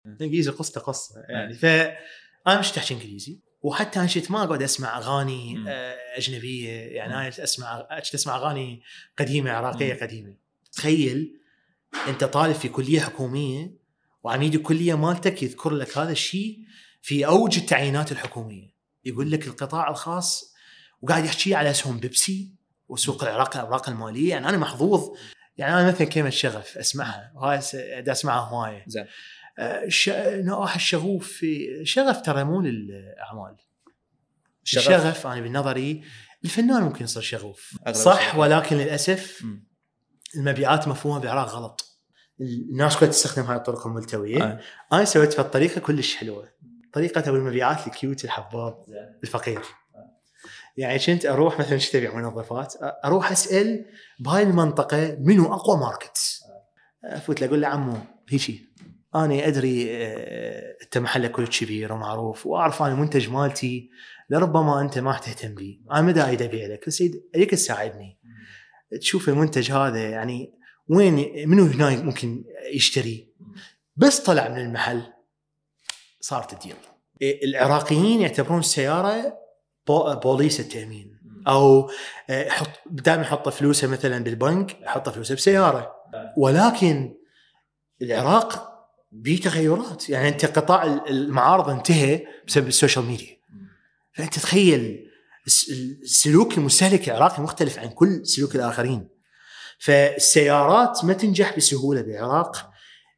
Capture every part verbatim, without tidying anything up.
الانجليزي قصته قصه يعني. فانا مش تحكي انجليزي، وحتى انا شفت ما اقعد اسمع اغاني م. اجنبيه يعني. انا اسمع اسمع اغاني قديمه عراقيه م. قديمه. تخيل انت طالب في كليه حكوميه وعميد الكليه مالتك يذكر لك هذا الشيء في اوج التعيينات الحكوميه، يقول لك القطاع الخاص، وقاعد يحكي على اسهم بيبسي وسوق العراق الاوراق الماليه. يعني انا محظوظ يعني. انا مثلا كلمه شغف اسمعها وهاي دا اسمعها هوايه زين. ش... نوع الشغوف في شغف ترى مو للاعمال. الشغف, الشغف انا بالنظري الفنان ممكن يصير شغوف صح الشغف. ولكن للاسف م. المبيعات مفهومه بالعراق غلط. الناس كلها تستخدم هاي الطرق الملتويه آه. انا سويت في الطريقه كلش حلوه، طريقه ابو المبيعات الكيوت الحباب الفقير. يعني كنت اروح مثلا ايش تبيع منظفات، اروح اسال بهاي المنطقه منو اقوى ماركت، افوت له اقول له عمو هيجي انا ادري انت محلك كل كبير ومعروف واعرف انا المنتج مالتي لربما انت ما تهتم بي، انا مدى اريد ابيع لك بس اريدك تساعدني تشوف المنتج هذا يعني وين منو هنا ممكن يشتري. بس طلع من المحل صارت الديل. العراقيين يعتبرون السياره بوليس التامين، او حط دائما يحط فلوسه مثلا بالبنك، يحط فلوسه بسياره. ولكن العراق بيه تغيرات يعني. انت قطاع المعارض انتهى بسبب السوشيال ميديا، فانت تخيل السلوك المستهلك العراقي مختلف عن كل سلوك الاخرين. فالسيارات ما تنجح بسهوله بالعراق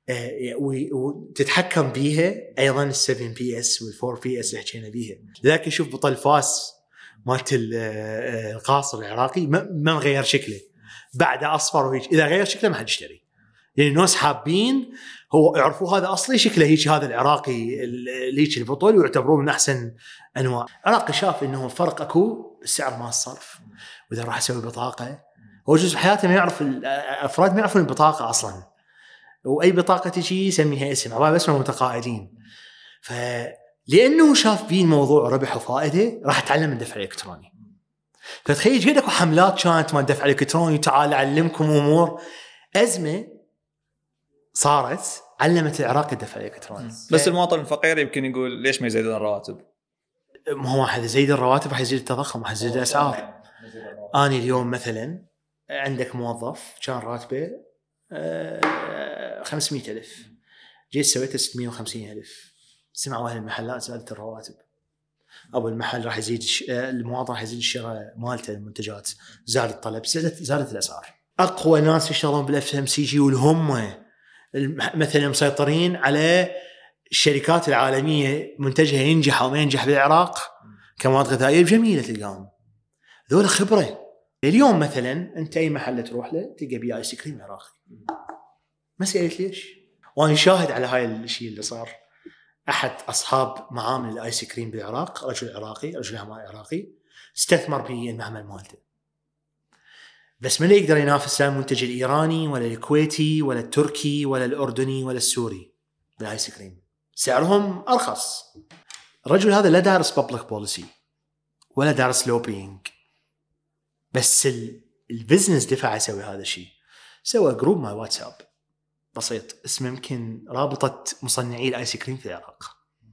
وتتحكم بيها ايضا السبعة بي اس والفور بي اس اللي حكينا بيها. لكن شوف بطل فاس مالت القاصر العراقي ما مغير شكله، بعد اصفر وهيك اذا غير شكله ما حد يشتري، يعني الناس حابين هو يعرفوا هذا اصلي شكله هيك، هذا العراقي اللي البطل ويعتبروه من احسن انواع. العراقي شاف انه فرق اكو السعر مال الصرف، واذا راح اسوي بطاقه هو جزء حياته ما يعرف، الافراد ما يعرفون البطاقه اصلا، واي بطاقه تجي يسميها اسم عباره بس متقاعدين. فلانه شاف بيه الموضوع ربح وفائده راح اتعلم الدفع الالكتروني. فتخيل جد اكو حملات كانت مال الدفع الالكتروني، تعال اعلمكم امور. ازمه صارت علمت العراق الدفع الالكتروني. بس المواطن الفقير يمكن يقول ليش ما يزيدون الرواتب؟ ما هو واحد يزيد الرواتب راح يزيد التضخم راح يزيد الاسعار. انا اليوم مثلا عندك موظف كان راتبه خمسمية ألف، جيت سويته ستمية وخمسين ألف، سمعوا أهل المحلات زادت الرواتب. أبو المحل راح يزيد المواطن راح يزيد الشراء مالته المنتجات، زاد الطلب، زادت زادت الأسعار. أقوى ناس يشتغلون بالإف إم سي جي والهم مثلا مسيطرين على الشركات العالمية، منتجها ينجح أو ما ينجح بالعراق كمواد غذائية جميلة تلقاهم ذول خبرة. اليوم مثلا أنت أي محل تروح له تلقى بيه آيس كريم عراقي، ما سألت ليش؟ وأنا شاهد على هاي الشيء اللي صار. أحد أصحاب معامل الآيس كريم بالعراق رجل عراقي، رجل أعمال عراقي، استثمر بالمعمل مالته، بس من يقدر ينافس المنتج الإيراني ولا الكويتي ولا التركي ولا الأردني ولا السوري بالآيس كريم، سعرهم أرخص. الرجل هذا لا دارس public policy ولا دارس lobbying، بس البزنس دفع يسوي هذا الشيء. سوى جروب مع واتساب بسيط اسمه يمكن رابطة مصنعي الآيس كريم في العراق.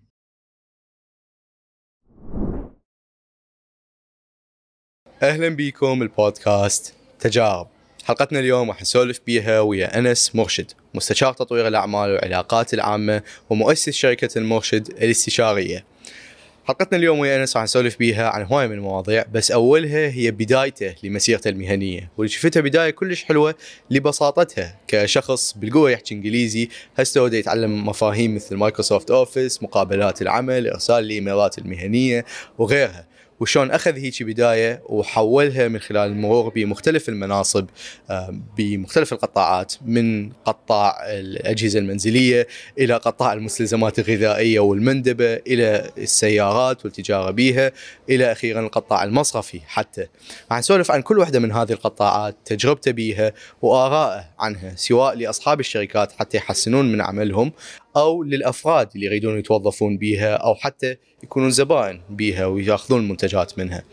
أهلا بكم البودكاست تجارب. حلقتنا اليوم راح نسولف بيها ويا أنس مرشد، مستشار تطوير الأعمال والعلاقات العامة ومؤسس شركة المرشد الاستشارية. حلقتنا اليوم ويا أنس راح نسولف بيها عن هواية من المواضيع، بس أولها هي بدايته لمسيرته المهنية، واللي شفتها بداية كلش حلوة لبساطتها كشخص بالقوة يحكي إنجليزي، هسه وده يتعلم مفاهيم مثل مايكروسوفت أوفيس، مقابلات العمل، إرسال الإيميلات المهنية وغيرها، وشون أخذ هيك بداية وحولها من خلال المرور بمختلف المناصب بمختلف القطاعات، من قطاع الأجهزة المنزلية إلى قطاع المستلزمات الغذائية والمندبة إلى السيارات والتجارة بها إلى أخيرا القطاع المصرفي. حتى راح نسولف عن كل واحدة من هذه القطاعات، تجربته بها وآراءه عنها، سواء لأصحاب الشركات حتى يحسنون من عملهم، أو للأفراد اللي يريدون يتوظفون بيها، أو حتى يكونون زبائن بيها ويأخذون المنتجات منها.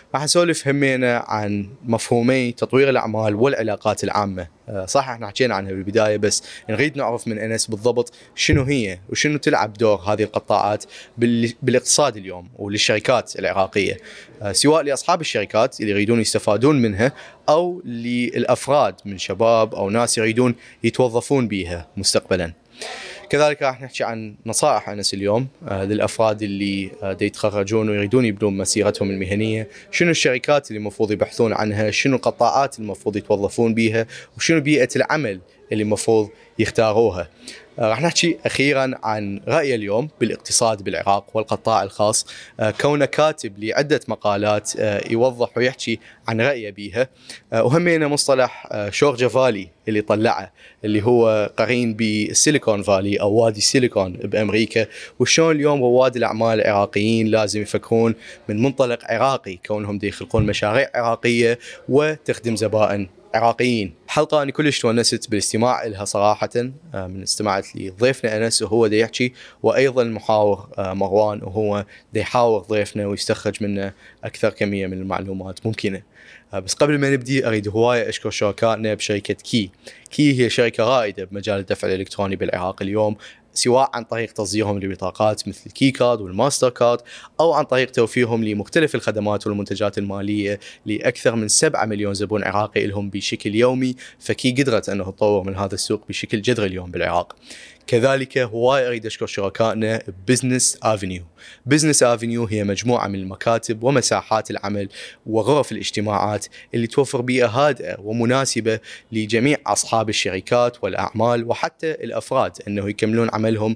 راح نسولف همينا عن مفهومي تطوير الأعمال والعلاقات العامة. صح احنا حكينا عنها بالبداية، بس نريد نعرف من أنس بالضبط شنو هي وشنو تلعب دور هذه القطاعات بالاقتصاد اليوم وللشركات العراقية، سواء لأصحاب الشركات اللي يريدون يستفادون منها أو للأفراد من شباب أو ناس يريدون يتوظفون بيها مستقبلا. كذلك راح نحكي عن نصائح أنس اليوم آه للأفراد اللي آه دي يتخرجون ويريدون يبدون مسيرتهم المهنية، شنو الشركات اللي المفروض يبحثون عنها، شنو القطاعات اللي المفروض يتوظفون بيها، وشنو بيئة العمل اللي المفروض يختاروها. آه راح نحكي أخيرا عن رأي اليوم بالاقتصاد بالعراق والقطاع الخاص، آه كونه كاتب لعدة مقالات آه يوضح ويحكي عن رأيه بيها، آه وهمينا مصطلح آه شورجا فالي اللي طلعه اللي هو قرين بالسيليكون فالي أو وادي السيليكون بأمريكا، وشون اليوم رواد الأعمال العراقيين لازم يفكرون من منطلق عراقي كونهم دي يخلقون مشاريع عراقية وتخدم زبائن عراقيين. حلقة أنا كلش تونست بالاستماع لها صراحة، من استمعت لضيفنا أنس وهو دا يحكي، وأيضا المحاور مروان وهو دا يحاور ضيفنا ويستخرج منه أكثر كمية من المعلومات ممكنة. بس قبل ما نبدي أريد هواية أشكر شركائنا بشركة كي. كي هي شركة رائدة بمجال الدفع الإلكتروني بالعراق اليوم، سواء عن طريق تصديرهم لبطاقات مثل الكي كارد والماستر كارد، أو عن طريق توفيرهم لمختلف الخدمات والمنتجات المالية لأكثر من سبعة مليون زبون عراقي لهم بشكل يومي. فكي قدرت أنه تطور من هذا السوق بشكل جذري اليوم بالعراق. كذلك هواي أريد أشكر شركائنا بزنس آفينيو. بزنس آفينيو هي مجموعة من المكاتب ومساحات العمل وغرف الاجتماعات اللي توفر بيئة هادئة ومناسبة لجميع أصحاب الشركات والأعمال وحتى الأفراد أنه يكملون عملهم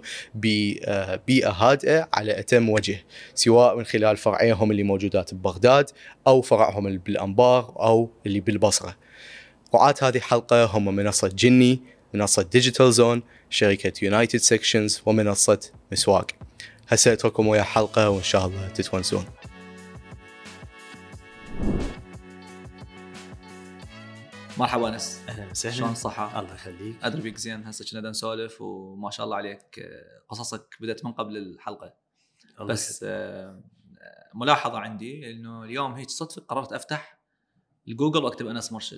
ببيئة هادئة على أتم وجه، سواء من خلال فرعيهم اللي موجودات ببغداد أو فرعهم اللي بالأنبار أو اللي بالبصرة. رعاة هذه الحلقة هم منصة جني، منصة ديجيتال زون، شركة يونايتد سيكشنز، ومنصة مسواق. هسه اترككم ويا حلقة وإن شاء الله تتونسون. مرحبا أنس. أهلا وسهلا. شلون الصحة؟ الله يخليك. أدري بيك زين. هسه كنا نسولف وما شاء الله عليك قصصك بدأت من قبل الحلقة. بس آه ملاحظة عندي إنه اليوم هيك صدفة قررت أفتح الجوجل وأكتب أنس مرشد.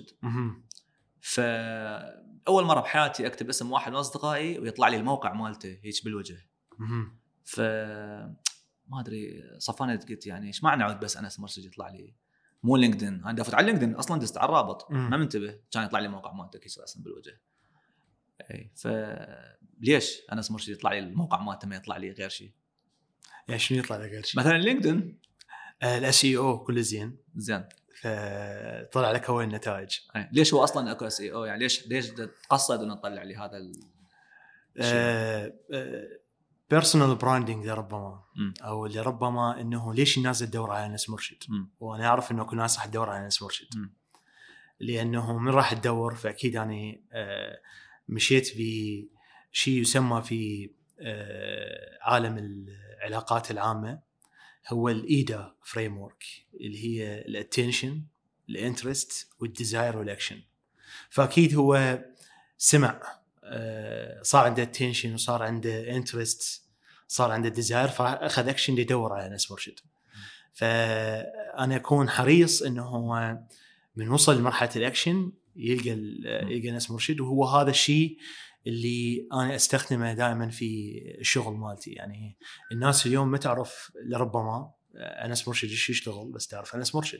فأول مرة بحياتي أكتب اسم واحد من أصدقائي ويطلع لي الموقع مالته هيك بالوجه. ف ما أدري صفنت قلت يعني إيش معنى عود بس أنس مرشد يطلع لي، مو لينكدين. أنا دافت على لينكدين أصلاً دست على الرابط ما منتبه كان يطلع لي موقع مالته هيك اسم بالوجه. أي فليش أنس مرشد يطلع لي الموقع مالته ما يطلع لي غير شيء؟ يعني شنو يطلع لك غير شيء؟ مثلاً لينكدين الاس اي او كله زين زين فطلع لك هو النتائج. ليش هو اصلا اكو اس اي او؟ يعني ليش ليش تقصد انه نطلع لي هذا الشيء؟ بيرسونال براندنج لربما م. او لربما انه ليش الناس تدور على أنس مرشد. م. وانا اعرف انه كل الناس راح تدور على أنس مرشد، م. لانه من راح تدور فاكيد اني مشيت بشيء يسمى في عالم العلاقات العامه هو الايدا فريم ورك، اللي هي الاتنشن، الانترست، والديزاير والاكشن. فاكيد هو سمع صار عنده اتنشن وصار عنده انترست، صار عنده ديزاير، فاخذ اكشن يدور على أنس مرشد. فانا اكون حريص انه هو من وصل لمرحله الاكشن يلقى يلقى أنس مرشد، وهو هذا الشيء اللي أنا أستخدمه دائما في الشغل مالتي. يعني الناس اليوم ما تعرف لربما أنس مرشد إيش يشتغل، بس تعرف أنس مرشد،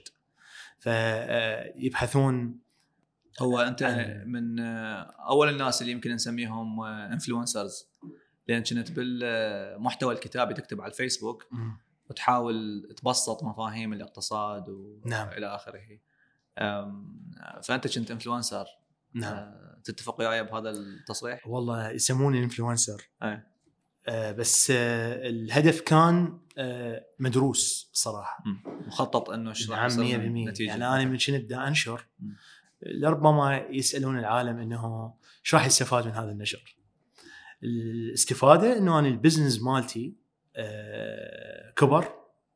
فيبحثون. هو أنت من أول الناس اللي يمكن نسميهم إنفلونسرز، لأن كنت بالمحتوى الكتابي تكتب على الفيسبوك م. وتحاول تبسط مفاهيم الاقتصاد وإلى نعم. آخره. فأنت كنت إنفلونسر. نعم. تتفق وياي بهذا التصريح؟ والله يسموني انفلونسر. أي. آه بس آه الهدف كان آه مدروس صراحه، مخطط انه ايش راح يصير النتيجه. يعني انا من كنت دا انشر م. لربما يسالون العالم انه ايش راح يستفاد من هذا النشر. الاستفاده انه انا البزنس مالتي آه كبر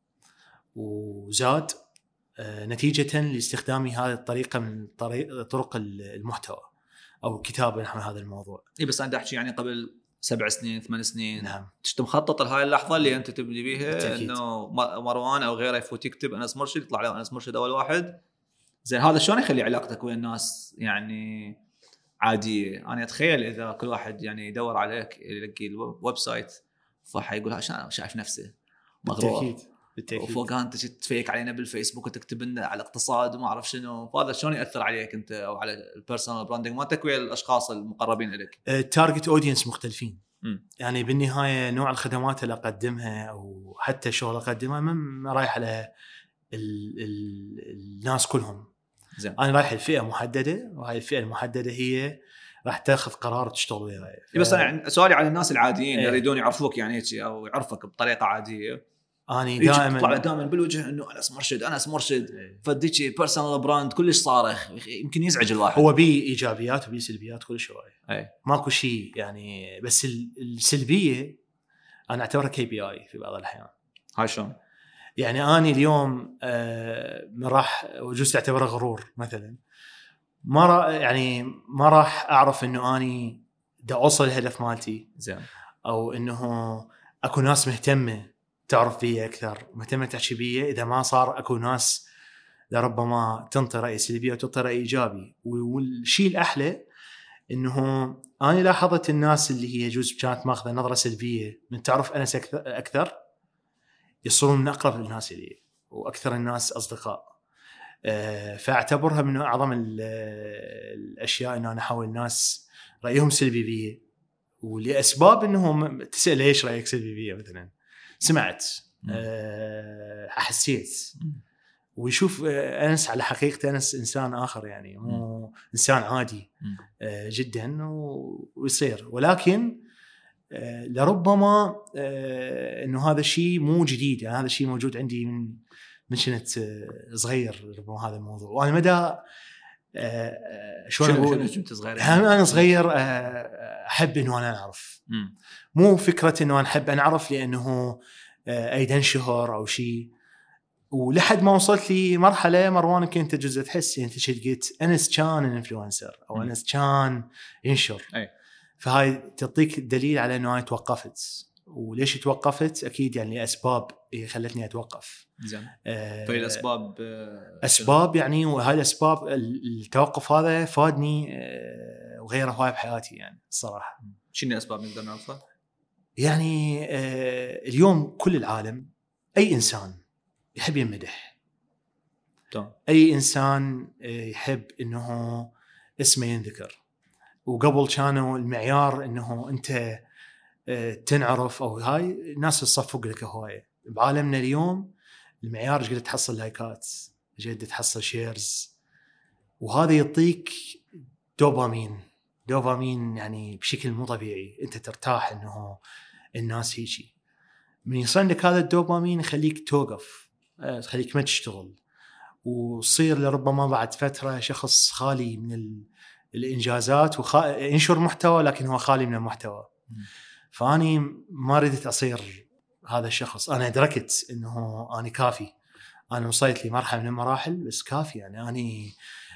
وزاد آه نتيجه لاستخدامي هذه الطريقه من طريق طرق المحتوى او كتابه نحو هذا الموضوع. اي بس انا احكي يعني قبل سبع سنين ثمان سنين. نعم. تشتم مخطط لهاي اللحظه اللي انت تبني بيها بالتأكيد. انه مروان او غيره يفوت يكتب انس مرشد يطلع له انس مرشد اول واحد. زين هذا شلون يخلي علاقتك ويا الناس يعني عاديه؟ انا اتخيل اذا كل واحد يعني يدور عليك يلاقي الويب سايت فحيقول عشان شايف نفسه مغرور. بالتأكيد. بالتأكيد. وفوق انت تفيك علينا بالفيسبوك وتكتب لنا على الاقتصاد وما اعرف شنو. فهذا شلون ياثر عليك انت او على البيرسونال براندنج مالتك ويا الاشخاص المقربين لك؟ التارجت اودينس مختلفين. م. يعني بالنهايه نوع الخدمات اللي اقدمها او حتى الشغل اللي اقدمه ما رايح على ال ال الناس كلهم. زين. انا رايح الفئه محدده وهاي الفئه المحدده هي راح تاخذ قرار تشتغل وياي. ف... بس انا سؤالي على الناس العاديين اللي ايه. يريدون يعرفوك يعني هيك او يعرفك بطريقه عاديه. اني دائما يطلع دائما بالوجه انه انس مرشد انس مرشد ايه. فديتشي بيرسونال براند كلش صارخ يمكن يزعج الواحد. هو بي ايجابيات وبي سلبيات كل شوي. ايه. ماكو شيء يعني بس السلبيه انا اعتبرها كي بي اي في بعض الاحيان. هاي شلون؟ يعني اني اليوم آه ما راح وجوز تعتبره غرور مثلا ما راح يعني ما راح اعرف انه اني دا اوصل الهدف مالتي. زين. او انه اكو ناس مهتمه تعرف بي اكثر مهتمه تحكي بي اذا ما صار اكو ناس لربما تنطي راي سلبي وتنطي راي ايجابي. والشيء الاحلى انه انا لاحظت الناس اللي هي جزء كانت ماخذه نظره سلبيه من تعرف انس اكثر يصيرون من اقرب الناس لي واكثر الناس اصدقاء. أه فاعتبرها من اعظم الاشياء انه انا احاول الناس رايهم سلبي بي ولاسباب انهم تسال ليش رايك سلبي بي مثلا سمعت أه حسيت ويشوف انس على حقيقته انس انسان اخر يعني مو انسان عادي أه جدا ويصير. ولكن أه لربما أه انه هذا الشيء مو جديد يعني هذا الشيء موجود عندي من من كنت صغير ربما هذا الموضوع. وانا مدى شلون اقول كنت صغير انا صغير احب انه انا اعرف مو فكره انه انا احب انعرف لانه ايد انشهر او شيء. ولحد ما وصلت لي مرحله مروان كنت جزء تحس انت شو قلت انس كان انفلونسر او انس كان ينشر أي. فهاي تعطيك دليل على انه انا توقفت. وليش توقفت اكيد يعني لاسباب خلتني اتوقف. زين. آه في الاسباب آه اسباب يعني وهاي الاسباب التوقف هذا فادني آه وغيره هواي بحياتي يعني الصراحه. شنو الاسباب نقدر نعرفها؟ يعني آه اليوم كل العالم اي انسان يحب يمدح. طبعا. اي انسان آه يحب انه اسمه ينذكر. وقبل كانوا المعيار انه انت تنعرف او هاي الناس تصفق لك هوايه. بعالمنا اليوم المعيار ايش قد تحصل لايكات ايش قد تحصل شيرز وهذا يعطيك دوبامين دوبامين يعني بشكل مو طبيعي. انت ترتاح انه الناس هيجي من يصير لك هذا الدوبامين يخليك توقف تخليك ما تشتغل وتصير لربما بعد فتره شخص خالي من الانجازات وينشر محتوى لكن هو خالي من المحتوى. فاني ما ردت اصير هذا الشخص. انا ادركت انه اني كافي. انا وصلت لمرحله من المراحل بس كافي يعني اني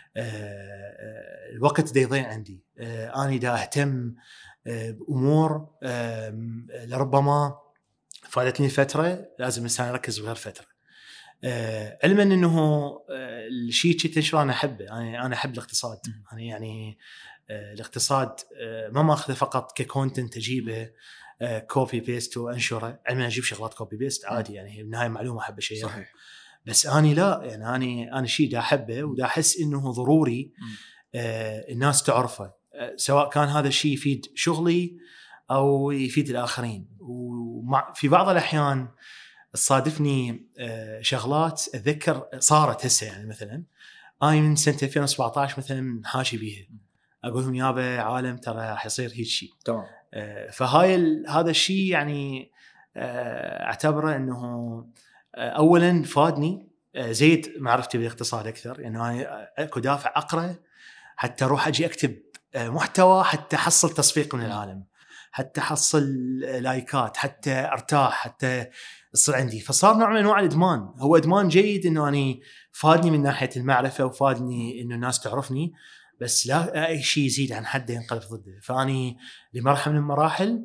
آه الوقت دا يضيع عندي. آه اني دا اهتم آه بامور آه لربما فادتني فتره لازم الانسان يركز بغير فتره. آه علما انه آه الشيء اللي تنشره انا احبه. انا انا احب الاقتصاد. انا يعني آه الاقتصاد آه ما ماخذه فقط ككونتنت اجيبه آه كوبي بيست وانشره. علما اجيب شغلات كوبي بيست عادي يعني بالنهايه معلومه احب شيء صحيح. بس اني لا يعني اني انا شيء دا احبه ودا احس انه ضروري آه الناس تعرفه آه سواء كان هذا الشيء يفيد شغلي او يفيد الاخرين. وفي بعض الاحيان تصادفني آه شغلات اتذكر صارت هسه يعني مثلا انا من سنه ألفين وسبعطعش مثلا حاشي بيها اقول لهم يابا عالم ترى حيصير هيك شيء. تمام. آه فهاي هذا الشيء يعني آه اعتبره انه آه اولا فادني آه زيد معرفتي بالاقتصاد اكثر يعني انا اكو دافع اقرا حتى اروح اجي اكتب آه محتوى حتى احصل تصفيق من العالم حتى احصل لايكات حتى ارتاح حتى يصير عندي. فصار نوع من انواع الادمان. هو ادمان جيد انه اني فادني من ناحيه المعرفه وفادني انه الناس تعرفني بس لا اي شيء يزيد عن حده ينقلب ضده. فاني لمرحله من المراحل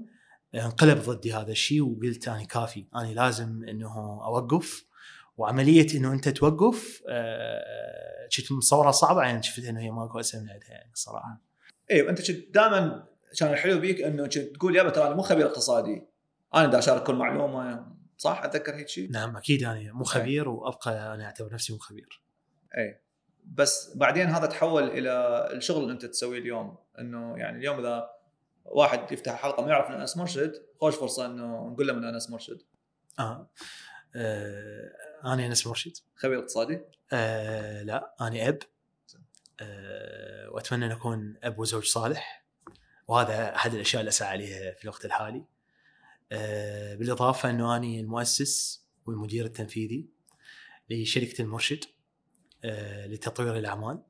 انقلب ضدي هذا الشيء، وقلت أنا كافي، أنا لازم إنه أوقف. وعملية إنه أنت توقف كنت مصورها صعبة، يعني شفت إنه هي ماكو أسهل من عندها يعني الصراحة. ايوه انت كنت دائما كان الحلو بيك انه كنت تقول يابا ترى انا مو خبير اقتصادي، انا دا اشارك كل معلومه، صح؟ اتذكر هيك شيء. نعم اكيد انا مو خبير، وابقى انا اعتبر نفسي مو خبير. اي بس بعدين هذا تحول الى الشغل اللي انت تسويه اليوم، انه يعني اليوم اذا واحد يفتح حلقه ما يعرف ان انس مرشد، خوش فرصه انه نقول له من انس مرشد. اه, آه انا انس مرشد خبير اقتصادي؟ آه لا انا اب، آه واتمنى ان اكون اب وزوج صالح، وهذا احد الاشياء اللي اسعى عليها في الوقت الحالي. آه بالاضافه انه انا المؤسس والمدير التنفيذي لشركه المرشد آه لتطوير الاعمال.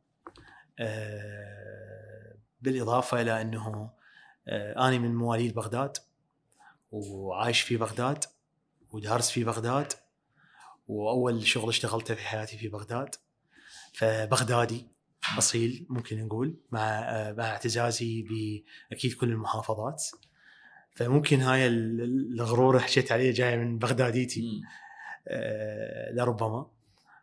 آه بالاضافه الى انه آه انا من مواليد بغداد، وعايش في بغداد، ودارس في بغداد، واول شغل اشتغلته في حياتي في بغداد، فبغدادي اصيل ممكن نقول، مع مع اعتزازي باكيد كل المحافظات. فممكن هاي الغرور اللي حكيت عليه جاي من بغداديتي آه لربما.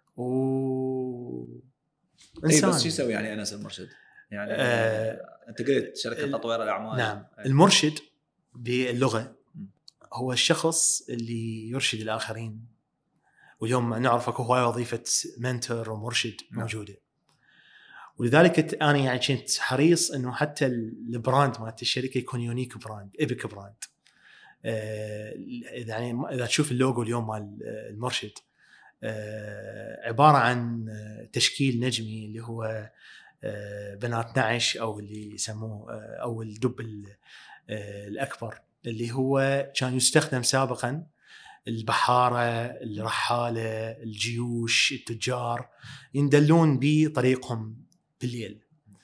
و انسان. بس شو يسوي يعني انس المرشد؟ يعني آه انت قلت شركه تطوير الاعمال. نعم. أي. المرشد باللغه هو الشخص اللي يرشد الاخرين، واليوم نعرف اكو هواي وظيفه منتور ومرشد موجوده. ولذلك انا يعني كنت حريص انه حتى البراند مالت الشركه يكون يونيك براند، ايبك براند. آه يعني اذا تشوف اللوجو اليوم مال المرشد آه عباره عن تشكيل نجمي اللي هو آه بنات نعش، او اللي يسموه آه او الدب آه الاكبر، اللي هو كان يستخدم سابقا البحارة، الرحالة، الجيوش، التجار يندلون بطريقهم بالليل.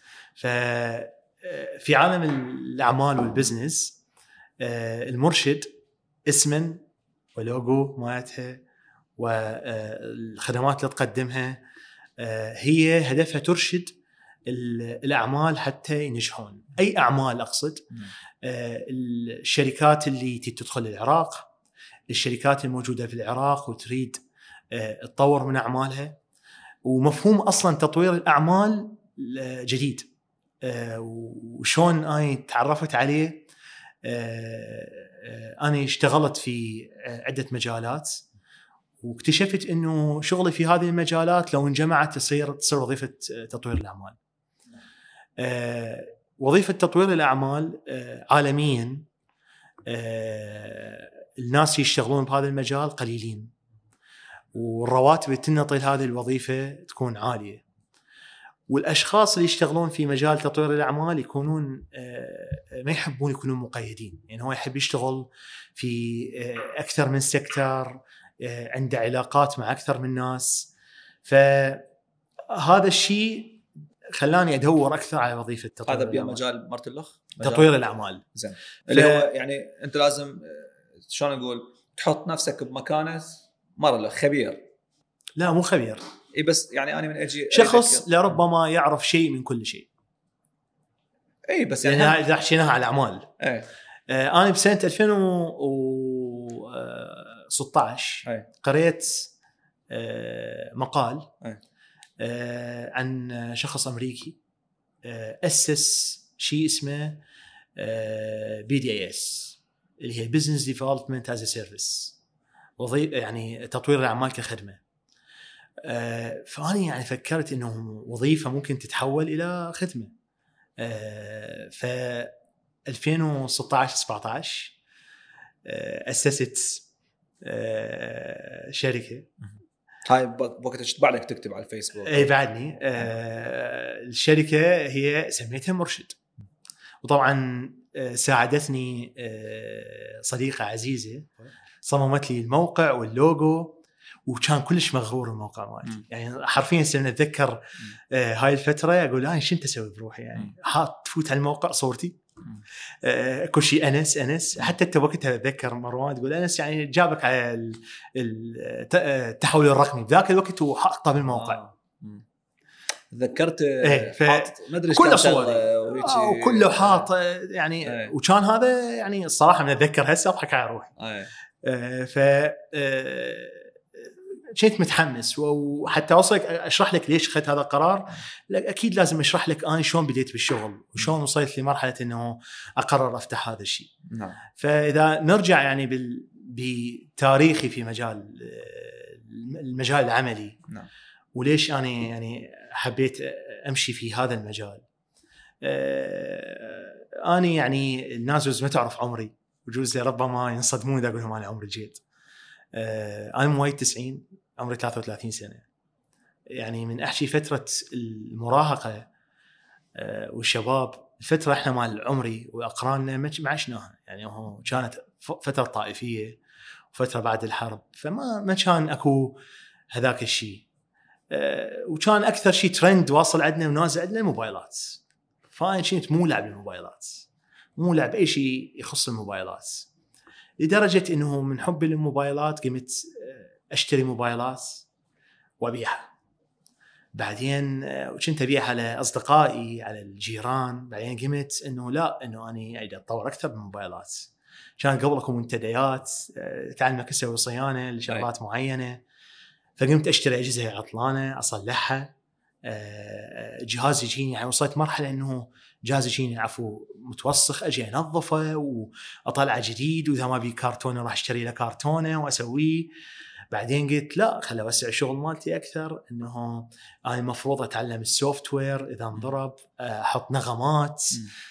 ففي عالم الأعمال والبزنس المرشد اسما ولوجو مالتها والخدمات اللي تقدمها هي هدفها ترشد الأعمال حتى ينجحون. أي أعمال أقصد الشركات اللي تدخل العراق، الشركات الموجودة في العراق وتريد تطور من أعمالها. ومفهوم أصلا تطوير الأعمال جديد، وشون أنا تعرفت عليه. أنا اشتغلت في عدة مجالات، واكتشفت أنه شغلي في هذه المجالات لو انجمعت تصير تصير وظيفة تطوير الأعمال. وظيفة تطوير الأعمال عالميا الناس يشتغلون بهذا المجال قليلين، والرواتب اللي تنطي هذه الوظيفة تكون عالية. والأشخاص اللي يشتغلون في مجال تطوير الأعمال يكونون ما يحبون يكونون مقيدين، يعني هو يحب يشتغل في أكثر من سيكتور، عنده علاقات مع أكثر من ناس. فهذا الشيء خلاني أدور أكثر على وظيفة تطوير هذا بمجال مرتلخ تطوير الأعمال. زين ف... اللي هو يعني أنت لازم شلون نقول تحط نفسك بمكانة مرلخ خبير. لا مو خبير، اي بس يعني انا من اجي شخص لربما يعرف شيء من كل شيء. اي بس يعني يعني اذا حكيناها على الاعمال، اي آه انا بسنه ألفين وستة عشر قريت آه مقال آه عن شخص امريكي آه اسس شيء اسمه آه بي دي اي اس، اللي هي بزنس ديفلوبمنت از سيرفيس، وظيفه يعني تطوير الاعمال كخدمه. آه فاني يعني فكرت انه وظيفه ممكن تتحول الى خدمه. آه ف ألفين وستة عشر سبعة عشر آه اسست آه شركه. هاي وقتها تبع لك تكتب على الفيسبوك؟ اي بعدني. آه الشركه هي سميتها مرشد، وطبعا آه ساعدتني آه صديقه عزيزه صممت لي الموقع واللوجو، وكان كلش مغرور الموقع مالتي. يعني حرفيا سنة أتذكر آه هاي الفترة أقول أنا شو أنت أسوي بروحي، يعني حاط تفوت على الموقع صورتي آه كل شيء أنس أنس. حتى أنت وقتها أتذكر مروان تقول أنس يعني جابك على التحول الرقمي بذاك الوقت وحاطه بالموقع. ذكرت إيه ف... ما ادري كله صور آه وكله حاط يعني ايه. وكان هذا يعني الصراحه من اتذكر هسه اضحك على روحي ايه. آه ف آه كنت متحمس وحتى اوصلك اشرح لك ليش اخذت هذا القرار. اكيد لازم اشرح لك انا شلون بديت بالشغل وشلون وصلت لمرحله انه اقرر افتح هذا الشيء. نعم. فاذا نرجع يعني بال... بتاريخي في مجال المجال العملي نعم. وليش انا يعني حبيت امشي في هذا المجال. انا يعني الناس ما تعرف عمري وجوز ربما ينصدمون اذا اقول لهم انا عمري جيد. انا مواليد تسعين عمري ثلاثة وثلاثين سنه يعني من احكي فتره المراهقه والشباب الفتره احنا مال عمري واقراننا ما عشناها يعني هو كانت فتره طائفيه وفتره بعد الحرب فما ما كان اكو هذاك الشيء. وكان اكثر شيء ترند واصل عندنا ونازل عندنا الموبايلات. فانا كنت مو لعب الموبايلات مو لعب اي شيء يخص الموبايلات لدرجه انه من حبي للموبايلات قمت اشتري موبايلات وابيعها. بعدين وكنت ابيعها لاصدقائي على الجيران. بعدين قمت انه لا انه اني اريد اتطور اكثر بالموبايلات. كان قبلكم منتديات تعلمك تسوي صيانه لشغلات معينه فقمت اشتري اجهزه عطلانه اصلحها. جهازي يجيني يعني وصلت مرحله انه جهازي يجيني عفو متوسخ اجي انظفه واطلعه جديد واذا ما بي كرتونه راح اشتري له كرتونه واسويه. بعدين قلت لا خلي اوسع الشغل مالتي اكثر انه انا المفروض اتعلم السوفت وير اذا انضرب احط نغمات.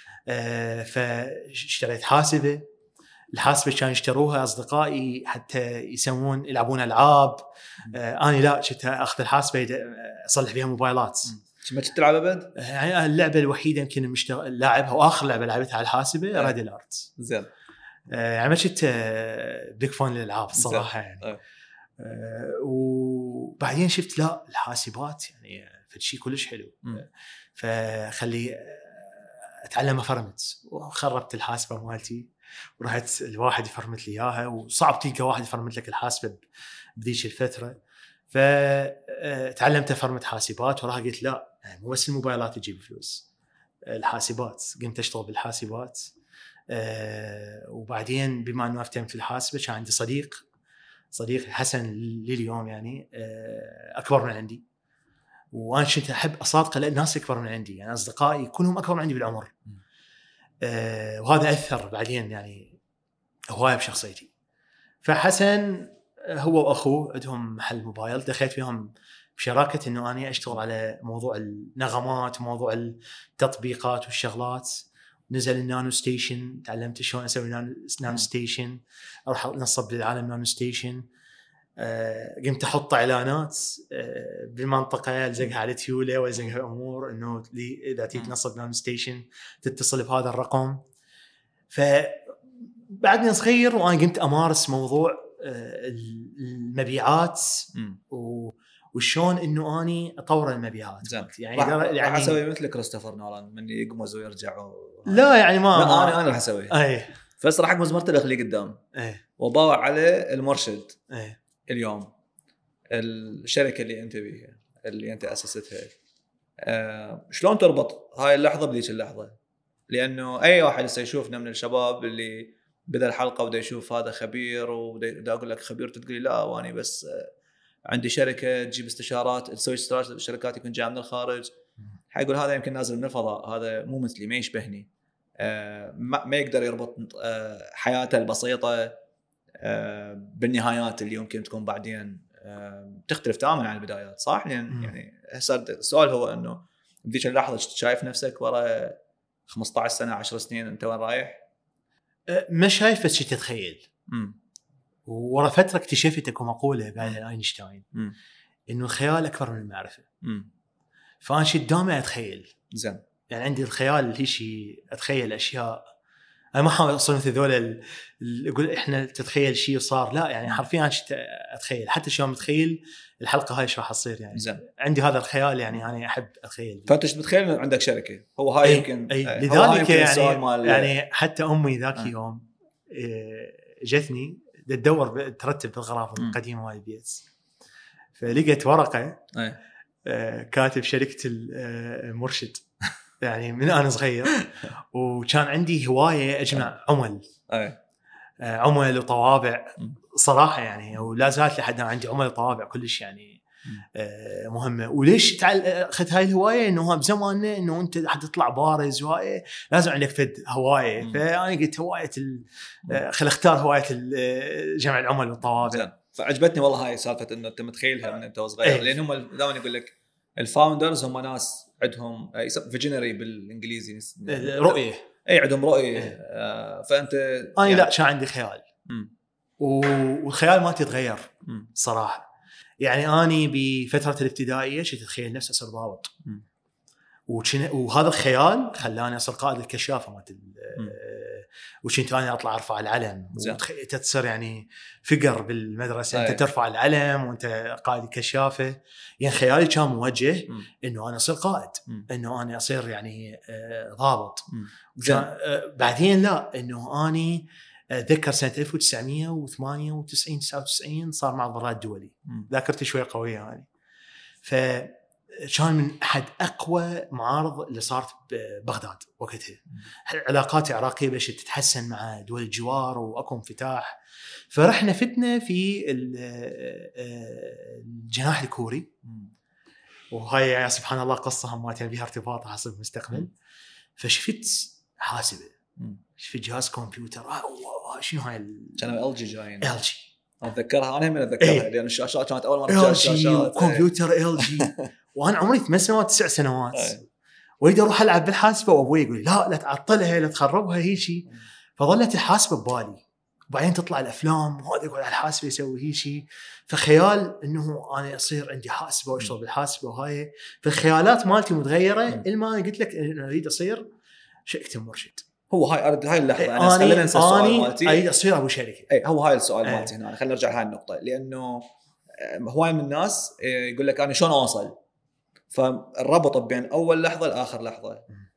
فاشتريت حاسبه. الحاسبه كانوا يشتروها اصدقائي حتى يسوون يلعبون العاب. آه انا لا كنت اخذ الحاسبه اصلح بها موبايلات. ما كنت تلعب ابد؟ يعني اللعبه الوحيده يمكن مشتغل لاعبها واخر لعبه لعبتها على الحاسبه آه. ريد الارت. زين. آه يعني ما كنت بيك فان للالعاب الصراحه يعني. آه. آه وبعدين شفت لا الحاسبات يعني فشي كلش حلو. آه فخلي اتعلم افرمت وخربت الحاسبه مالتي ورحت الواحد يفرمت لي اياها وصعب تلقى واحد يفرمت لك الحاسبه بذيك الفتره. فتعلمت افرمت حاسبات وراها قلت لا مو بس الموبايلات تجيب فلوس الحاسبات. قمت اشتغل بالحاسبات. وبعدين بما انه افتهمت في الحاسبه كان عندي صديق صديق حسن لليوم يعني اكبر من عندي وانا كنت احب اصادقه لان الناس اكبر من عندي يعني اصدقائي كلهم اكبر من عندي بالعمر. آه وهذا أثر بعدين يعني هواية بشخصيتي. فحسن هو وأخوه عندهم محل موبايل دخلت فيهم بشراكة إنه أنا أشتغل على موضوع النغمات وموضوع التطبيقات والشغلات. نزل النانو ستيشن تعلمت شلون أسوي نانو ستيشن أروح نصب للعالم نانو ستيشن. آه قمت أحط إعلانات آه بالمنطقة ألزقها على تيولة وألزقها أمور إنه إذا تيجي تنصب نانو ستيشن تتصل بهذا الرقم. فبعدني صغير وأنا قمت أمارس موضوع آه المبيعات وشون إنه أني أطور المبيعات. يعني راح يعني أسوي مثل كريستوفر نولان من يقمز ويرجع و... لا يعني ما, لا ما أنا أنا راح أسويه. أي بس راح أقمز مرتين أخليه قدام. أي وباوع عليه المرشد. أي اليوم الشركة اللي أنت بيها اللي أنت أسستها أه شلون تربط هاي اللحظة بديش اللحظة؟ لأنه أي واحد يشوفنا من الشباب اللي بدأ الحلقة وده يشوف هذا خبير وده أقول لك خبير تقولي لا واني بس عندي شركة تجيب استشارات تسوي استشارات الشركات يكون جاي من الخارج حيقول هذا يمكن نازل من الفضاء هذا مو مثلي ما يشبهني. أه ما يقدر يربط أه حياته البسيطة أه بالنهايات اللي يمكن تكون بعدين تختلف تماما عن البدايات صح؟ يعني يعني هسه السؤال هو انه بديش اللحظه شايف نفسك ورا خمسة عشر سنه عشر سنين انت وين رايح؟ ما شايف بس شي تتخيل. ورا فتره اكتشفت اكو مقوله قالها اينشتاين انه الخيال اكبر من المعرفه. فانا شي دائما اتخيل زين يعني عندي الخيال هي شيء اتخيل اشياء انا ما حاول اوصل مثل ذول يقول احنا تتخيل شيء صار لا يعني حرفيا اتخيل حتى شلون متخيل الحلقه هاي ايش راح تصير يعني زين. عندي هذا الخيال يعني انا احب اتخيل. فانت ايش بتخيل عندك شركه هو هاي يمكن أي أي لذلك يعني يعني حتى امي ذاك آه. يوم جتني تدور ترتب الغراض القديمه مال البيت فلقيت ورقه أي. كاتب شركة المرشد يعني من أنا صغير، وكان عندي هواية أجمع عمل عمل وطوابع صراحة يعني، ولا زالت لحد الآن عندي عمل وطوابع كلش يعني مهمة. وليش أخذت هاي الهواية؟ إنه بزماننا إنه أنت حد تطلع بارز هواية لازم عندك فد هواية، فأنا قلت هواية خل اختار هواية جمع العمل والطوابع. فعجبتني والله هاي سالفة إنه أنت متخيلها من أنت وصغير، لأن هم دائما يقول لك الفاوندرز هم ناس عندهم فيجنري بالإنجليزي رؤية، أي عندهم رؤية. آه فأنت أنا يعني لا كان عندي خيال م. والخيال ما تتغير صراحة. يعني أنا بفترة الابتدائية كنت أتخيل نفسي أصير ضابط، وهذا الخيال خلاني أصير قائد الكشافة مالت، وكنت أنا أطلع أرفع العلم، وتخيلت تصير يعني فقر بالمدرسة أيه. أنت ترفع العلم وأنت قائد الكشافة. يعني خيالي كان موجه م. إنه أنا أصير قائد، م. إنه أنا أصير يعني ضابط. بعدين لا، إنه أني أتذكر سنة ألف وتسعمية وثمانية وتسعين تسعة وتسعين صار مع الضرائب الدولي، ذاكرتي شوية قوية يعني. فكان من أحد أقوى معارض اللي صارت ببغداد وقتها، علاقات عراقية بش تتحسن مع دول الجوار وأكو انفتاح. فرحنا فتنا في الجناح الكوري، وهاي يا سبحان الله قصة هم ماتين بها ارتباط حسب المستقبل. فشفت حاسبة، شفت جهاز كمبيوتر، آه شنو هاي كانوا ال جي جايين ال جي أتذكرها أنا، من أتذكرها ايه. لأن الشاشات كانت أول مرة ال جي وكمبيوتر ال جي وأنا عمري ثمان سنوات تسع سنوات ايه. ويريد أروح ألعب بالحاسبة، وأبوي يقول لا لا تعطلها لا تخربها هي شيء. فظلت الحاسبة ببالي، وبعدين تطلع الأفلام وهذا يقول على الحاسبة يسوي هي شيء. فخيال إنه أنا أصير عندي حاسبة وأشتغل بالحاسبة وهاي. فالخيالات مالتي متغيرة. إلما أنا قلت لك إنه أريد أصير شركة مرشد. هو هاي أرد هاي اللحظة أنا خلينا ننسى السؤال مالتي أريد أصير أبو شركة. أي هو هاي السؤال أي. مالتي هنا خلينا نرجع هاي النقطة، لأنه هواي من الناس يقول لك أنا شلون أوصل، فالربط بين أول لحظة لآخر لحظة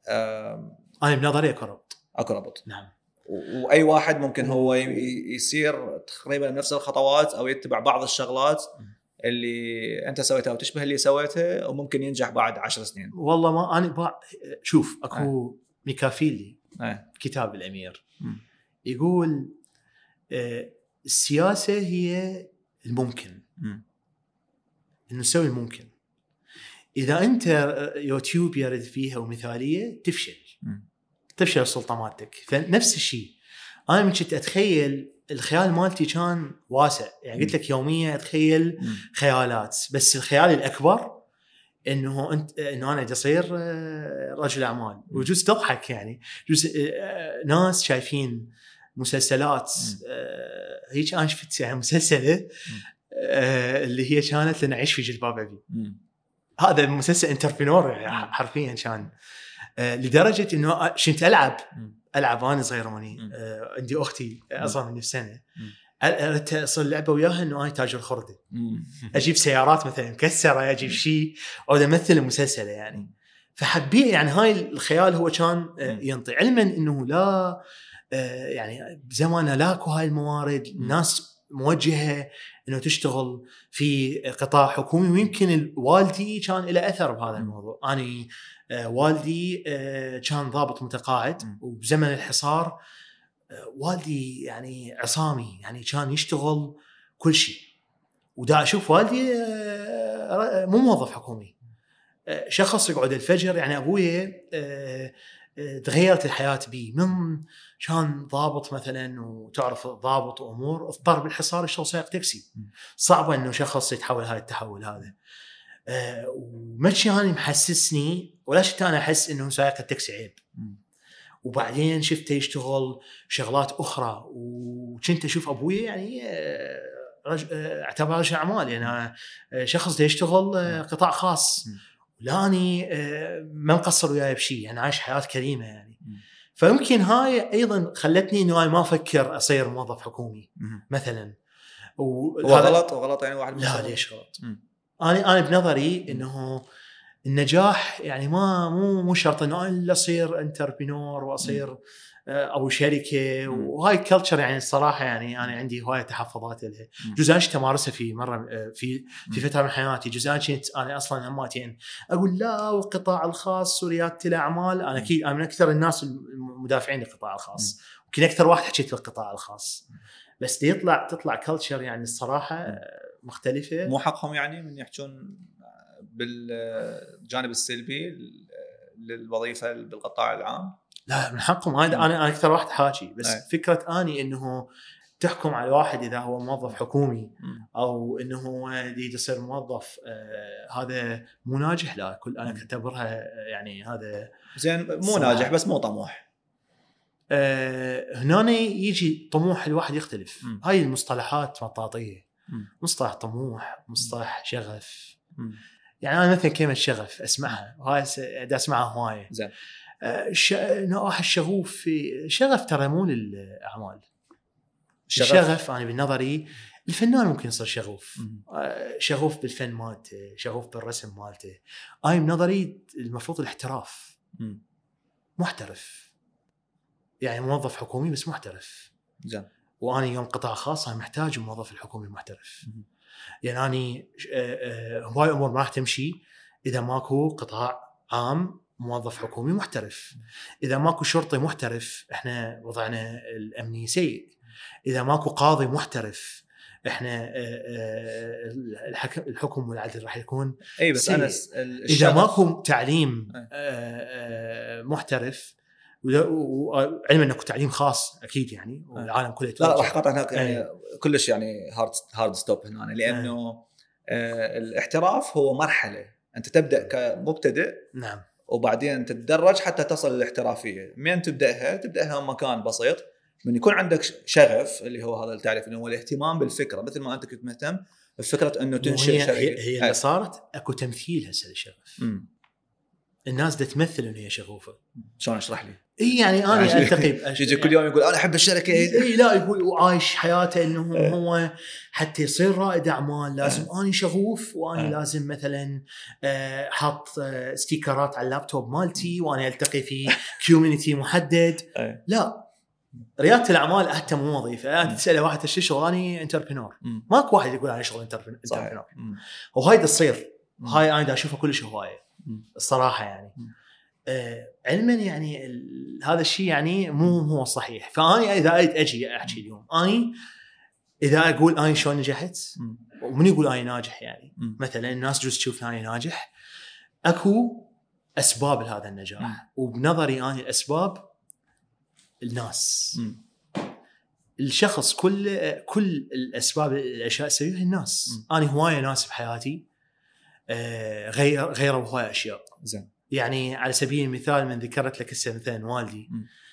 أنا بنظري أكو ربط أكو ربط نعم. وأي واحد ممكن هو يصير تقريبا نفس الخطوات أو يتبع بعض الشغلات اللي أنت سويتها وتشبه اللي سويته، وممكن ينجح بعد عشر سنين. والله ما أنا بع... شوف أكو أه. ميكافيلي أه. كتاب الأمير م. يقول آه السياسة هي الممكن، م. إنه نسوي الممكن. إذا أنت يوتيوب يرد فيها ومثالية تفشل، م. تفشل السلطة مالتك. فنفس الشيء أنا من كنت أتخيل الخيال مالتي كان واسع، يعني قلت لك يوميا أتخيل م. خيالات، بس الخيال الأكبر إنه أنت إنه أنا أصير رجل أعمال. وجوز تضحك يعني، جوز ناس شايفين مسلسلات هيك. أنا شفت يعني مسلسلة اللي هي كانت لنعيش في جلباب أبي، هذا المسلسل انتربرنور يعني حرفيا كان لدرجة إنه كنت ألعب ألعب وأنا صغير ماني عندي أختي أصغر مني بسنة، أردت أصل لعبة وياها إنه أنا تاجر خردة، أجيب سيارات مثلا مكسرة، أجيب شيء أو أمثل المسلسل يعني. فحبيت يعني هاي الخيال هو كان ينطي، علما إنه لا يعني بزماننا لاكو هاي الموارد، الناس موجهة إنه تشتغل في قطاع حكومي. ويمكن والدي كان له أثر بهذا الموضوع. أنا والدي كان ضابط متقاعد، وبزمن الحصار والدي يعني عصامي، يعني كان يشتغل كل شيء. ودا أشوف والدي مو موظف حكومي، شخص يقعد الفجر. يعني أبوي تغيرت الحياة بي، من كان ضابط مثلا وتعرف ضابط أمور، اضطر بالحصار يشتغل سائق تاكسي. صعبة إنه شخص يتحول هاي التحول هذا. وما كان محسسني ولا شفت أنا أحس إنه سائق التاكسي عيب. وبعدين شفته يشتغل شغلات أخرى، وكنت أشوف أبوي يعني رج... اعتبر رجل أعمال، يعني شخص يشتغل قطاع خاص، لاني ما مقصر وياي بشيء، يعني عايش حياة كريمة يعني. فيمكن هاي أيضا خلتني إنه ما أفكر أصير موظف حكومي مثلا. وهذا غلط وغلط يعني واحد. لا ليش غلط؟ أنا أنا بنظري إنه النجاح يعني ما مو مو شرط إنه أنا أصير انتربرنور وأصير او شركه، وهاي كلتشر يعني الصراحه يعني انا عندي هوايه تحفظات لها. جزء كنت امارسها في مره في في فتره من حياتي، جزء كنت انا اصلا هماتين اقول لا والقطاع الخاص ورياده الاعمال. انا اكيد انا من اكثر الناس المدافعين للقطاع الخاص، يمكن اكثر واحد حكيت بالقطاع الخاص، بس دي يطلع تطلع كلتشر يعني الصراحه مختلفه. مو حقهم يعني من يحجون بالجانب السلبي للوظيفه بالقطاع العام؟ لا من حقهم. انا انا اكثر واحد حاكي، بس أي. فكره اني انه تحكم على واحد اذا هو موظف حكومي او انه هو يريد يصير موظف آه هذا مو ناجح، لا كل انا اعتبرها يعني هذا زين مو ناجح بس مو طموح. آه هنا يجي طموح الواحد يختلف. م. هاي المصطلحات مطاطيه، مصطلح طموح، مصطلح شغف. م. يعني انا مثلا كلمه شغف اسمعها وهاي دا اسمعها هوايه. زين ش... نوع الشغوف في شغف ترى مو للأعمال. الشغف. الشغف أنا بالنظري الفنان ممكن يصير شغوف، شغوف بالفن مالته، شغوف بالرسم مالته. أنا بنظري المفروض الاحتراف. م. محترف يعني موظف حكومي بس محترف. زين. وأنا يوم قطاع خاص أنا محتاج الموظف الحكومي محترف. م. يعني أنا هواي أمور ما راح تمشي إذا ماكو قطاع عام موظف حكومي محترف. إذا ماكو شرطي محترف إحنا وضعنا الأمني سيء. إذا ماكو قاضي محترف إحنا الحكم والعدل راح يكون أي بس أنا إذا ماكو تعليم محترف، وعلم أنه تعليم خاص أكيد يعني والعالم كله لا راح قطع هنا يعني كلش يعني هارد هارد ستوب هنا لأنه آه الاحتراف هو مرحلة أنت تبدأ كمبتدئ. نعم. وبعدين تتدرج حتى تصل للاحترافية. من تبدأها تبدأها مكان بسيط من يكون عندك شغف اللي هو هذا التعريف انه هو الاهتمام بالفكرة، مثل ما انت كنت مهتم بفكرة انه تنشئ شركة. هي, هي اللي صارت اكو تمثيل هسه للشغف. م. الناس دا تمثل انه هي شغوفة. شلون اشرح لي؟ اي يعني انا التقي يجي كل يوم يقول انا احب الشركة. اي لا يقول وعايش حياته انه هو حتى يصير رائد اعمال لازم اني شغوف واني لازم مثلا حط ستيكرات على اللابتوب مالتي وانا التقي في كوميونتي محدد. لا ريادة الأعمال حتى مو وظيفة. أنت تسأله واحد إيش شغلاني انتربرينور، ماكو واحد يقول أنا شغل انتربرينور. وهاي تصير هاي أنا دا أشوفها كلش هواية الصراحة يعني. آه علما يعني ال... هذا الشيء يعني مو هو صحيح. فأنا إذا أجي أحكي اليوم أنا إذا أقول أنا شلون نجحت ومن يقول أنا ناجح يعني مثلا الناس جوز تشوفني أنا ناجح، أكو أسباب لهذا النجاح. وبنظري أنا الأسباب الناس. م. الشخص كل كل الاسباب الاشياء تسويها الناس. م. انا هوايه ناس بحياتي آه غير غيروا هوايه اشياء. زين. يعني على سبيل المثال من ذكرت لك هسه مثلا والدي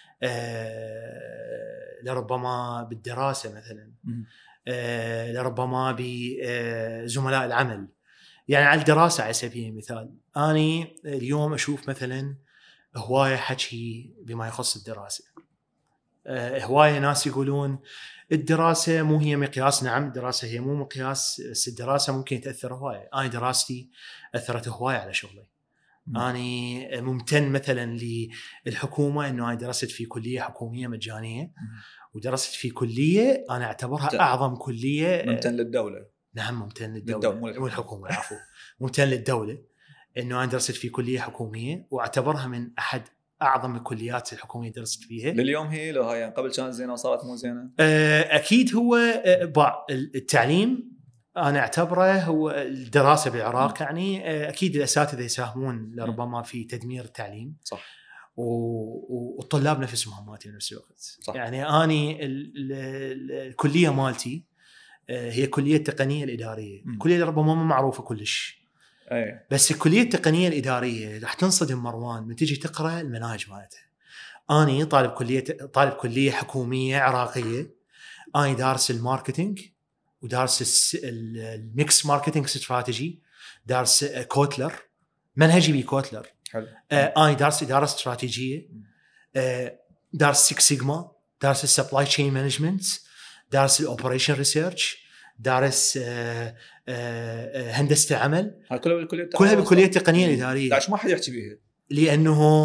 آه لربما بالدراسه مثلا آه لربما بزملاء العمل. يعني على الدراسه على سبيل المثال انا اليوم اشوف مثلا هوايه حكي بما يخص الدراسه. هواية ناس يقولون الدراسة مو هي مقياس. نعم الدراسة هي مو مقياس، بس الدراسة ممكن تأثر هواية. أنا دراستي أثرت هواية على شغلي. م. أنا ممتن مثلا للحكومة أنه أنا درست في كلية حكومية مجانية. م. ودرست في كلية أنا أعتبرها ممتن. أعظم كلية. ممتن للدولة. نعم ممتن للدولة مو الحكومة العفو. ممتن للدولة أنه أنا درست في كلية حكومية وأعتبرها من أحد أعظم الكليات الحكومية درست فيها. لليوم هي لو هاي قبل كانت زينة وصارت مو زينة. أكيد هو باع التعليم أنا أعتبره هو الدراسة بالعراق. يعني أكيد الأساتذة يساهمون لربما في تدمير التعليم. صح. والطلاب نفسهم هماتي بنفس الوقت. صح. يعني أنا الكلية مالتي هي كلية التقنية الإدارية. م. كلية ربما ما معروفة كلش. أيه. بس الكلية التقنية الإدارية راح تنصدم مروان من تيجي تقرأ المناهج مالتها. أنا طالب كلية طالب كلية حكومية عراقية. أنا دارس الماركتينج ودارس الميكس ماركتينج استراتيجي، دارس كوتلر منهجي بكوتلر. حلو. أنا دارس إدارة استراتيجية، دارس سيكس سيجما، دارس السبلاي تشين مانجمنت، دارس الأوبريشن ريسيرش، دارس آه آه هندسة عمل. كلها بالكلية كلها بالكلية التقنية الإدارية. ليش ما حد يحكي بيها؟ لأنه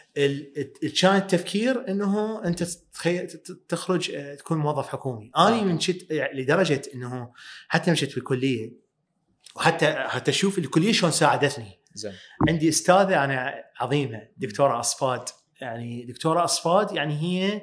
كان التفكير انه انت تخرج تكون موظف حكومي. انا من شت لدرجه انه حتى مشيت بالكليه وحتى حتى اشوف الكليه شلون ساعدتني. زين. عندي استاذه انا عظيمه دكتوره اصفاد، يعني دكتوره اصفاد يعني هي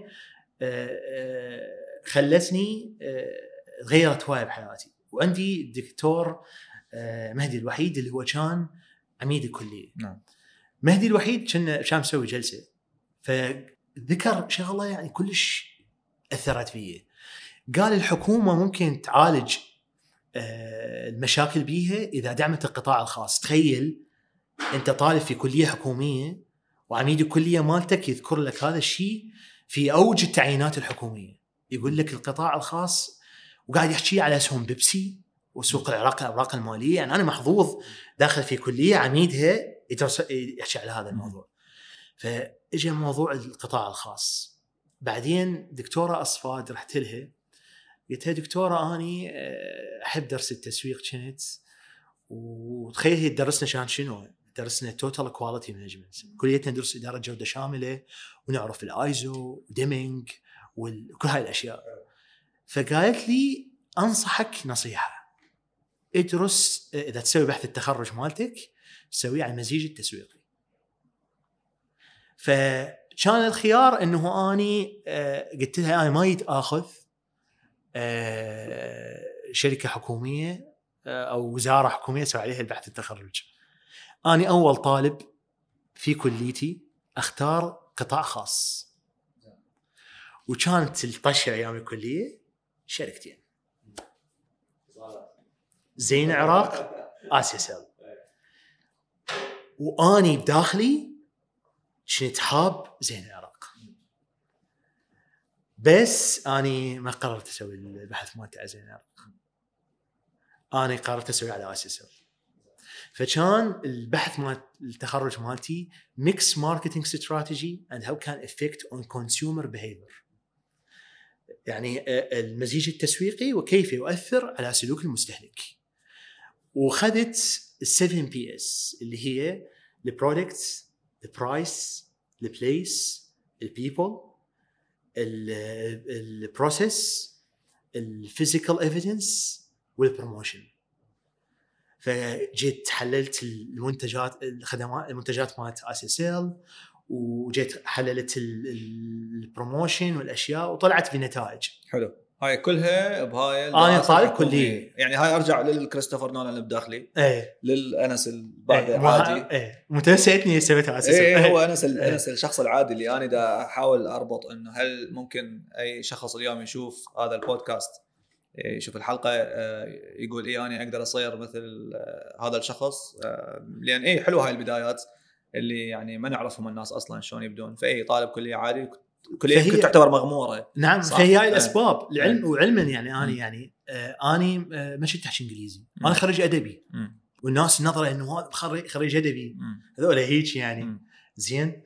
خلتني غيرت هوايه بحياتي. وعندي الدكتور مهدي الوحيد اللي هو كان عميد الكليه. نعم. مهدي الوحيد كان كان مسوي جلسه فذكر شغله يعني كلش اثرت فيه. قال الحكومه ممكن تعالج المشاكل بيها اذا دعمت القطاع الخاص. تخيل انت طالب في كليه حكوميه وعميد الكليه مالتك يذكر لك هذا الشيء في اوج التعيينات الحكوميه، يقول لك القطاع الخاص، وقاعد يحكي على اسهم بيبسي وسوق العراق الاوراق الماليه. يعني انا محظوظ داخل في كليه عميدها يدرس يحكي على هذا الموضوع. فاجى موضوع القطاع الخاص. بعدين دكتوره اصفاد رحت لها قلت لها دكتوره اني احب درس التسويق كنت، وتخيل هي درسنا كان شنو؟ درسنا توتال كواليتي مانجمنت. كليتنا ندرس اداره جوده شامله ونعرف الايزو وديمينج وكل هاي الاشياء. فقالت لي انصحك نصيحه، ادرس اذا تسوي بحث التخرج مالتك سويه على المزيج التسويقي. فكان الخيار انه اني قلت لها انا ما يد اخذ شركه حكوميه او وزاره حكوميه اسوي عليها البحث التخرج. اني اول طالب في كليتي اختار قطاع خاص، وكانت الطشه ايام الكليه شركتين، زين عراق آسيا سيل. واني بداخلي كنت حاب زين العراق، بس اني ما قررت اسوي البحث مالتي على زين العراق، اني قررت اسوي على آسيا سيل. فكان البحث مال التخرج مالتي mix marketing strategy and how can affect on consumer behavior، يعني المزيج التسويقي وكيف يؤثر على سلوك المستهلك. وخذت السبعة بي اس اللي هي the products, the price, the place, the people, the process, the physical evidence والpromotion. فجيت حللت المنتجات الخدمات المنتجات مالت آسيا سيل، وجيت حللت البروموشن والاشياء وطلعت بنتائج. حلو. هاي كلها بهاي انا طالب كليه، يعني هاي ارجع للكريستوفر نولان بداخلي، ايه للانس البعد ايه عادي، ايه متنسيتني سويتها اساسا. ايه, ايه هو انس ايه انس الشخص العادي اللي انا دا احاول اربط انه هل ممكن اي شخص اليوم يشوف هذا البودكاست يشوف الحلقه يقول ايه انا اقدر اصير مثل هذا الشخص، لان ايه حلو هاي البدايات اللي يعني ما نعرفهم الناس اصلا شلون يبدون. فاي طالب كليه عادي كليه يمكن تعتبر مغموره. نعم، فهي هاي الاسباب لعلم وعلما يعني انا يعني اني ما شفت احكي انجليزي، انا خريج ادبي والناس نظره انه هذا خريج ادبي هذول هيك يعني زين.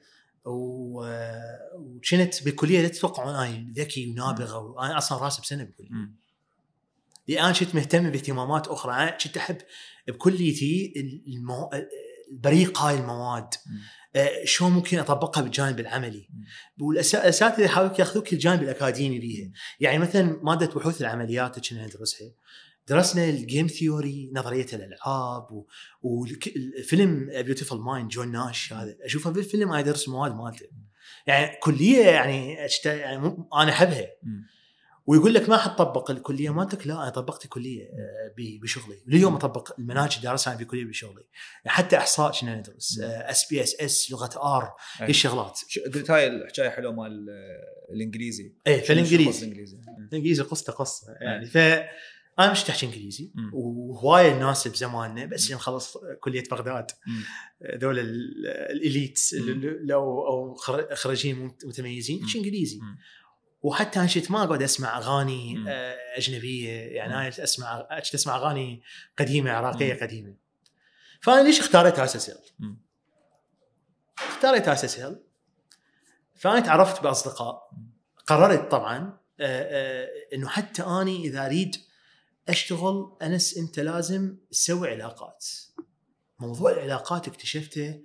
وكنت بالكليه لا تتوقعون اني ذكي ونابغه، وانا اصلا راسب سنه بالكليه لأن أنا كنت مهتم باهتمامات أخرى. أنا كنت أحب بكليتي المو... البريق هاي المواد آه شو ممكن أطبقها بالجانب العملي، والأساتذة يحاولوا يأخذوك الجانب الأكاديمي بيها. يعني مثلا مادة بحوث العمليات كنا ندرسها، درسنا الجيم ثيوري، نظرية الألعاب، وفيلم بيوتيفول مايند جون ناش هذا أشوفه بالفيلم. أنا أدرس المواد مالته يعني كلية يعني, أشت... يعني أنا أحبها. ويقول لك ما حتطبق الكليه مالتك، لا انا طبقت الكليه بشغلي اليوم، اطبق المناهج اللي درسها في الكليه بشغلي. حتى احصاء كنا ندرس اس بي اس اس، لغه ار، هي الشغلات. قلت هاي الحكايه حلوه مال الانجليزي. ايه فالانجليزي الانجليزي قصته قصه يعني. ف انا مش تحكي انجليزي، وهوايه الناس بزماننا بس يوم خلص كليه بغداد دول الاليتس لو او خريجين متميزين مش انجليزي. وحتى أنا شفت ما أقعد أسمع أغاني م. أجنبية، يعني أنا أسمع أسمع أغاني قديمة عراقية م. قديمة. فأنا ليش اختاريت آسيا سيل؟ اختاريت آسيا سيل فأنا تعرفت بأصدقاء. قررت طبعا إنه حتى أني إذا أريد أشتغل أنس أنت لازم تسوي علاقات. موضوع العلاقات اكتشفته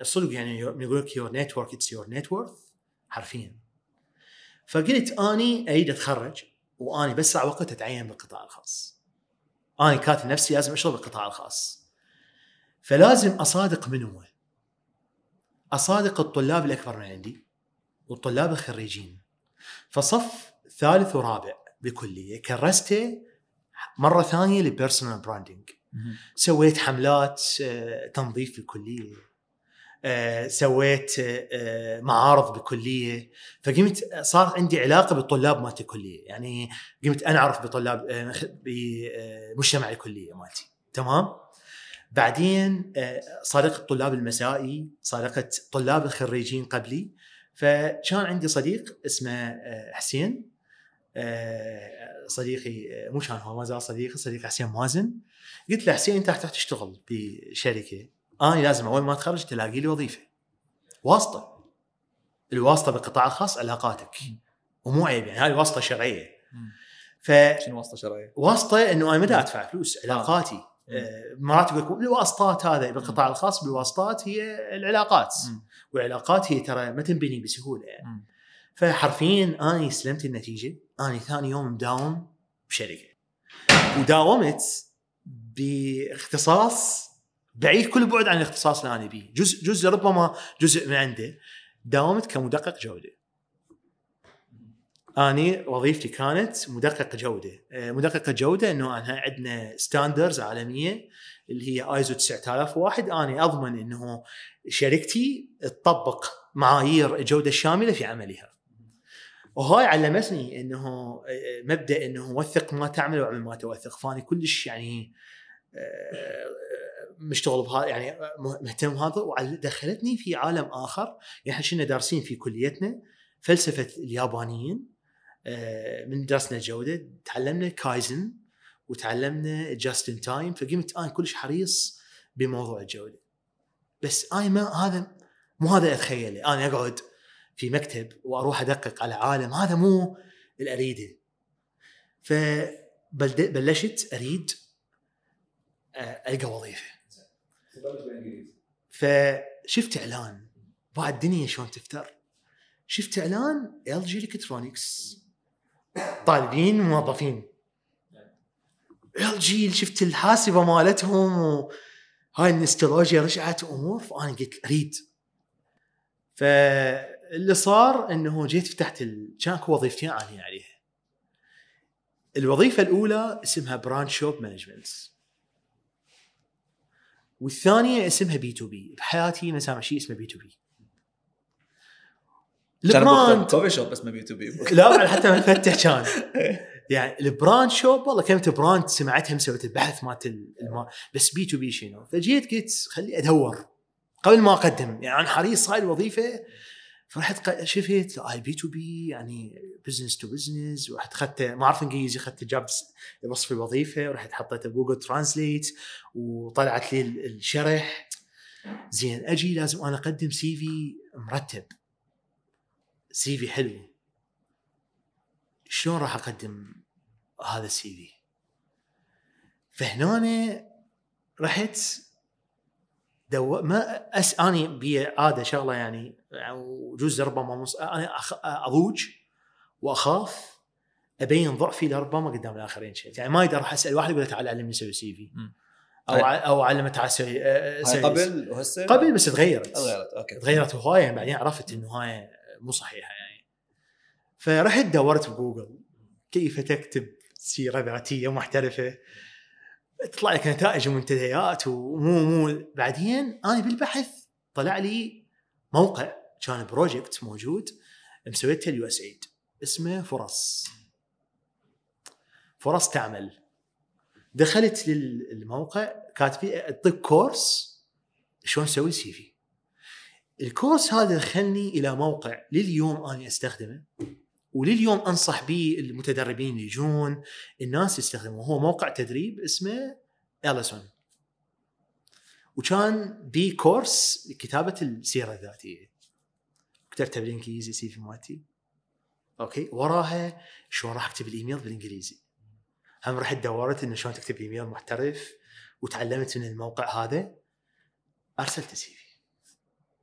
الصدق يعني يقول لك your network it's your net worth حرفيا. فقلت اني اريد اتخرج واني بسرع وقت اتعين بالقطاع الخاص. اني كاتب نفسي لازم اشتغل بالقطاع الخاص، فلازم اصادق من هو اصادق الطلاب الاكبر من عندي والطلاب الخريجين. فصف ثالث ورابع بكليه كرسته مره ثانيه للبيرسونال براندنج. سويت حملات تنظيف في الكليه، سويت معارض بالكليه، فقمت صار عندي علاقه بالطلاب مالت الكليه، يعني قمت انا اعرف بطلاب بمجتمع الكليه مالتي. تمام. بعدين صادقت الطلاب المسائي، صادقت طلاب الخريجين قبلي. فكان عندي صديق اسمه حسين، صديقي مو كان هو ما زال صديقي، صديق حسين مازن. قلت له حسين انت راح تشتغل بشركه، انا لازم اول ما تخرج تلاقي لي وظيفه. واسطه، الواسطه بالقطاع الخاص علاقاتك ومو عيب، يعني هاي واسطه شرعيه. ف شنو واسطه شرعيه؟ واسطه انه انا ما ادفع فلوس، علاقاتي. آه. مرات يقول الواسطات هذا بالقطاع الخاص، بالواسطات هي العلاقات، م. والعلاقات هي ترى ما تنبني بسهوله يعني. م. فحرفيا انا استلمت النتيجه، انا ثاني يوم مداوم بشركه، وداومت باختصاص بعيد كل بعد عن الاختصاص اللي انا بيه، جزء جزء ربما جزء من عنده. داومت كمدقق جوده. اني وظيفتي كانت مدقق جوده. مدقق جوده انه احنا عندنا ستاندردز عالميه اللي هي ايزو تسعة آلاف وواحد. اني اضمن انه شركتي تطبق معايير الجوده الشامله في عملها، وهاي علمتني انه مبدا انه وثق ما تعمل واعمل ما توثق. فاني كلش يعني مشتغل بهذا، يعني مهتم بهذا، ودخلتني في عالم اخر. يعني احنا دارسين في كليتنا فلسفه اليابانيين، من درسنا الجوده تعلمنا كايزن وتعلمنا جاست ان تايم. فقمت انا كلش حريص بموضوع الجوده، بس انا ما هذا مو هذا اتخيله. انا اقعد في مكتب واروح ادقق على عالم، هذا مو اللي اريده. فبلشت اريد القى وظيفه، فشفت اعلان بعد الدنيا شلون تفتر. شفت اعلان ال جي الكترونكس طالبين موظفين ال جي. شفت الحاسبه مالتهم وهاي النستولوجيا رجعت امور، فانا قلت اريد. فاللي صار انه جيت فتحت ال... كان وظيفتين عاليين عليها. الوظيفه الاولى اسمها برانش شوب مانجمنت، والثانيه اسمها بي تو بي. بحياتي ما سامع شيء اسمه بي تو بي. البراند كوفي شوب اسمه بي تو بي. لا حتى ما نفتح كان يعني البراند شوب. والله كلمه براند سمعتها مسويت البحث مالت الم... بس بي تو بي شنو. فجيت قلت خلي ادور قبل ما اقدم، يعني حريص هاي الوظيفه. فرحت شفت اي بي تو بي يعني بزنس تو بزنس، ورحت اخذت ما اعرف انجليزي، اخذت جاب وصف الوظيفه ورحت حطيته بجوجل ترانسليت وطلعت لي الشرح. زين اجي لازم انا اقدم سي في مرتب، سي في حلو. شلون راح اقدم هذا السي في؟ فهنا رحت دو ما أس اني بعاده شغله يعني وجزء ربما مص... انا أخ... اضوج واخاف ابين ضعفي لربما قدام الاخرين شيء. يعني ما اقدر راح اسال واحد يقول له تعال علمني اسوي سي في او ع... او علمه تعال اسوي قبل وهسه قبل، بس تغيرت تغيرت اوكي تغيرت هوايه. يعني بعدين عرفت انه هاي مو صحيحه يعني. فرحت دورت بجوجل كيف تكتب سيره ذاتيه محترفه، تطلع لك نتائج ومنتديات ومو مو. بعدين انا بالبحث طلع لي موقع كان بروجكت موجود مسويته اليو اس ايد اسمه فرص فرص تعمل. دخلت للموقع كانت فيه اعطيك كورس شلون اسوي سي في. الكورس هذا دخلني الى موقع لليوم انا استخدمه ولليوم انصح به المتدربين يجون الناس يستخدموه. هو موقع تدريب اسمه أليسون، وكان بي كورس لكتابة السيرة الذاتية. كتبتها بالإنجليزي سي في مالتي أوكي. وراها شلون راح أكتب الإيميل بالإنجليزي. هم رحت دورت إنه شلون تكتب إيميل محترف، وتعلمت من الموقع هذا. أرسلت سي في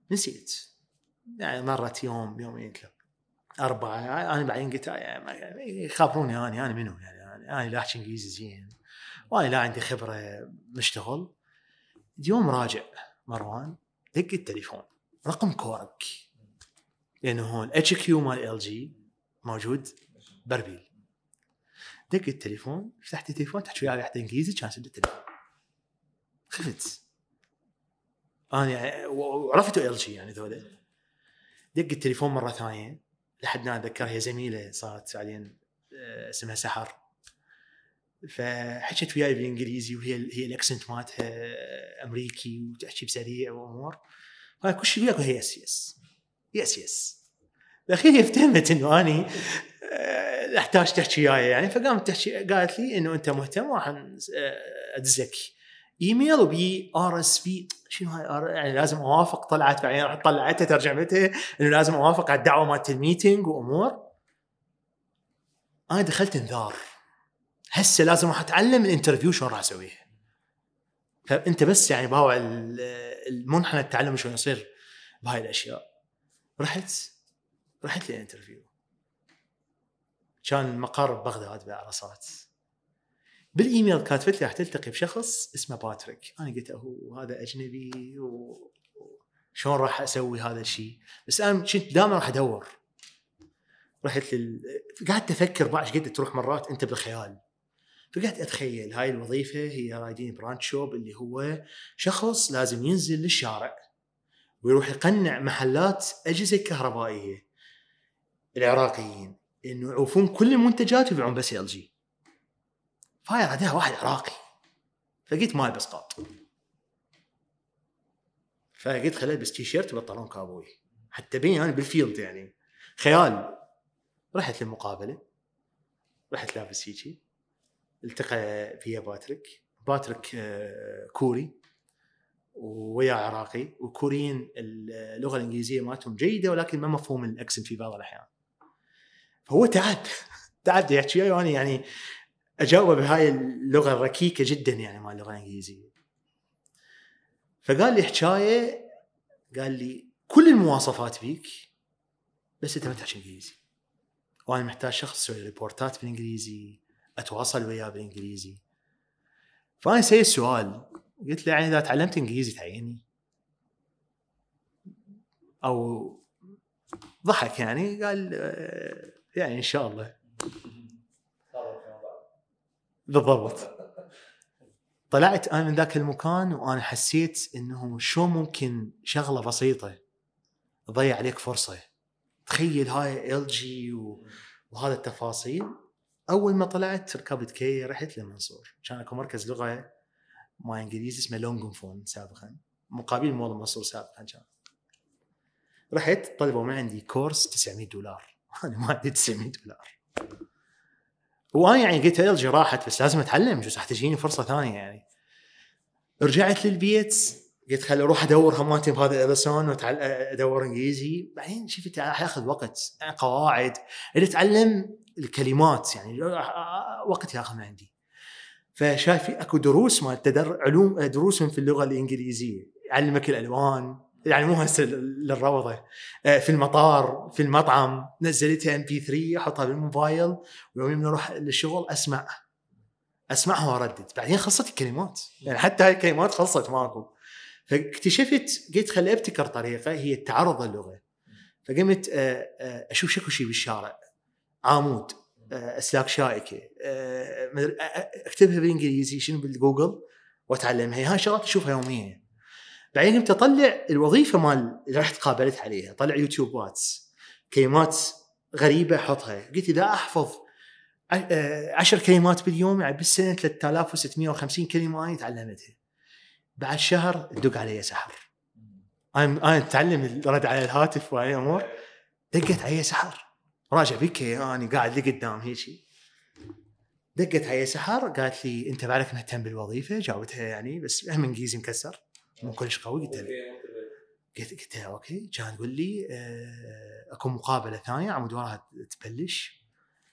نسيت يعني مرت يوم يومين ثلاثة أربعة. أنا بعدين قلت يعني يخابروني أنا أنا منو يعني أنا لا أحكي إنجليزي زين وأنا لا عندي خبرة مشتغل. يوم راجع مروان دق التليفون رقم كورك لأنه هون اتش كيو مال ال جي موجود بربيل. دق التليفون فتحت التليفون تحكي وياي واحد إنجليزي كان سد التليفون خفت أنا يعني وعرفته ال جي يعني ذولا. دق التليفون مرة ثانية لحد ما أتذكر هي زميلة صارت بعدين اسمها سحر فحكت وياي بالإنجليزي وهي هي الأكسنت مالتها أمريكي وتحكي بسريع وأمور فكل شيء وياك هي يس يس يس يس. الأخير هي افتهمت إنه أني أحتاج تحكي وياي يعني فقامت تحكي قالت لي إنه أنت مهتم راح أدزك إيميل وبي آر إس في شنو هاي يعني لازم أوافق. طلعت بعدين راح طلعتها ترجمتها إنه لازم أوافق على الدعوة مالت الميتينج وأمور. أنا دخلت انذار هسه لازم راح أتعلم الانترفيو شلون راح أسويه. فأنت بس يعني باوع المنحنى التعلم شلون يصير بهاي الأشياء. رحت رحت للانترفيو كان المقر ببغداد بعرصات. بالإيميل كاتبت لي راح تلتقي بشخص اسمه باتريك. أنا قلت هو هذا أجنبي وشون راح أسوي هذا الشيء بس أنا كنت دائما راح أدور. رحت لل... قعدت أفكر بعد قد تروح مرات أنت بالخيال فقعدت أتخيل هاي الوظيفة هي رايدين براند شوب اللي هو شخص لازم ينزل للشارع ويروح يقنع محلات أجهزة كهربائية العراقيين إنه يعوفون كل المنتجات ويبيعون بس ال جي. فهاي رادها واحد عراقي فقلت ماي بسقاط فقلت خلال بس تي شيرت وبنطلون كابوي حتى بيني أنا بالفيلد يعني خيال. رحت للمقابلة رحت لابس هيجي التقى فيها باتريك. باتريك كوري ويا عراقي والكوريين اللغة الإنجليزية مالتهم جيدة ولكن ما مفهوم الأكسنت في بعض الأحيان. فهو تعب تعب يحكي يعني يعني أجاوب بهاي اللغة الركيكة جدا يعني مع اللغة الإنجليزية. فقال لي حكاية قال لي كل المواصفات بيك بس أنت ما تحكي إنجليزي وأنا محتاج شخص يسوي ريبورتات بالإنجليزي أتواصل وياه بالإنجليزي. فأنا سأل السؤال قلت له يعني إذا تعلمت إنجليزي تعيني أو ضحك يعني قال يعني إن شاء الله بالضبط. طلعت أنا من ذاك المكان وأنا حسيت إنه شو ممكن شغلة بسيطة تضيع عليك فرصة. تخيل هاي إل جي وهذا التفاصيل. أول ما طلعت ركبت كي رحت لمنصور كان أكو مركز لغة ما إنجليزي اسمه لونغفون سابقا مقابل مول منصور سابقا كان. رحت طلبوا من عندي كورس تسعمية دولار أنا ما عندي تسعمية دولار وأنا يعني قلت إل جي راحت بس لازم أتعلم جوز تجيني فرصة ثانية يعني. رجعت للبيت قلت خلي أروح أدور هماتي بهذا الألسون وأدور إنجليزي. بعدين شفت هياخذ وقت يعني قواعد اللي أتعلم الكلمات يعني وقت ياخذ من عندي. فشايف أكو دروس ما تدر علوم دروس في اللغة الإنجليزية يعلمك الألوان يعني مو هسه للروضة في المطار في المطعم نزلتها إم بي ثري أحطها بالموبايل ويوم نروح للشغل أسمع أسمعها وأردد. بعدين خلصت الكلمات يعني حتى هاي الكلمات خلصت ماكو. فاكتشفت قلت خلي أبتكر طريقة هي التعرض اللغة. فقمت أشوف شكو شي بالشارع عامود أسلاك شائكة أكتبها بالإنجليزي شنو بالجوجل وأتعلمها. هاي شغلات أشوفها يوميا. بعدين قمت أطلع الوظيفة مال اللي رحت قابلت عليها طلع يوتيوبات كلمات غريبة أحطها. قلت إذا أحفظ عشر كلمات باليوم يعني بالسنة ثلاثة آلاف وستمية وخمسين كلمة أنا تعلمتها. بعد شهر تدق علي سحر أنا أنا أتعلم الرد على الهاتف وهاي أمور. دقت علي سحر راجع بك أنا قاعد لي قدام هيك دقت علي سحر قالت لي أنت بعدك مهتم بالوظيفة. جاوبتها يعني بس أهم إنجليزي مكسر مو كلش قوي. قلت قلت قلت أوكي. كان تقول لي أكو مقابلة ثانية عمود وراها تبلش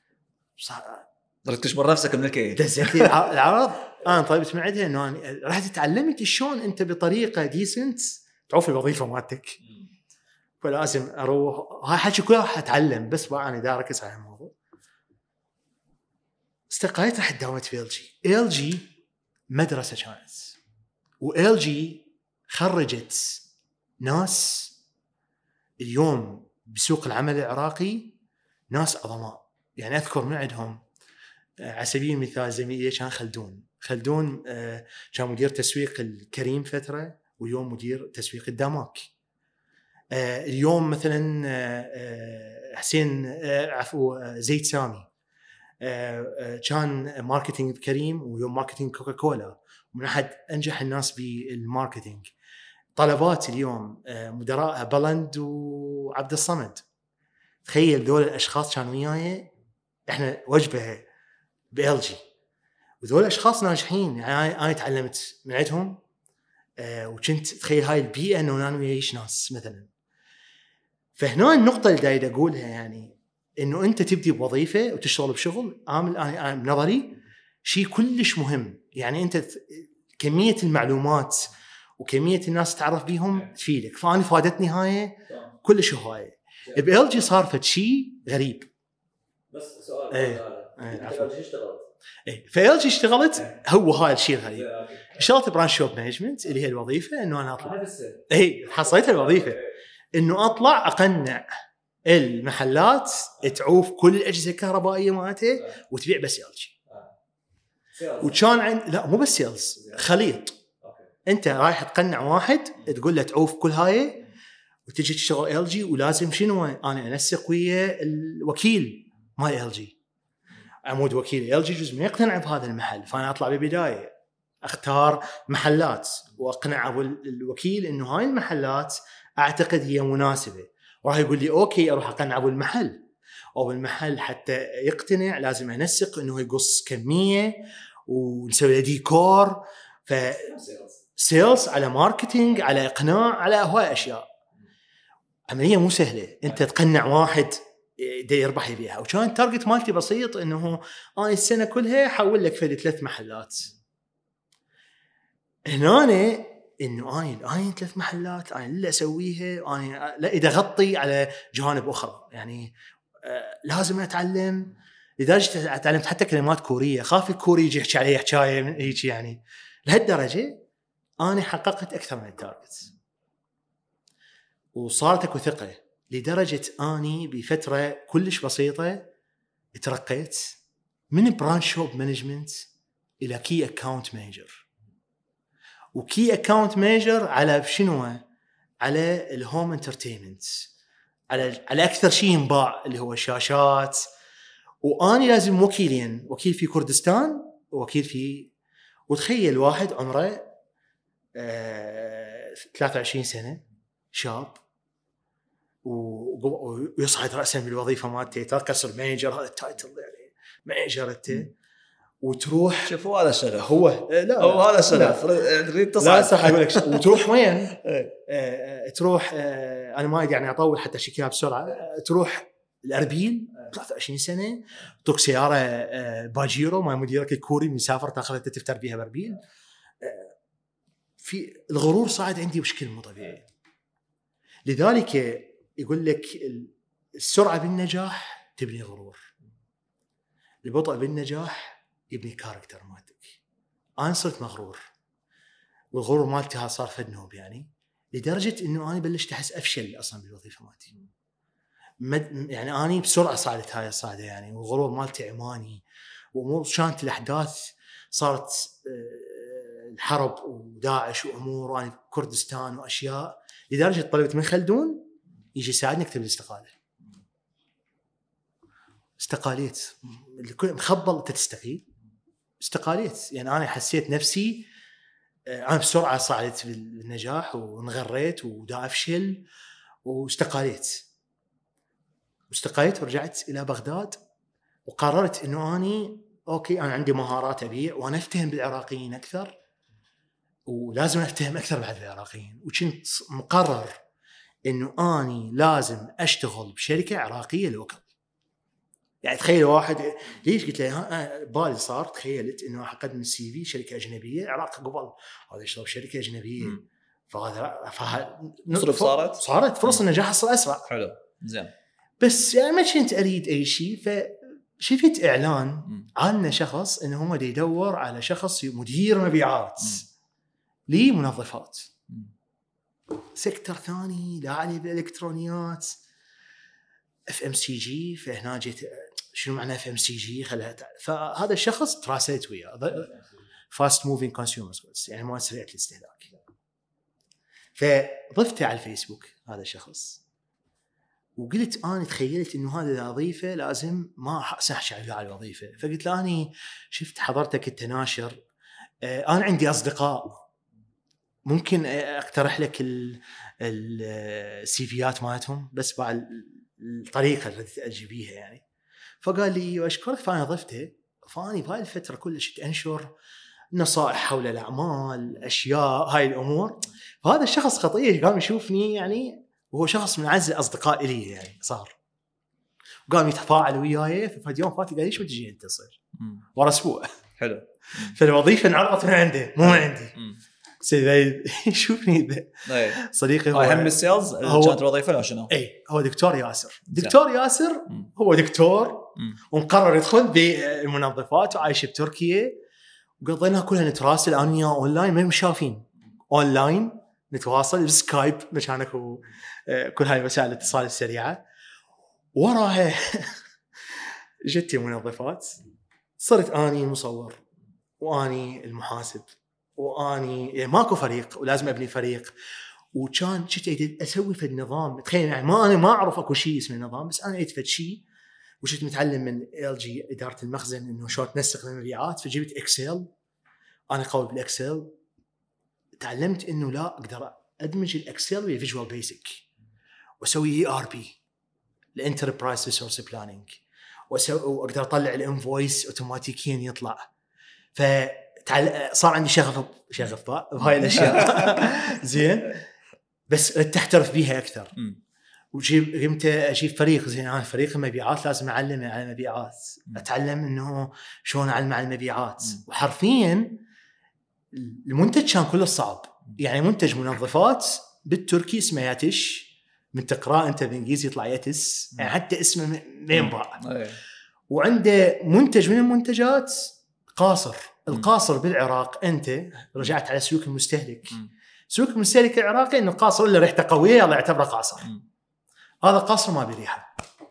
ضربت تشبر نفسك من الكي دزت لي العرض. أنا طلبت من عندها إنه أنا رحت تعلمت شلون أنت بطريقة ديسنت تعوف الوظيفة مالتك فلازم اروح. هاي حكي كله راح اتعلم بس بقى انا دا اركز على الموضوع. استقاليت رحت داومت في ال جي. ال جي مدرسه كانت، وال جي خرجت ناس اليوم بسوق العمل العراقي ناس عظماء. يعني اذكر من عندهم على سبيل المثال زميلي كان خلدون. خلدون كان مدير تسويق الكريم فتره، واليوم مدير تسويق الداماك. اليوم مثلا حسين عفوا زيد سامي كان ماركتينج كريم ويوم ماركتينج كوكاكولا، ومن احد انجح الناس بالماركتينج. طلبات اليوم مدراء بلند وعبد الصمد. تخيل دول الاشخاص كانوا وياي احنا وجبه بال جي، وذول اشخاص ناجحين. يعني انا تعلمت من عندهم، وكنت تخيل هاي البيئه انه انا ويايش ناس مثلا. فهنا النقطه اللي داير اقولها يعني انه انت تبدي بوظيفه وتشتغل بشغل عامل انا بنظري شيء كلش مهم. يعني انت كميه المعلومات وكميه الناس تعرف بيهم تفيدك. فانا فادتني هاي كلش هوايه. بال جي صار فد شيء غريب. بس سؤال هذا انت اول شيء اشتغلت ايه فال جي اشتغلت هو هاي الشيء الغريب. اشتغلت برانش شوب مانجمنت اللي هي الوظيفه انه انا اطلع اي حصلت الوظيفه انه اطلع اقنع المحلات تعوف كل الاجهزه الكهربائيه مالته وتبيع بس ال جي. وكان عند لا مو بس سيلز، خليط. انت رايح تقنع واحد تقول له تعوف كل هاي وتجي تشتغل ال جي، ولازم شنو انا انسق ويا الوكيل مال ال جي. عمود وكيل ال جي جزء ما يقتنع بهذا المحل، فانا اطلع بالبدايه اختار محلات واقنع ابو الوكيل انه هاي المحلات اعتقد هي مناسبه، وراح يقول لي اوكي اروح اقنع ابو المحل. او المحل حتى يقتنع لازم انسق انه يقص كميه ونسوي له ديكور. ف سيلز على ماركتينج على اقناع على هواي اشياء. عمليه مو سهله انت تقنع واحد دا يربح يبيعها. وكان التارجت مالتي بسيط انه انا السنه كلها حول لك فدي ثلاث محلات. هنا انه انا انا ثلاث محلات انا اللي اسويها، انا لا اذا اغطي على جوانب اخرى. يعني آه لازم اتعلم. لدرجه تعلمت حتى كلمات كوريه، خاف الكوري يجي يحكي علي حكايه هيك. يعني لهالدرجه انا حققت اكثر من التارجت وصارت اكو ثقه. لدرجه اني بفتره كلش بسيطه ترقيت من برانش شوب مانجمنت الى كي اكاونت مانجر. وكي اكاونت مانجر على شنو؟ على الهوم انترتينمنت، على على اكثر شيء ينباع اللي هو الشاشات. واني لازم وكيلين، وكيل في كردستان ووكيل في. وتخيل واحد عمره آه ثلاثة وعشرين سنه شاب ويصعد رأسا بالوظيفة مالته، تركز المانجر هذا التايتل يعني مانجر انت، وتروح شوفوا هذا الشغف هو لا هو هذا الشغف تريد تصعد. لا صح اقول لك وتروح وين؟ آه تروح آه انا ما يعني اطول حتى شكلها بسرعه. تروح الاربيل ثلاثة وعشرين سنه، ترك سياره آه باجيرو مع مديرك الكوري مسافر تاخذها تفتر بيها باربيل. آه في الغرور صاعد عندي بشكل مو طبيعي. لذلك يقول لك السرعة بالنجاح تبني غرور، البطء بالنجاح يبني كاركتر مالتك. أنا صرت مغرور والغرور مالتي صار فدنوب. يعني لدرجة إنه أنا بلشت أحس أفشل أصلاً بالوظيفة مالتي. يعني أنا بسرعة صعدت هاي الصعدة يعني، والغرور مالتي عماني وأمور شانت الأحداث صارت الحرب وداعش وأمور وأنا كردستان وأشياء. لدرجة طلبت من خلدون يجي يساعدني اكتب الاستقالة. استقاليت الكل مخبل تستقيل. استقاليت يعني أنا حسيت نفسي أنا بسرعة صعدت بالنجاح وانغريت ودا أفشل واستقاليت. واستقاليت ورجعت إلى بغداد وقررت إنه أني أوكي أنا عندي مهارات أبيع وأنا أفتهم بالعراقيين أكثر ولازم أفتهم أكثر بعد العراقيين. وكنت مقرر إنه أني لازم أشتغل بشركة عراقية لوكل. يعني تخيل واحد ليش قلت له بالي صار تخيلت إنه أقدم السي في شركة أجنبية العراق قبل هذا يشتغل بشركة أجنبية. فهذا فه... فرص صارت صارت فرص النجاح تصير اسرع. حلو زين. بس يعني ما كنت اريد اي شيء، فشفت اعلان عن شخص انه هو يدور على شخص مدير مبيعات لمنظفات، سيكتور ثاني لا عليه بالالكترونيات، اف ام سي جي. فهنا جيت شنو معنى اف ام سي جي خلها. فهذا الشخص تراسلت وياه فاست موفينج كونسيومرز جودز، يعني ما سريعه الاستهلاك. فضفته على الفيسبوك هذا الشخص، وقلت انا تخيلت انه هذا الوظيفه لازم ما احسح على الوظيفه. فقلت له اني شفت حضرتك التناشر، انا عندي اصدقاء ممكن اقترح لك السيفيات مالتهم بس بعد الطريقه اللي اجي بيها يعني. فقال لي واشكرك. فانا ضفته. فاني بهاي الفتره كلش انشر نصائح حول الاعمال، اشياء هاي الامور. فهذا الشخص خطير قام يشوفني يعني، وهو شخص من اعز الاصدقاء لي يعني صار، وقام يتفاعل وياي. ففي يوم فاتي قال لي شو تجي انت تصير ورا اسبوع. حلو. فالوظيفه انعرضت من عنده مو من عندي. سيدي يشوفني صديقي هو هم السيلز كانت الوظيفه لا شنو؟ اي هو دكتور ياسر. دكتور ياسر هو دكتور ومقرر يدخل بالمنظفات وعايش بتركيا، وقضينا كلها نتراسل انا وياه اونلاين، ما مشافين اونلاين نتواصل بسكايب مشانك وكل هاي وسائل الاتصال السريعه. وراها جتي منظفات، صرت اني المصور واني المحاسب واني يعني ماكو فريق ولازم ابني فريق. وكان كنت اسوي في النظام، تخيل يعني ما انا ما اعرف اكو شيء اسمه نظام، بس انا اتفت شيء وشفت متعلم من ال جي اداره المخزن انه شلون تنسق المبيعات. فجبت اكسل، انا قوي بالاكسل. تعلمت انه لا اقدر ادمج الاكسل ويا فيجوال بيسك واسوي اي ار بي الانتربرايز ريسورس بلاننج، واقدر اطلع الانفويس اوتوماتيكيا يطلع. فصار عندي شغف شغف بهاي الاشياء زين، بس تحترف بيها اكثر. وجيب قمت اجيب فريق زين، انا فريق المبيعات لازم اعلمه على المبيعات، اتعلم انه شلون اعلم على المبيعات. وحرفيا المنتج كان كله صعب، يعني منتج منظفات بالتركي اسمه ياتش، من تقرأ انت بالانجليزي يطلع ياتس، يعني حتى اسمه ما ينبع. وعنده منتج من المنتجات قاصر. القاصر بالعراق انت رجعت على سلوك المستهلك، سلوك المستهلك العراقي انه قاصر اللي ريحته قويه الله يعتبره قاصر. هذا قاصر ما بريحه،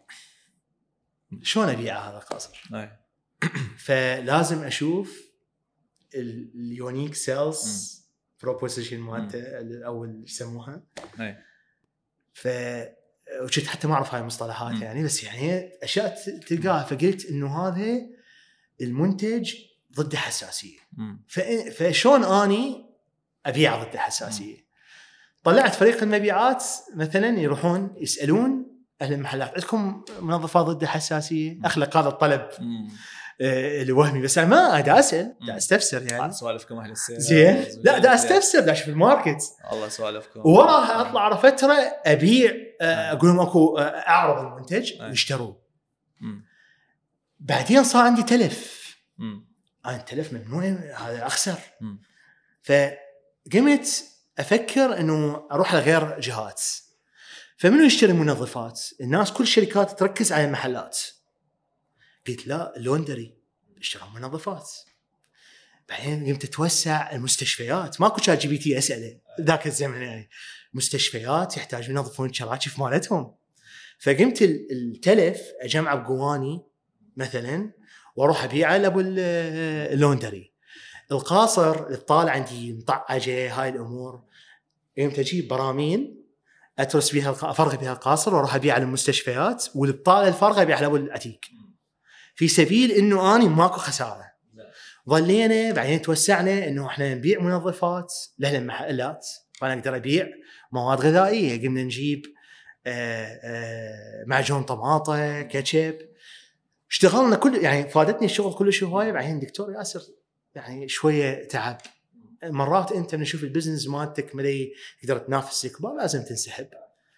شلون ابيعه هذا قاصر؟ فلازم اشوف اليونيك سيلز بروبوزيشن مالته او اللي يسموها. ف وجيت حتى ما اعرف هاي المصطلحات م. يعني، بس يعني اشياء تلقاها. فقلت انه هذا المنتج ضد حساسيه، فشون اني ابيع ضد حساسيه. طلعت فريق المبيعات مثلا يروحون يسالون اهل المحلات عندكم منظفات ضد حساسيه؟ اخلق هذا الطلب آه الوهمي، بس انا ما دا اسال، دا استفسر يعني سوالفكم اهل السيل زين. لا دا استفسر، دا اشوف الماركت الله سوالفكم. وراها اطلع على فتره ابيع، آه اقول لهم اكو آه اعرض المنتج ويشتروه. بعدين صار عندي تلف، انا تلف ممنوع هذا اخسر. م. فقمت افكر انه اروح لغير جهات. فمنو يشتري منظفات؟ الناس كل الشركات تركز على المحلات. قلت لا، اللوندري اشتروا منظفات. بعدين قمت اتوسع المستشفيات، ماكو شات جي بي تي اساله ذاك الزمن يعني. مستشفيات يحتاج ينظفون الشراكيف مالتهم. فقمت التلف اجمع بقواني مثلا واروح ابيعه لابو اللوندري. القاصر الطالع عندي مطعجه هاي الامور، قمت اجيب براميل اترس بها افرغ بها القاصر واروح ابيع للمستشفيات، والبطاله الفارغه ابيع لابو العتيق، في سبيل انه اني ماكو خساره. ظلينا بعدين توسعنا انه احنا نبيع منظفات لاهل المحلات، فانا اقدر ابيع مواد غذائيه. قمنا نجيب آآ آآ معجون طماطه، كاتشب، اشتغلنا كل يعني فادتني الشغل كلش هوايه. بعدين دكتور ياسر يعني شويه تعب مرات، انت من نشوف البزنس مالتك ملي تقدر تنافس الكبار لازم تنسحب.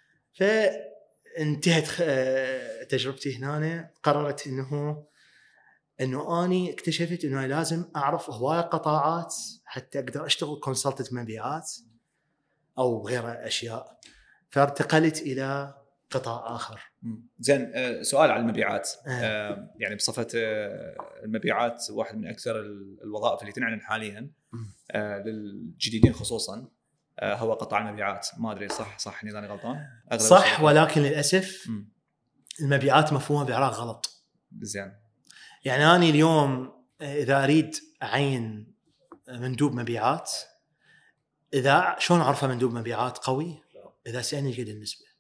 فانتهت تجربتي هنا، قررت انه انه اني اكتشفت انه لازم اعرف هوايه قطاعات حتى اقدر اشتغل كونسلتنت مبيعات. او غير اشياء، فارتقلت الى قطاع اخر. زين، سؤال على المبيعات. آه. يعني بصفه المبيعات واحد من اكثر الوظائف اللي تنعلن حاليا آه للجديدين خصوصا آه هو قطاع المبيعات. ما ادري صح صح اني انا غلطان؟ صح، ولكن للاسف م. المبيعات مفهومه بعراق غلط. زين، يعني انا اليوم اذا اريد اعين مندوب مبيعات، اذا شلون اعرفه مندوب مبيعات قوي؟ اذا سالني قد النسبه.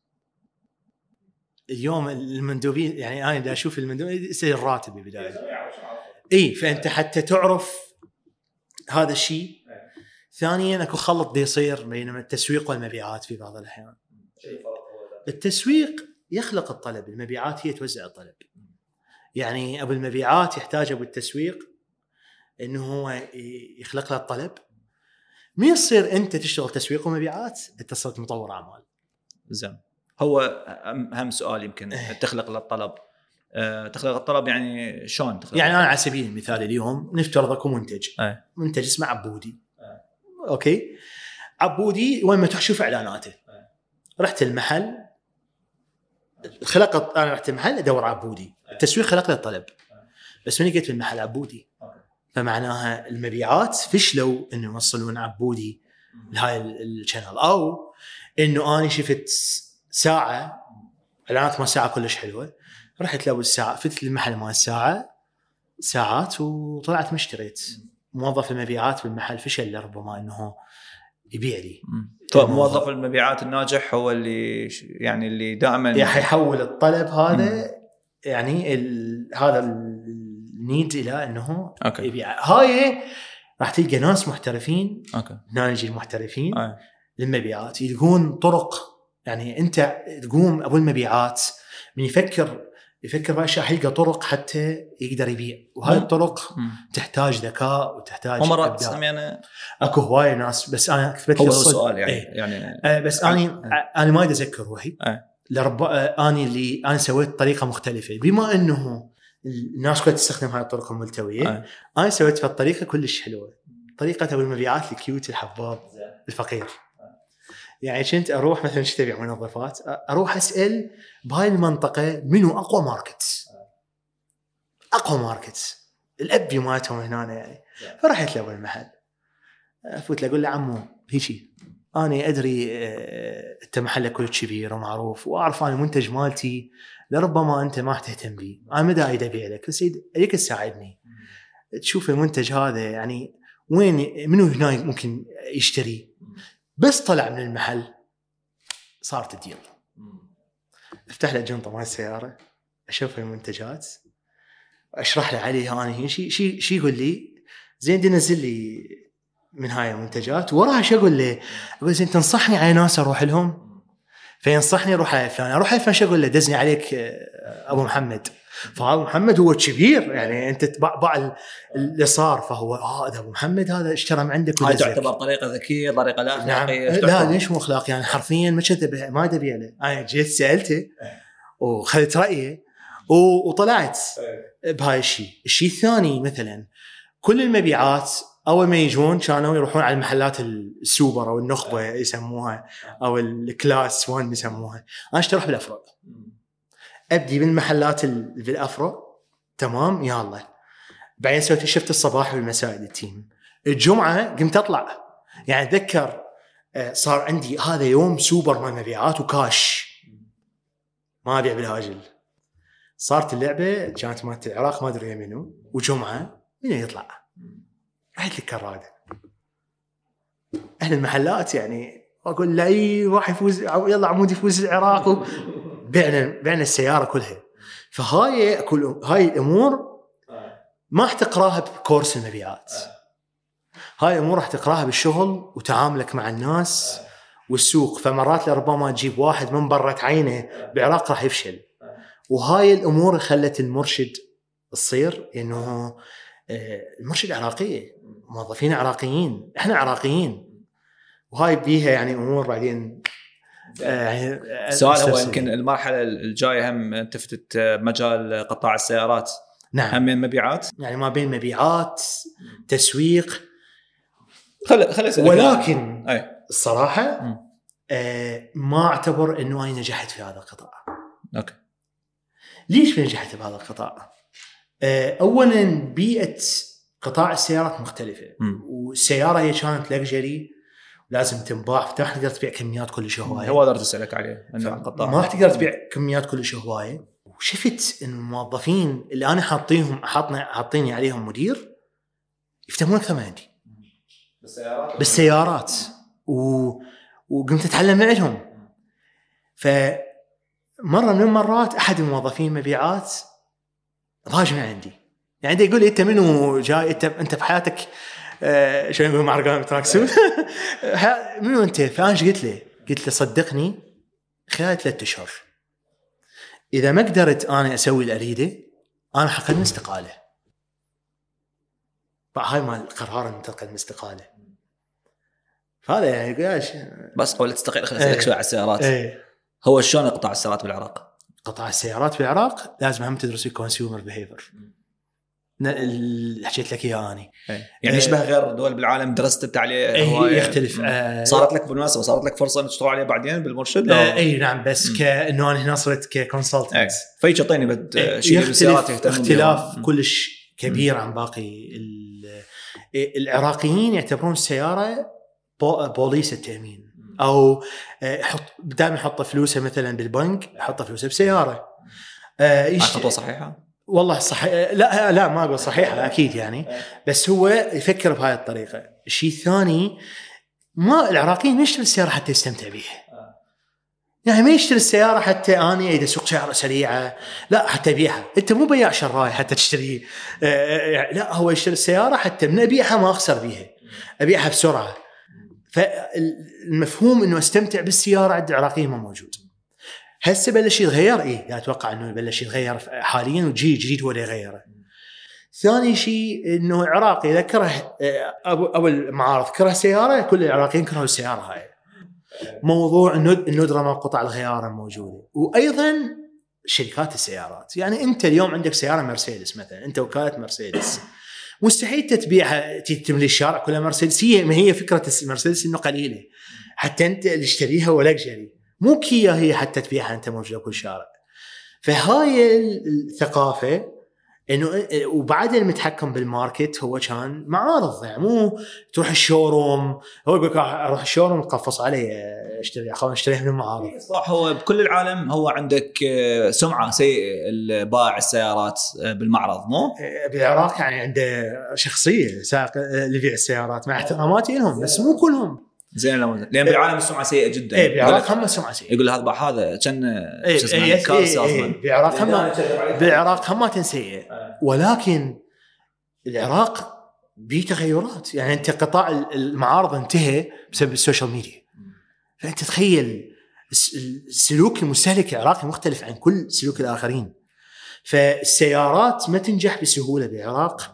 اليوم المندوبين يعني انا اذا اشوف المندوب يصير الراتب بدايه اي، فانت حتى تعرف هذا الشيء. ثانيا اكو خلط دي يصير بين التسويق والمبيعات في بعض الاحيان. التسويق يخلق الطلب، المبيعات هي توزع الطلب. يعني ابو المبيعات يحتاج ابو التسويق انه هو يخلق له الطلب. مين يصير انت تشتغل تسويق ومبيعات انت صرت مطور اعمال. زين، هو اهم سؤال يمكن تخلق له الطلب. أه تخلق الطلب يعني شلون تخلق؟ يعني انا على سبيل المثال اليوم نفترض اكو منتج أي. منتج اسمه عبودي أي. اوكي، عبودي وين ما تشوف اعلاناته أي. رحت المحل خلقت، انا رحت المحل ادور عبودي أي. التسويق خلق له الطلب أي. بس من لقيت في المحل عبودي أي. فمعناها المبيعات فشلوا انه يوصلون عبودي لهاي الشانل، او انه انا شفت ساعه اعلانات ما ساعه كلش حلوه، رحت لابو الساعه فتت المحل مال الساعه ساعات وطلعت مشتريت. موظف المبيعات بالمحل فشل ربما انه يبيع لي. طيب موظف المبيعات الناجح هو اللي يعني اللي دائما يحول الطلب هذا مم. يعني هذا النيد الى انه أوكي. يبيع. هاي راح تلقى ناس محترفين اوكي نانجي المحترفين أي. للمبيعات يلقون طرق. يعني انت تقوم ابو المبيعات من يفكر يفكر باشياء حيلقى طرق حتى يقدر يبيع، وهاي الطرق مم. تحتاج ذكاء وتحتاج مرات أنا اكو هواي ناس. بس انا اثبت لك السؤال يعني, ايه. يعني آه بس انا ايه. انا ما اتذكر وهي لرب انا اللي انا سويت طريقه مختلفه بما انه الناس كلها تستخدم هاي الطرق الملتويه أيه. انا سويت في الطريقه كلش حلوه، طريقه ابو المبيعات الكيوت الحباب الفقير. يعني كنت اروح مثلا اشتري منظفات، اروح اسال بهاي المنطقه منو اقوى ماركت اقوى ماركت الابي مالتهم هنا يعني. فرحت له المحل افوت له اقول له عمو هيجي انا ادري انت محلك كلش كبير ومعروف واعرف انا المنتج مالتي لربما انت ما تهتم بي، انا مدى اريد ابيع لك بس اريدك تساعدني تشوف المنتج هذا يعني وين منو هنا ممكن يشتري. بس طلع من المحل صارت الديل. افتح له جنطه مال السياره اشوف المنتجات اشرح له عليها انا هي شيء شيء شيء يقول لي زين دي نزل لي من هاي المنتجات وراها شو اقول له اقول زين تنصحني على ناس اروح لهم، فينصحني اروح على فلان اروح على فلان شو اقول له دزني عليك ابو محمد. فابو محمد هو كبير يعني انت تبع باع اللي صار فهو اه هذا ابو محمد هذا اشترى من عندك. هاي تعتبر طريقه ذكيه طريقه لا اخلاقيه. نعم. لا ليش مو اخلاقي يعني حرفيا ما كنت ما ادري له انا جيت سالته وخذت رايه وطلعت بهاي الشيء. الشيء الثاني مثلا كل المبيعات اول ما يجون كانوا يروحون على المحلات السوبر او النخبه يسموها او الكلاس وان يسموها. انا اشتري بالافرو ابدي بالمحلات بالافرو تمام يلا. بعدين سويت شفت الصباح والمساء للتيم. الجمعه قمت اطلع يعني اتذكر صار عندي هذا يوم سوبر مال مبيعات وكاش ما ابيع بالهاجل. صارت اللعبه كانت مالت العراق ما ادري منو وجمعه منو يطلع رحت الكراده اهل المحلات يعني اقول له اي راح يفوز يلا عمود يفوز العراق. بعنا بعنا السياره كلها. فهاي كل هاي الامور ما راح تقراها بكورس المبيعات. هاي الامور راح تقراها بالشغل وتعاملك مع الناس والسوق. فمرات لربما تجيب واحد من برة عينه بعراق راح يفشل. وهاي الامور خلت المرشد تصير انه المرشد عراقي موظفين عراقيين احنا عراقيين. وهاي بيها يعني امور بعدين السؤال هو يمكن المرحله الجايه هم تفتت مجال قطاع السيارات. نعم. هم من مبيعات يعني ما بين مبيعات تسويق خل خل ولكن أي. الصراحه م. آه ما اعتبر انه انا نجحت في هذا القطاع. اوكي. ليش نجحت بهذا القطاع؟ آه اولا بيئه قطاع السيارات مختلفه. م. والسياره هي كانت لكجري لازم تنباع، فما تقدر تبيع كميات كلش هوايه. هو قدرت اسالك عليه انه القطاع ما تقدر تبيع كميات كلش هوايه. وشفت ان الموظفين اللي انا حاطينهم حاطني حاطيني عليهم مدير يفتهمون اكثر من عندي بالسيارات بالسيارات و... وقمت اتعلم معهم. فمره من المرات احد الموظفين مبيعات ضاج من عندي، يعني ده يقول لي انت منو جاي، انت انت في حياتك آه شو نقول مهرجان تراكسوت منو انت؟ فانا قلت له قلت له صدقني خلال ثلاثة اشهر اذا ما قدرت انا اسوي اللي اريده انا حقدم استقاله. فهاي مال القرار ان تقدم استقاله. فهذا يعني قاش بس قبل تستقيل خليني اسالك شوي على السيارات. ايه. هو شلون قطاع السيارات بالعراق؟ قطاع السيارات بالعراق لازم هم تدرس الكونسيومر بيهيفير اللي حكيت لك اياه اني. يعني يشبه غير دول بالعالم درست انت عليه هوايه يختلف. آه صارت لك بالمناسبه صارت لك فرصه انك تشتغل عليه بعدين بالمرشد؟ آه اي نعم، بس كانه انا هنا صرت ككونسلتنت. فايش تعطيني بد شيء بالسيارات يهتم اختلاف بيهم. كلش كبير مم. عن باقي العراقيين يعتبرون السياره بوليس التامين، او يحط دائما يحط فلوسه مثلا بالبنك، يحط فلوسه بسياره. آه خطوه صحيحه والله صحيح. لا لا ما اقول صحيحه اكيد يعني، بس هو يفكر بهاي الطريقه. الشيء الثاني ما العراقيين ما يشتري السياره حتى يستمتع بيها، يعني ما يشتري السياره حتى اني اذا سوق سياره سريعه، لا حتى يبيعها. انت مو بياع شراي حتى تشتري، لا هو يشتري السياره حتى من ابيعها ما اخسر بيها، ابيعها بسرعه. فالمفهوم انه استمتع بالسياره عند العراقيين ما موجود. هسه بلش يتغير. ايه لا اتوقع انه بلش يتغير حاليا، وجي جديد هو اللي يغيره. ثاني شيء انه العراقي اذا كره او المعارض كره سياره، كل العراقيين كرهوا السياره هاي. موضوع الندره من قطع الغيار موجوده. وايضا شركات السيارات، يعني انت اليوم عندك سياره مرسيدس مثلا، انت وكاله مرسيدس، مستحيل تتبيعها تملي الشارع كلها مرسيدس. هي ما هي فكره المرسيدس انه قليله حتى انت اللي تشتريها ولا جري، مو كيا هي حتى تبيعها انت موجوده بكل شارع. فهاي الثقافه انه وبعد المتحكم بالماركت هو كان معارض، يعني مو تروح الشوروم. هو يقول لك اروح الشوروم تقفص علي اشتري خلينا نشتريها من المعارض. صح. هو بكل العالم هو عندك سمعه سيئه البائع السيارات بالمعرض، مو بالعراق يعني عنده شخصيه سائق اللي يبيع السيارات مع احتراماتي لهم، بس مو كلهم زين. لان بالعالم السمعه سيئه جدا. ايه بالعراق هم السمعه سيئه. يقول هذا بقى هذا كان ايه شو اسمه كار سالزمان. بالعراق هم بالعراق هم تنسيه. ولكن العراق بيه تغيرات، يعني انت قطاع المعارض انتهى بسبب السوشيال ميديا. فانت تخيل السلوك المستهلك العراقي مختلف عن كل سلوك الاخرين. فالسيارات ما تنجح بسهوله بالعراق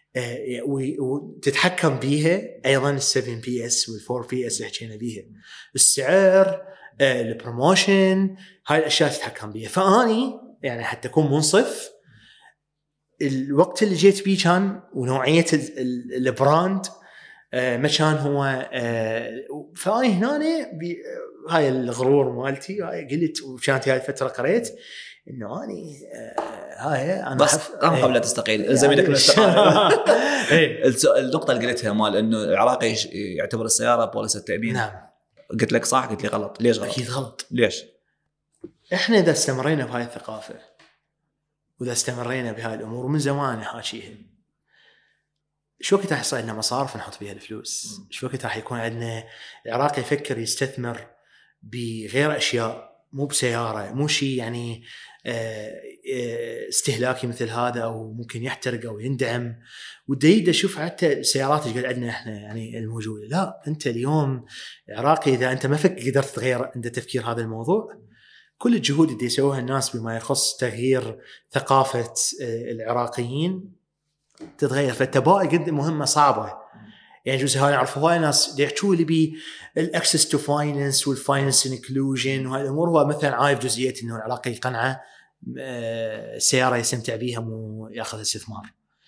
وتتحكم بيها. ايضا السبعين بي اس والفور بي اس اللي حكينا بيها، السعر، البروموشن، هاي الاشياء تتحكم بيها. فاني يعني حتى اكون منصف، الوقت اللي جيت بيه كان ونوعيه البراند ما كان هو. فاني هنا هاي الغرور مالتي هاي قلت، وكانت هاي الفتره قريت انه اني هاي انا بس قام قبل لا تستقيل زميلك الاستقاله. النقطه اللي قلتها مال انه العراقي يعتبر السياره بوليس التامين. نعم. قلت لك صح، قلت لي غلط. ليش غلط؟ اكيد غلط. ليش؟ احنا اذا استمرينا بهاي الثقافه واذا استمرينا بهاي الامور من زمان حاكيها، شو وقت راح يصير لنا مصارف نحط فيها الفلوس؟ شو وقت راح يكون عندنا العراقي يفكر يستثمر بغير اشياء، مو بسياره، مو شيء يعني استهلاكي مثل هذا او ممكن يحترق او يندعم. ودي اشوف حتى السيارات اللي عندنا احنا يعني الموجوده. لا انت اليوم العراقي اذا انت ما فك قدرت تغير عند تفكير هذا الموضوع، كل الجهود اللي يسويها الناس بما يخص تغيير ثقافه العراقيين تتغير. فالتبائي قد مهمه صعبه. يعني جزء هاي نعرف هواي ناس يحكوا لي بي الاكسس تو فاينانس والفاينانس انكلوجن وهاي الامور. هو مثلا عايف جزئيه انه العراقي قنعه السياره يستمتع بيها مو ياخذ استثمار.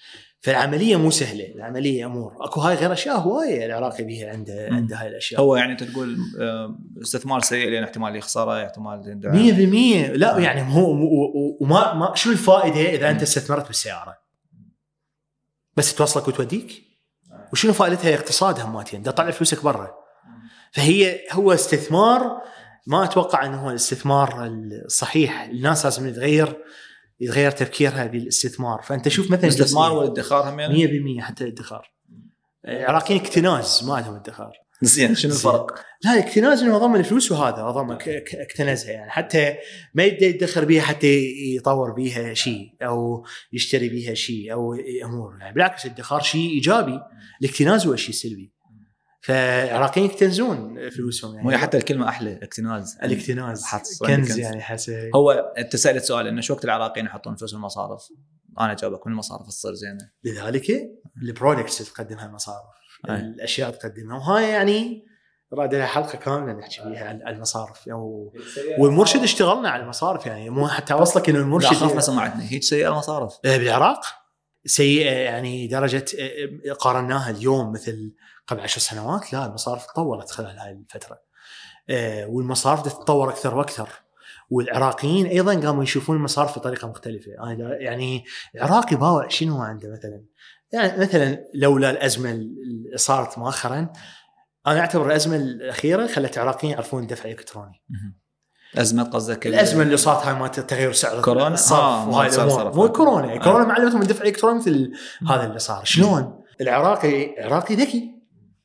فالعمليه مو سهله، العمليه امور اكو هاي غير اشياء هوايه العراقي بيها عنده عنده هاي الاشياء. هو يعني تقول استثمار سيء لان احتمال يخسره احتمال مية بالمية لا آه. يعني هو وما ما شو الفائده اذا انت استثمرت بالسياره بس توصلك وتوديك؟ وشنو فائدتها اقتصادها ماتين ده طلع فلوسك برا. فهي هو استثمار ما اتوقع انه هو الاستثمار الصحيح. الناس لازم يتغير يتغير تفكيرها بالاستثمار. فانت شوف مثلا الاستثمار والادخار هم يعني مية بالمية حتى الادخار. العراقيين اكتناز ما عندهم ادخار. زين شنو الفرق؟ لا الاكتناز انه ضمن الفلوس وهذا ضمن اكتنزها يعني حتى ما يبدا يدخر بيها حتى يطور بيها شيء او يشتري بيها شيء او امور يعني. بالعكس الادخار شيء ايجابي، الاكتناز هو شيء سلبي. فالعراقيين يكتنزون فلوسهم يعني. مو حتى الكلمه احلى اكتناز الاكتناز كنز, كنز يعني حسب. هو انت سالت سؤال انه شو وقت العراقيين يحطون فلوس المصارف؟ انا اجاوبك من المصارف تصير زينه. لذلك البرودكتس تقدمها المصارف أي. الاشياء تقدمها وهاي يعني راد لها حلقه كامله نحكي فيها عن المصارف يعني. والمرشد اشتغلنا على المصارف يعني مو حتى وصلك انه المرشد اخاف ما سمعتني هيك سيئه المصارف بالعراق سيئه يعني درجه قارناها اليوم مثل قبل عشر سنوات. لا المصارف تطورت خلال هاي الفتره والمصارف تتطور اكثر واكثر. والعراقيين ايضا قاموا يشوفون المصارف بطريقه مختلفه. يعني العراقي باوع شنو عنده مثلا يعني مثلا لولا الازمه اللي صارت مؤخرا انا اعتبر الازمه الاخيره خلت العراقيين يعرفون الدفع الالكتروني. ازمه قصدك الازمه اللي صارت هاي ما تغير سعر كورونا آه وهاي الامور مو كورونا. كورونا معلمتهم الدفع الالكتروني مثل هذا اللي صار. شلون العراقي عراقي ذكي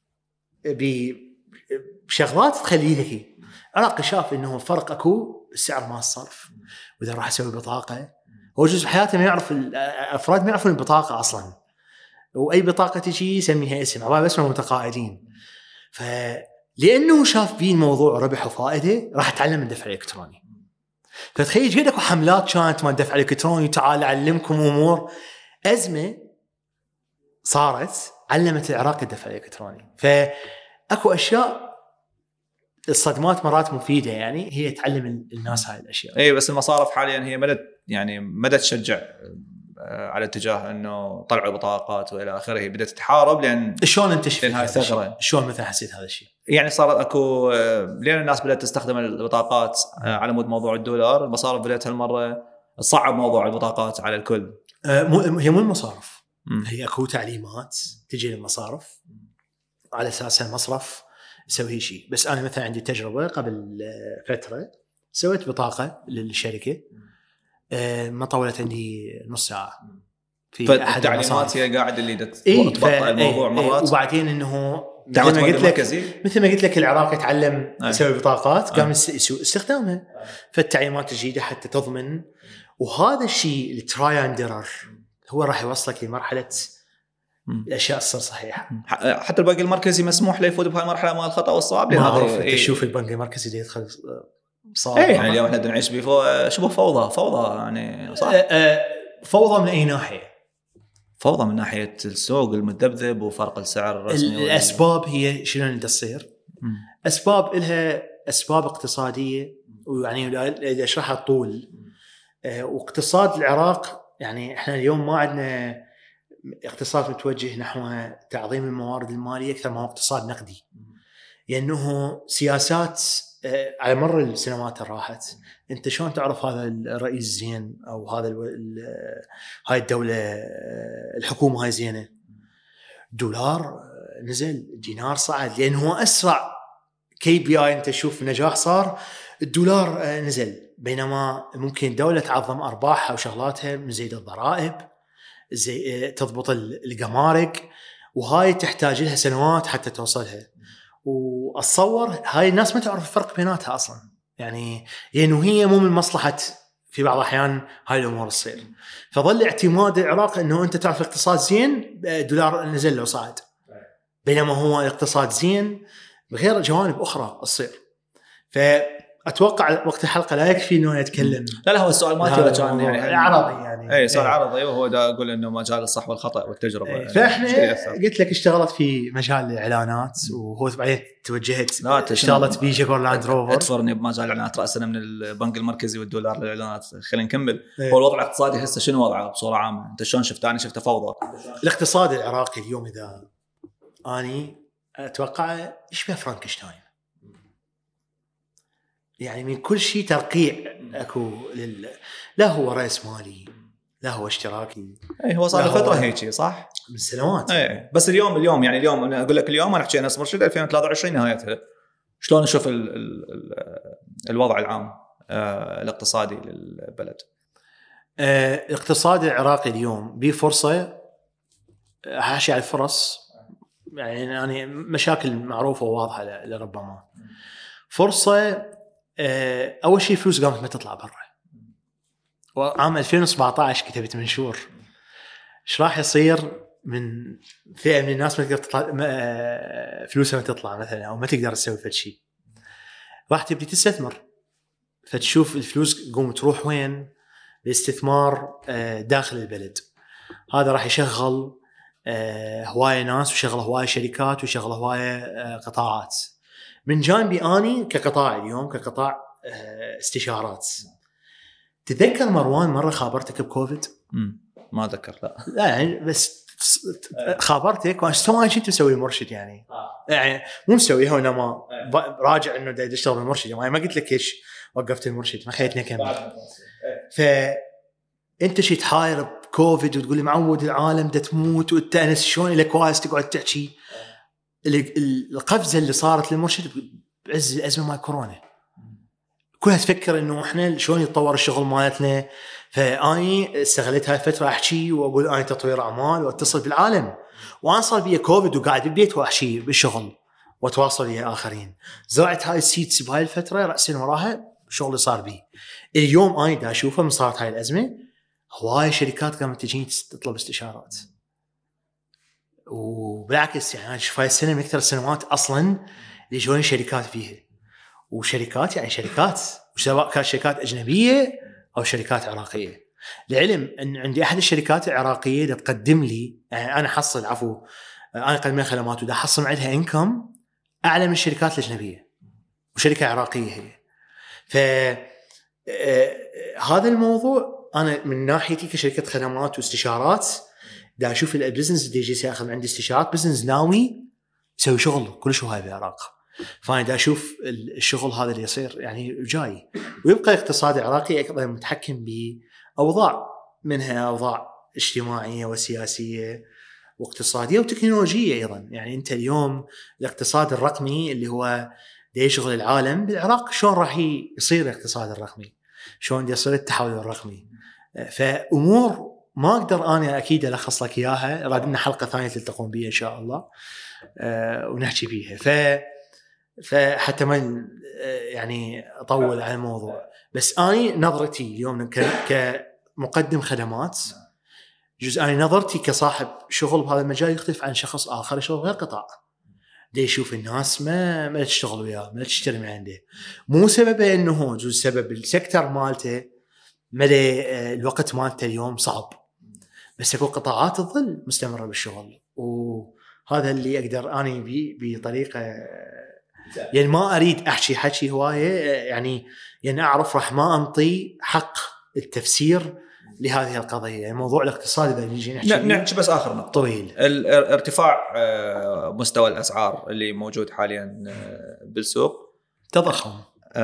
بشغلات تخليه ذكي. العراقي شاف انه فرق اكو السعر مال الصرف واذا راح اسوي بطاقه هو جزء بحياته ما يعرف الافراد ما يعرفون البطاقه اصلا واي بطاقه تجي يسميها اسم عباره بس متقاعدين. فلانه شاف بيه الموضوع ربح وفائده راح اتعلم الدفع الالكتروني. فتخيل جدك وحملات كانت مال الدفع الالكتروني تعال اعلمكم امور. ازمه صارت علمت العراق الدفع الالكتروني. فاكو اشياء الصدمات مرات مفيده يعني هي تعلم الناس هاي الاشياء. اي بس المصارف حاليا هي مدت يعني مدى تشجع على اتجاه انه طلعوا بطاقات والى اخره. بدات تحارب لان شلون انت شفت هاي الثغره؟ شلون مثلا حسيت هذا الشيء؟ يعني صارت اكو لان الناس بدات تستخدم البطاقات على مود موضوع الدولار. المصارف بدات هالمره تصعب موضوع البطاقات على الكل. أه مو هي مو المصارف م. هي اكو تعليمات تجي للمصارف على اساس المصرف يسوي شيء. بس انا مثلا عندي تجربه قبل فتره سويت بطاقه للشركه أه ما طولت عندي نص ساعه في احد التعليمات هي قاعد اللي تبطئ إيه الموضوع إيه مرات. وبعدين انه مثل ما قلت لك مثل ما قلت لك العراق يتعلم يسوي بطاقات قام يسوي استخدامها. فالتعليمات الجديده حتى تضمن. وهذا الشيء التراي اند ايرور هو راح يوصلك لمرحله الاشياء تصير صحيحه. حتى البنك المركزي مسموح له يفوت بهاي المرحله مال الخطا والصواب. لان هذا إيه تشوف البنك المركزي يدخل صار إيه يعني اليوم احنا نعيش بفو شبه فوضى فوضى يعني صح. أه أه فوضى من اي ناحيه؟ فوضى من ناحيه السوق المتذبذب وفرق السعر الرسمي. الاسباب هي شنو اللي تصير؟ اسباب لها اسباب اقتصاديه ويعني اذا اشرحها طول. أه واقتصاد العراق يعني احنا اليوم ما عندنا اقتصاد متوجه نحو تعظيم الموارد الماليه اكثر ما هو اقتصاد نقدي. لانه سياسات على مر السنوات الراحت انت شلون تعرف هذا الرئيس زين او هذا هاي الدوله الحكومه هاي زينه؟ دولار نزل دينار صعد لانه هو اسرع كي بي اي. انت تشوف نجاح صار الدولار نزل. بينما ممكن الدوله تعظم ارباحها وشغلاتها مزيد الضرائب زي تضبط الجمارك وهاي تحتاج لها سنوات حتى توصلها. واتصور هاي الناس ما تعرف الفرق بيناتها اصلا يعني لانه هي مو من مصلحه في بعض الاحيان هاي الامور تصير. فظل اعتماد العراق انه انت تعرف الاقتصاد زين دولار نزل لو صعد. بينما هو الاقتصاد زين بغير جوانب اخرى تصير. ف اتوقع وقت الحلقه لا يكفي انه يتكلم. لا لا هو السؤال مالتي كان يعني عرضي يعني اي سؤال عرضي وهو دا اقول انه مجال الصح والخطا والتجربه. ايه فاحنا قلت لك اشتغلت في مجال الاعلانات وهو بعدين توجهت اشتغلت في جاكور لاند روفر. اتفرني بمجال الاعلانات راسنا من البنك المركزي والدولار للاعلانات. خلينا نكمل. ايه. هو الوضع الاقتصادي هسه شنو وضعه بصوره عامه؟ انت شلون شفته؟ انا شفته فوضى. الاقتصاد العراقي اليوم اذا اني اتوقع يشبه فرانكشتاين، يعني من كل شيء ترقيع اكو لل... لا هو راس مالي لا هو اشتراكي. اي هو صار فتره هيك صح من سنوات. اي بس اليوم اليوم يعني اليوم انا اقول لك اليوم انا احكي انس مرشد ألفين وثلاثة وعشرين نهايتها شلون اشوف ال... ال... ال... الوضع العام آه الاقتصادي للبلد. آه الاقتصاد العراقي اليوم بفرصه حاشي على الفرص، يعني يعني مشاكل معروفه وواضحه لربما فرصه. آه اول شيء فلوس قامت ما تطلع برا. وعام ألفين وسبعة عشر كتبت منشور ايش راح يصير من فئه من الناس ما تقدر تطلع فلوسها ما تطلع مثلا او ما تقدر تسوي فد شيء. راح تبدي تستثمر فتشوف الفلوس قوم تروح وين؟ الاستثمار داخل البلد. هذا راح يشغل هوايه ناس وشغل هوايه شركات وشغل هوايه قطاعات. من جانبي اني كقطاع اليوم كقطاع استشارات. تذكر مروان مره خابرتك بكوفيد؟ امم ما ذكر لا لا يعني بس خابرتك وانا شو كنت مسوي مرشد يعني يعني مو مسويها وانما راجع انه دا اشتغل بالمرشد. يعني ما قلت لك ايش وقفت المرشد ما خليتني اكمل. فانت شي تحاير بكوفيد وتقول لي معود العالم دا تموت وانت انس شلون لك وايس تقعد تحكي. القفزه اللي صارت للمرشد بعز الازمه مال كورونا كلها تفكر انه احنا شلون يتطور الشغل مالتنا. فاني استغلت هاي الفتره احكي واقول اني تطوير اعمال واتصل بالعالم وانا صار بي كوفيد وقاعد بالبيت واحكي بالشغل واتواصل ويا اخرين. زرعت هاي السيدز بهاي الفتره راسا وراها الشغل اللي صار بي. اليوم اني دا اشوفه من صارت هاي الازمه هواي شركات قامت تجيني تطلب استشارات وبالعكس يعني انا شوف هاي السنه من اكثر السنوات اصلا اللي جوني شركات فيها. وشركات يعني شركات سواء كانت شركات أجنبية أو شركات عراقية. لعلم أن عندي أحد الشركات العراقية اللي تقدم لي يعني أنا حصل عفو أنا قدم لي خدمات وده حصل عندها إنكم أعلى من الشركات الأجنبية وشركة عراقية هي. فهذا الموضوع أنا من ناحيتي كشركة خدمات واستشارات دا أشوف البزنس اللي يجي يأخذ عندي استشارات بزنس ناوي يسوي شغل كل شو هاي بالعراق. فانا دا اشوف الشغل هذا اللي يصير يعني جاي. ويبقى الاقتصاد العراقي ايضا متحكم باوضاع منها اوضاع اجتماعيه وسياسيه واقتصاديه وتكنولوجيه ايضا. يعني انت اليوم الاقتصاد الرقمي اللي هو دا يشغل العالم بالعراق شلون راح يصير الاقتصاد الرقمي شلون دا يصير التحول الرقمي. فامور ما اقدر انا اكيد الخص لك اياها. رادنا حلقه ثانيه تلتقون بها ان شاء الله أه ونحكي فيها. ف فحتى ما يعني اطول على الموضوع بس اني نظرتي اليوم كمقدم خدمات جزء اني نظرتي كصاحب شغل بهذا المجال يختلف عن شخص اخر يشتغل غير قطاع. دي يشوف الناس ما ما تشتغل وياه ما تشتري من عنده مو سببه انه هو جزء سبب السيكتور مالته مدى الوقت مالته اليوم صعب بس يكون قطاعات تظل مستمرة بالشغل. وهذا اللي اقدر اني بطريقه يعني ما أريد أحكي حكي هواية يعني يعني أعرف راح ما أنطي حق التفسير لهذه القضية. يعني موضوع الاقتصاد إذا نجي نحكي نحكي بس آخر نقطة طويل ارتفاع مستوى الأسعار اللي موجود حاليا بالسوق تضخم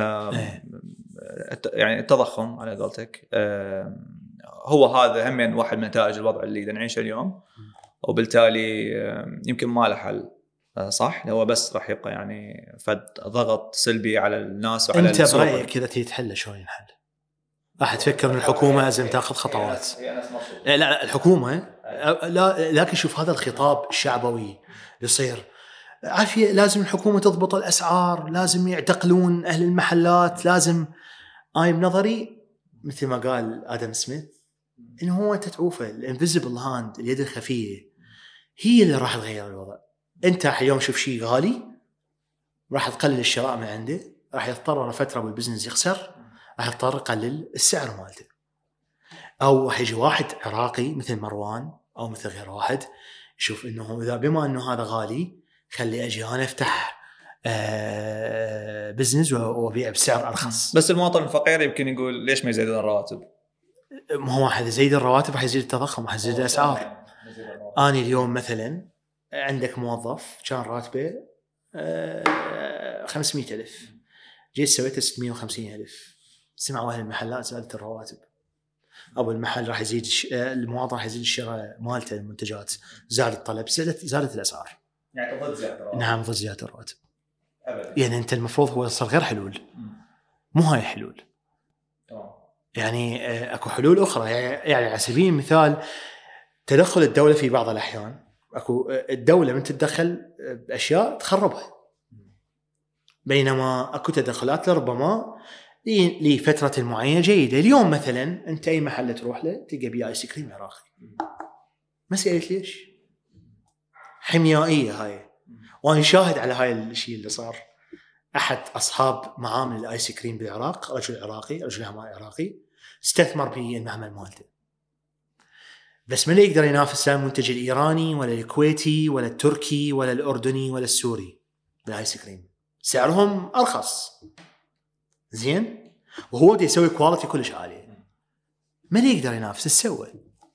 يعني التضخم على قولتك هو هذا هم واحد من نتائج الوضع اللي نعيشه اليوم وبالتالي يمكن ما له حل صح. هو بس راح يبقى يعني فد ضغط سلبي على الناس وعلى انت السوق. برايك كذا تتحل شلون ينحل؟ راح تفكر ان الحكومه لازم تاخذ خطوات. لا لا الحكومه لا لكن شوف هذا الخطاب الشعبوي يصير عافيه لازم الحكومه تضبط الاسعار لازم يعتقلون اهل المحلات لازم. اي بنظري مثل ما قال ادم سميث انه هو تتعوفه الانفيزبل هاند اليد الخفيه هي اللي راح تغير الوضع. انت اليوم شوف شيء غالي راح تقلل الشراء من عنده راح يضطر فتره بالبزنس يخسر، راح يضطر يقلل السعر مالته. او راح يجي واحد عراقي مثل مروان او مثل غير واحد يشوف انه اذا بما انه هذا غالي خلي اجي انا افتح آه بزنس وابيع بسعر ارخص. بس المواطن الفقير يمكن يقول ليش ما يزيدون الرواتب؟ ما هو واحد يزيد الرواتب راح يزيد التضخم، راح يزيد الاسعار. انا اليوم مثلا عندك موظف كان راتبه آه خمسمية ألف، جيت سويته ستمية وخمسين ألف، سمعوا أهل المحلات زادت الرواتب. أو المحل راح يزيد المواطن راح يزيد الشراء مالته المنتجات، زاد الطلب، زادت زادت الأسعار. يعني ضد زيادة الرواتب. نعم ضد زيادة الرواتب. أبدا. يعني أنت المفروض هو صار غير حلول، مو هاي حلول. أوه. يعني أكو حلول أخرى. يعني على سبيل المثال تدخل الدولة في بعض الأحيان، أكو الدولة من تتدخل بأشياء تخربها، بينما أكو تدخلات لربما لفترة معينة جيدة. اليوم مثلا أنت أي محل تروح له تلقى بيه آيس كريم عراقي، مسألة ليش؟ حميائية هاي. وأنا شاهد على هاي الشيء اللي صار. أحد أصحاب معامل الآيس كريم بالعراق رجل عراقي، رجل أعمال عراقي، استثمر بالمعمل مالته، بس من يقدر ينافس المنتج الإيراني ولا الكويتي ولا التركي ولا الأردني ولا السوري بالآيس كريم، سعرهم أرخص زين، وهو دي يسوي كواليتي كلش عالية. ما يقدر ينافس، سوى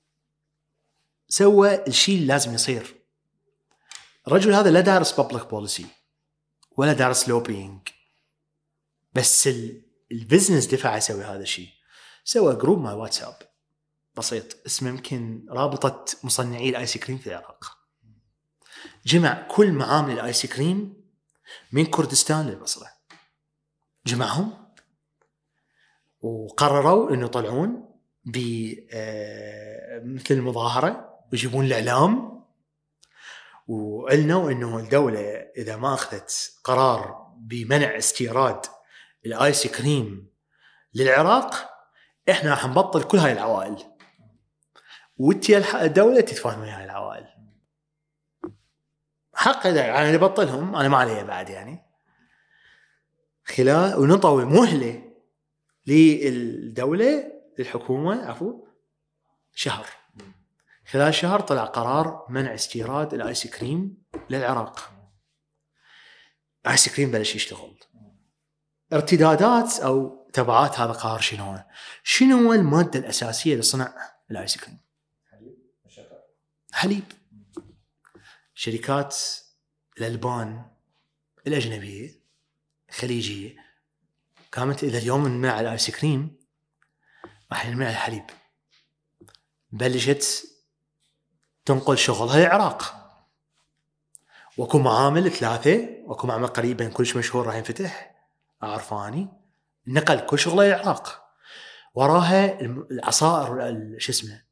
سوى الشيء اللي لازم يصير. الرجل هذا لا دارس public policy ولا دارس lobbying، بس البزنس دفع يسوي هذا الشيء. سوى جروب مع واتساب بسيط اسمه يمكن رابطة مصنعي الآيس كريم في العراق، جمع كل معامل الآيس كريم من كردستان للبصرة، جمعهم وقرروا انه يطلعون بمثل مظاهرة ويجيبون الإعلام، وقلنا انه الدولة اذا ما اخذت قرار بمنع استيراد الآيس كريم للعراق احنا راح نبطل كل هاي العوائل، وتي الدولة تتفاهم ويا هاي العوائل. حق يعني اللي بطلهم انا ما عليه بعد يعني خلال، ونطوي مهلة للدولة للحكومة عفوا شهر. خلال شهر طلع قرار منع استيراد الآيس كريم للعراق. الآيس كريم بلش يشتغل. ارتدادات أو تبعات هذا القرار شنو؟ شنو هو المادة الأساسية لصنع الآيس كريم؟ حليب. شركات الألبان الأجنبية الخليجية قامت إذا اليوم نمنع الآيس كريم راح نمنع الحليب، بلشت تنقل شغلها للعراق. وكو معامل ثلاثة، وكو معامل قريبا كلش مشهور راح ينفتح عرفاني، نقل كل شغله للعراق. وراها العصائر شو اسمه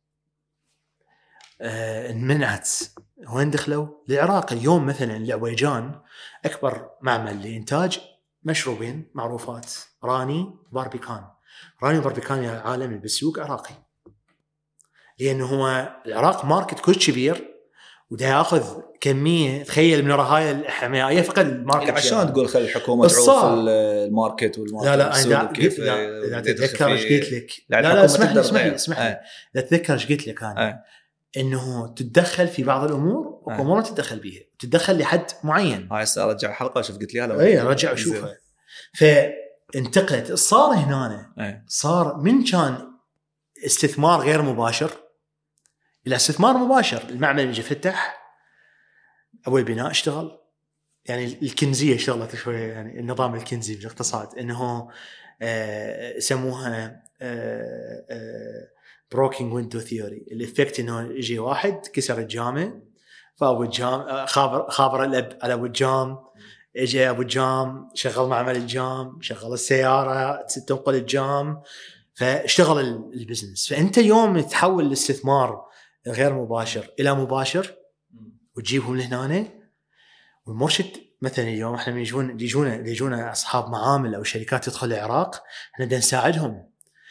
آه منعت، وين دخلوا للعراق. اليوم مثلا العويجان أكبر معمل لإنتاج مشروبين معروفات، راني باربيكان. راني باربيكان يا عالم بالسوق عراقي، لأنه هو العراق ماركت كل كبير وده ياخذ كميه. تخيل من هاي الحمايه فقط الماركت عشان تقول خلي الحكومه تعوف الماركت والماركت. لا لا انا كيف لا تتذكر ايش قلت لك. لا لا اسمح لي اسمح لي اسمح لي لا تتذكر ايش قلت لك انا آه. انه تتدخل في بعض الامور وامور آه. تتدخل بيها، تتدخل لحد معين. هاي ارجع الحلقه شوف قلت لي هلا اي رجع وشوفها. فانتقلت صار هنا آه. صار من كان استثمار غير مباشر الى استثمار مباشر. المعمل اللي فتح اول بناء اشتغل، يعني الكنزيه اشتغلت شويه، يعني النظام الكنزي بالاقتصاد انه آه يسموها آه آه بروكينج ويندو ثيوري. الافكت انه يجي واحد كسر الجامع، فابو الجام خابر خابر الاب على ابو الجام، اجى ابو الجام شغل معمل الجام، شغل السياره تنقل الجام، فاشتغل البزنس. فانت اليوم تحول الاستثمار غير مباشر الى مباشر وتجيبهم لهنا. والمرشد مثلا اليوم احنا يجون يجونا يجونا اصحاب معامل او شركات تدخل العراق، احنا بدنا نساعدهم.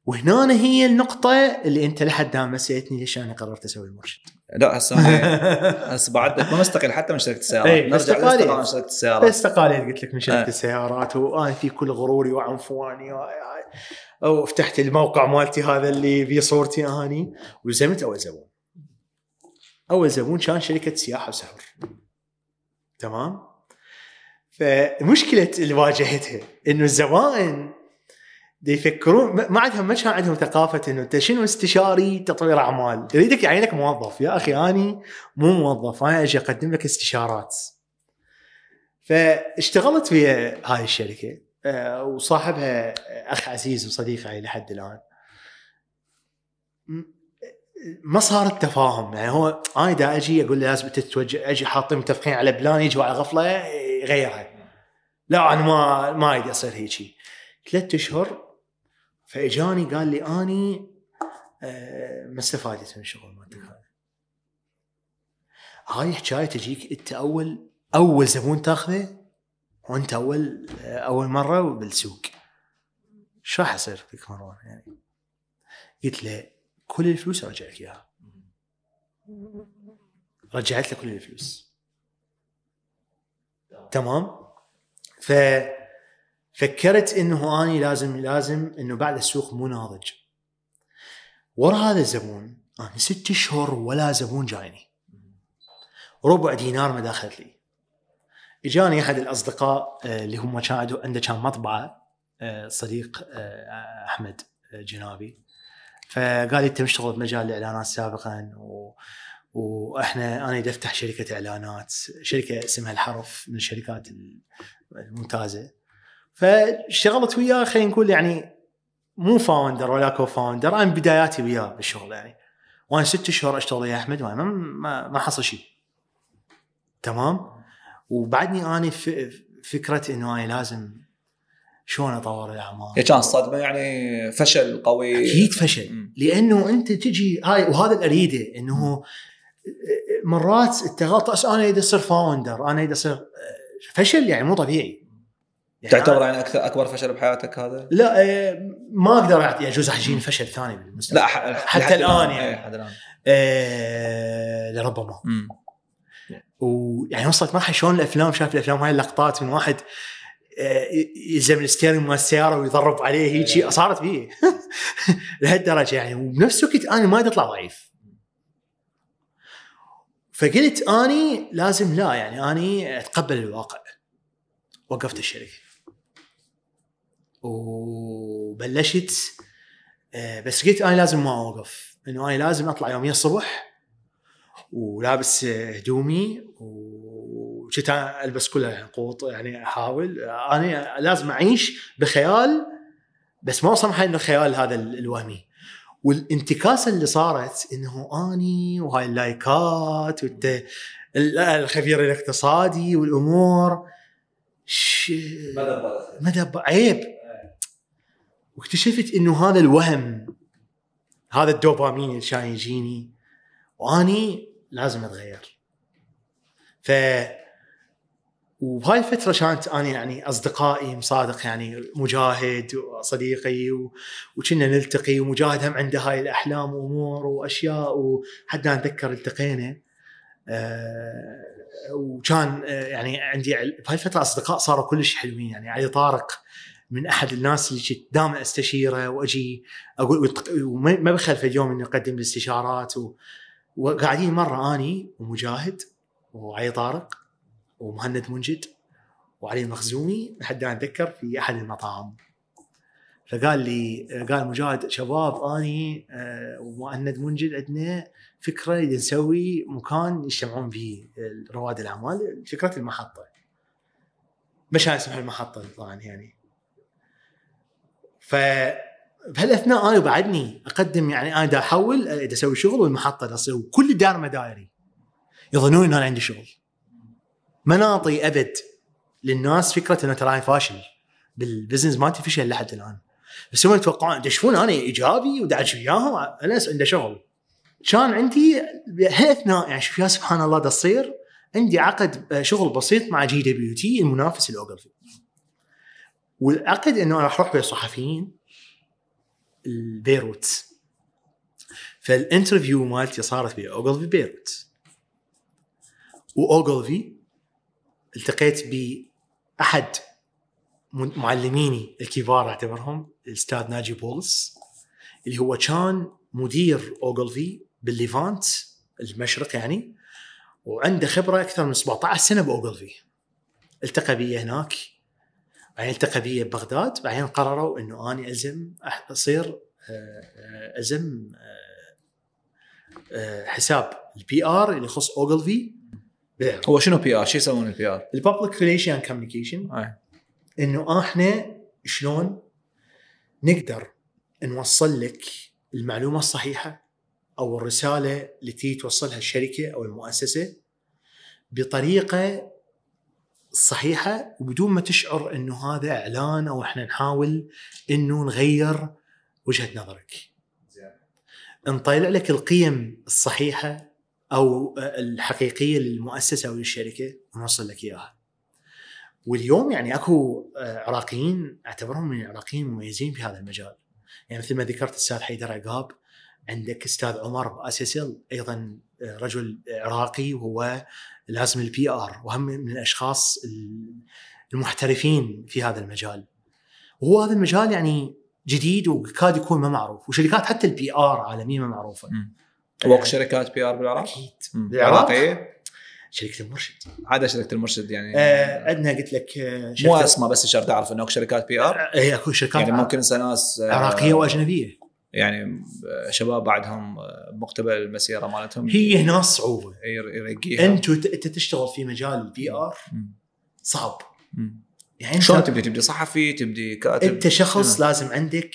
وهنا هي النقطة اللي أنت لحد دام سألتني ليش أنا قررت أسوي المرشد. لا هسه هسه بعدك ما مستقل حتى من شركة السيارات. ايه نرجع لاستقالة من شركة السيارات. استقالة قلت لك من شركة السيارات وأنا في كل غروري وعنفواني أو فتحت الموقع مالتي هذا اللي بيه صورتي أهاني وزمت أول زبون. أول زبون كان شركة سياحة وسفر. تمام. فمشكلة اللي واجهتها إنه الزبائن دي يفكرون ما عندهم ما كان عندهم ثقافة إنه أنت شنو استشاري تطوير أعمال يريدك يعينك موظف. يا أخي أنا مو موظف أنا أجي أقدم لك استشارات. فاشتغلت في هاي الشركة وصاحبها أخ عزيز وصديق علي لحد الآن. ما صار التفاهم يعني هو أنا دا أجي أقول له لازم تتوجه أجي حاطين متفقين على بلان يجوا على غفلة يغيرها. لا أنا ما ما يدي أصير هيجي. ثلاثة أشهر فإجاني قال لي أني أه ما استفادت من الشغل مالتك هذا. هاي حكاية تجيك أنت أول أول زبون تاخذه وأنت أول أول مرة بالسوق شو راح يصير فيك مروان يعني. قلت له كل الفلوس رجعك إياها. رجعت له كل الفلوس. تمام. ففكرت إنه أنا لازم لازم إنه بعد السوق مو ناضج. ورا هذا الزبون أنا ست شهور ولا زبون جايني. ربع دينار ما دخلت لي. إجاني أحد الأصدقاء اللي هم كان عنده كان مطبعة صديق أحمد جنابي. فقال لي أنت مشتغل بمجال الإعلانات سابقا و... وإحنا أنا دفتح شركة إعلانات شركة اسمها الحرف من الشركات الممتازة. فاشتغلت وياه خلينا نقول يعني مو فاوندر ولا كو فاوندر. أنا بداياتي وياه بالشغل يعني وأنا ست شهور أشتغل يا أحمد ما ما ما حصل شيء. تمام. وبعدني أنا فكرة إنه أنا لازم شلون أطور الأعمال. هي كان صدمة يعني فشل قوي. أكيد فشل م. لأنه أنت تجي هاي وهذا الأريده إنه مرات التغلط أنا يدي أصير فاوندر أنا يدي أصير فشل يعني مو طبيعي. يعني تعتبر يعني أكثر أكبر فشل بحياتك هذا؟ لا ما أقدر أعطي يجوز حجين فشل ثاني بالمستقبل. لا حتى الآن يعني حتى الآن أه لربما. ويعني وصلت مرحلة شلون الأفلام شاف الأفلام هاي اللقطات من واحد يلزم الستيرنج مال السيارة ويضرب عليه هيك صارت بيه لهالدرجة يعني. وبنفس الوقت أنا ما أطلع ضعيف. فقلت أني لازم لا يعني أني أتقبل الواقع. وقفت الشركة وبلشت بس قلت أنا لازم ما أوقف إنه أنا لازم أطلع يوميا الصبح ولابس هدومي وشت ألبس كلها يعني قوط يعني أحاول أنا لازم أعيش بخيال بس ما أوصل محل إنه خيال هذا الوهمي. والانتكاسة اللي صارت إنه أني وهاي اللايكات والخبير الاقتصادي والأمور ش... مدى عيب. واكتشفت إنه هذا الوهم هذا الدوبامين اللي كان يجيني وأني لازم أتغير. ف وبهاي الفترة كانت أنا يعني أصدقائي مصادق يعني مجاهد وصديقي و... وكنا نلتقي ومجاهد هم عنده هاي الأحلام وأمور وأشياء وحتى نتذكر التقينا أه... وكان يعني عندي بهاي الفترة أصدقاء صاروا كلش حلوين يعني. علي طارق من أحد الناس اللي كنت دائما أستشيره وأجي أقول وما بخلف اليوم إني أقدم الاستشارات و... وقاعدين مرة أني ومجاهد وعلي طارق ومهند منجد وعلي المخزومي لحد أن أتذكر في أحد المطاعم. فقال لي قال مجاهد شباب أني ومهند منجد عندنا فكرة نسوي مكان يجتمعون فيه رواد الأعمال فكرة المحطة مش اسمها المحطة طبعا يعني. فبهالأثناء أنا بعدني أقدم يعني أنا دا أحول دا أسوي شغل والمحطة دا أسوي كل دار مدايري يظنون إن أنا عندي شغل. ما نعطي أبد للناس فكرة إنه ترى فاشل بالبزنس مالتي فشل لحد الآن. بس هم يتوقعون يشوفون أنا إيجابي وداعش وياهم أنا عنده شغل. كان عندي هالأثناء يعني شوف يا سبحان الله دا تصير عندي عقد شغل بسيط مع جي دبليو تي المنافس الأوغلفي. والعقد إنه أنا راح أروح بصحفيين بيروت. فالانترفيو مالتي صارت في اوغلفي بيروت، واوغلفي التقيت باحد معلميني الكبار اعتبرهم الاستاذ ناجي بولس، اللي هو كان مدير اوغلفي بالليفانت المشرق يعني، وعنده خبره اكثر من سبعة عشر سنه باوغلفي. التقى بي هناك، بعدين التقى بي ببغداد، بعدين قرروا انه اني الزم اصير الزم حساب البي ار اللي يخص اوغلفي. هو شنو بي ار؟ شو يسوون البي ار؟ الببليك ريليشن اند كوميونيكيشن. انه احنا شلون نقدر نوصل لك المعلومه الصحيحه او الرساله التي توصلها الشركه او المؤسسه بطريقه صحيحه، وبدون ما تشعر انه هذا اعلان او احنا نحاول انه نغير وجهه نظرك. نطلع لك القيم الصحيحه او الحقيقيه للمؤسسه او للشركه ونوصل لك اياها. واليوم يعني اكو عراقيين اعتبرهم من العراقيين مميزين في هذا المجال، يعني مثل ما ذكرت الاستاذ حيدر عقاب، عندك استاذ عمر باسيسل ايضا رجل عراقي وهو لازم البي ار، وهم من الاشخاص المحترفين في هذا المجال. وهو هذا المجال يعني جديد وكاد يكون ما معروف، وشركات حتى البي ار عالميا ما معروفه. وقت شركات بي ار بالعراق اكيد بالعراق شركه المرشد، عاده شركه المرشد يعني آه عندنا قلت لك مو اسماء بس شرط تعرف انه شركات بي ار هي اكو شركات يعني ممكن ناس عراقيه واجنبيه، يعني شباب بعدهم مقتبل المسيره مالتهم، هي هنا صعوبه يرقيها. انت انت تشتغل في مجال البي ار صعب. مم. يعني شلون تبدي تبدي صحفي، تبدي كاتب، انت شخص لازم عندك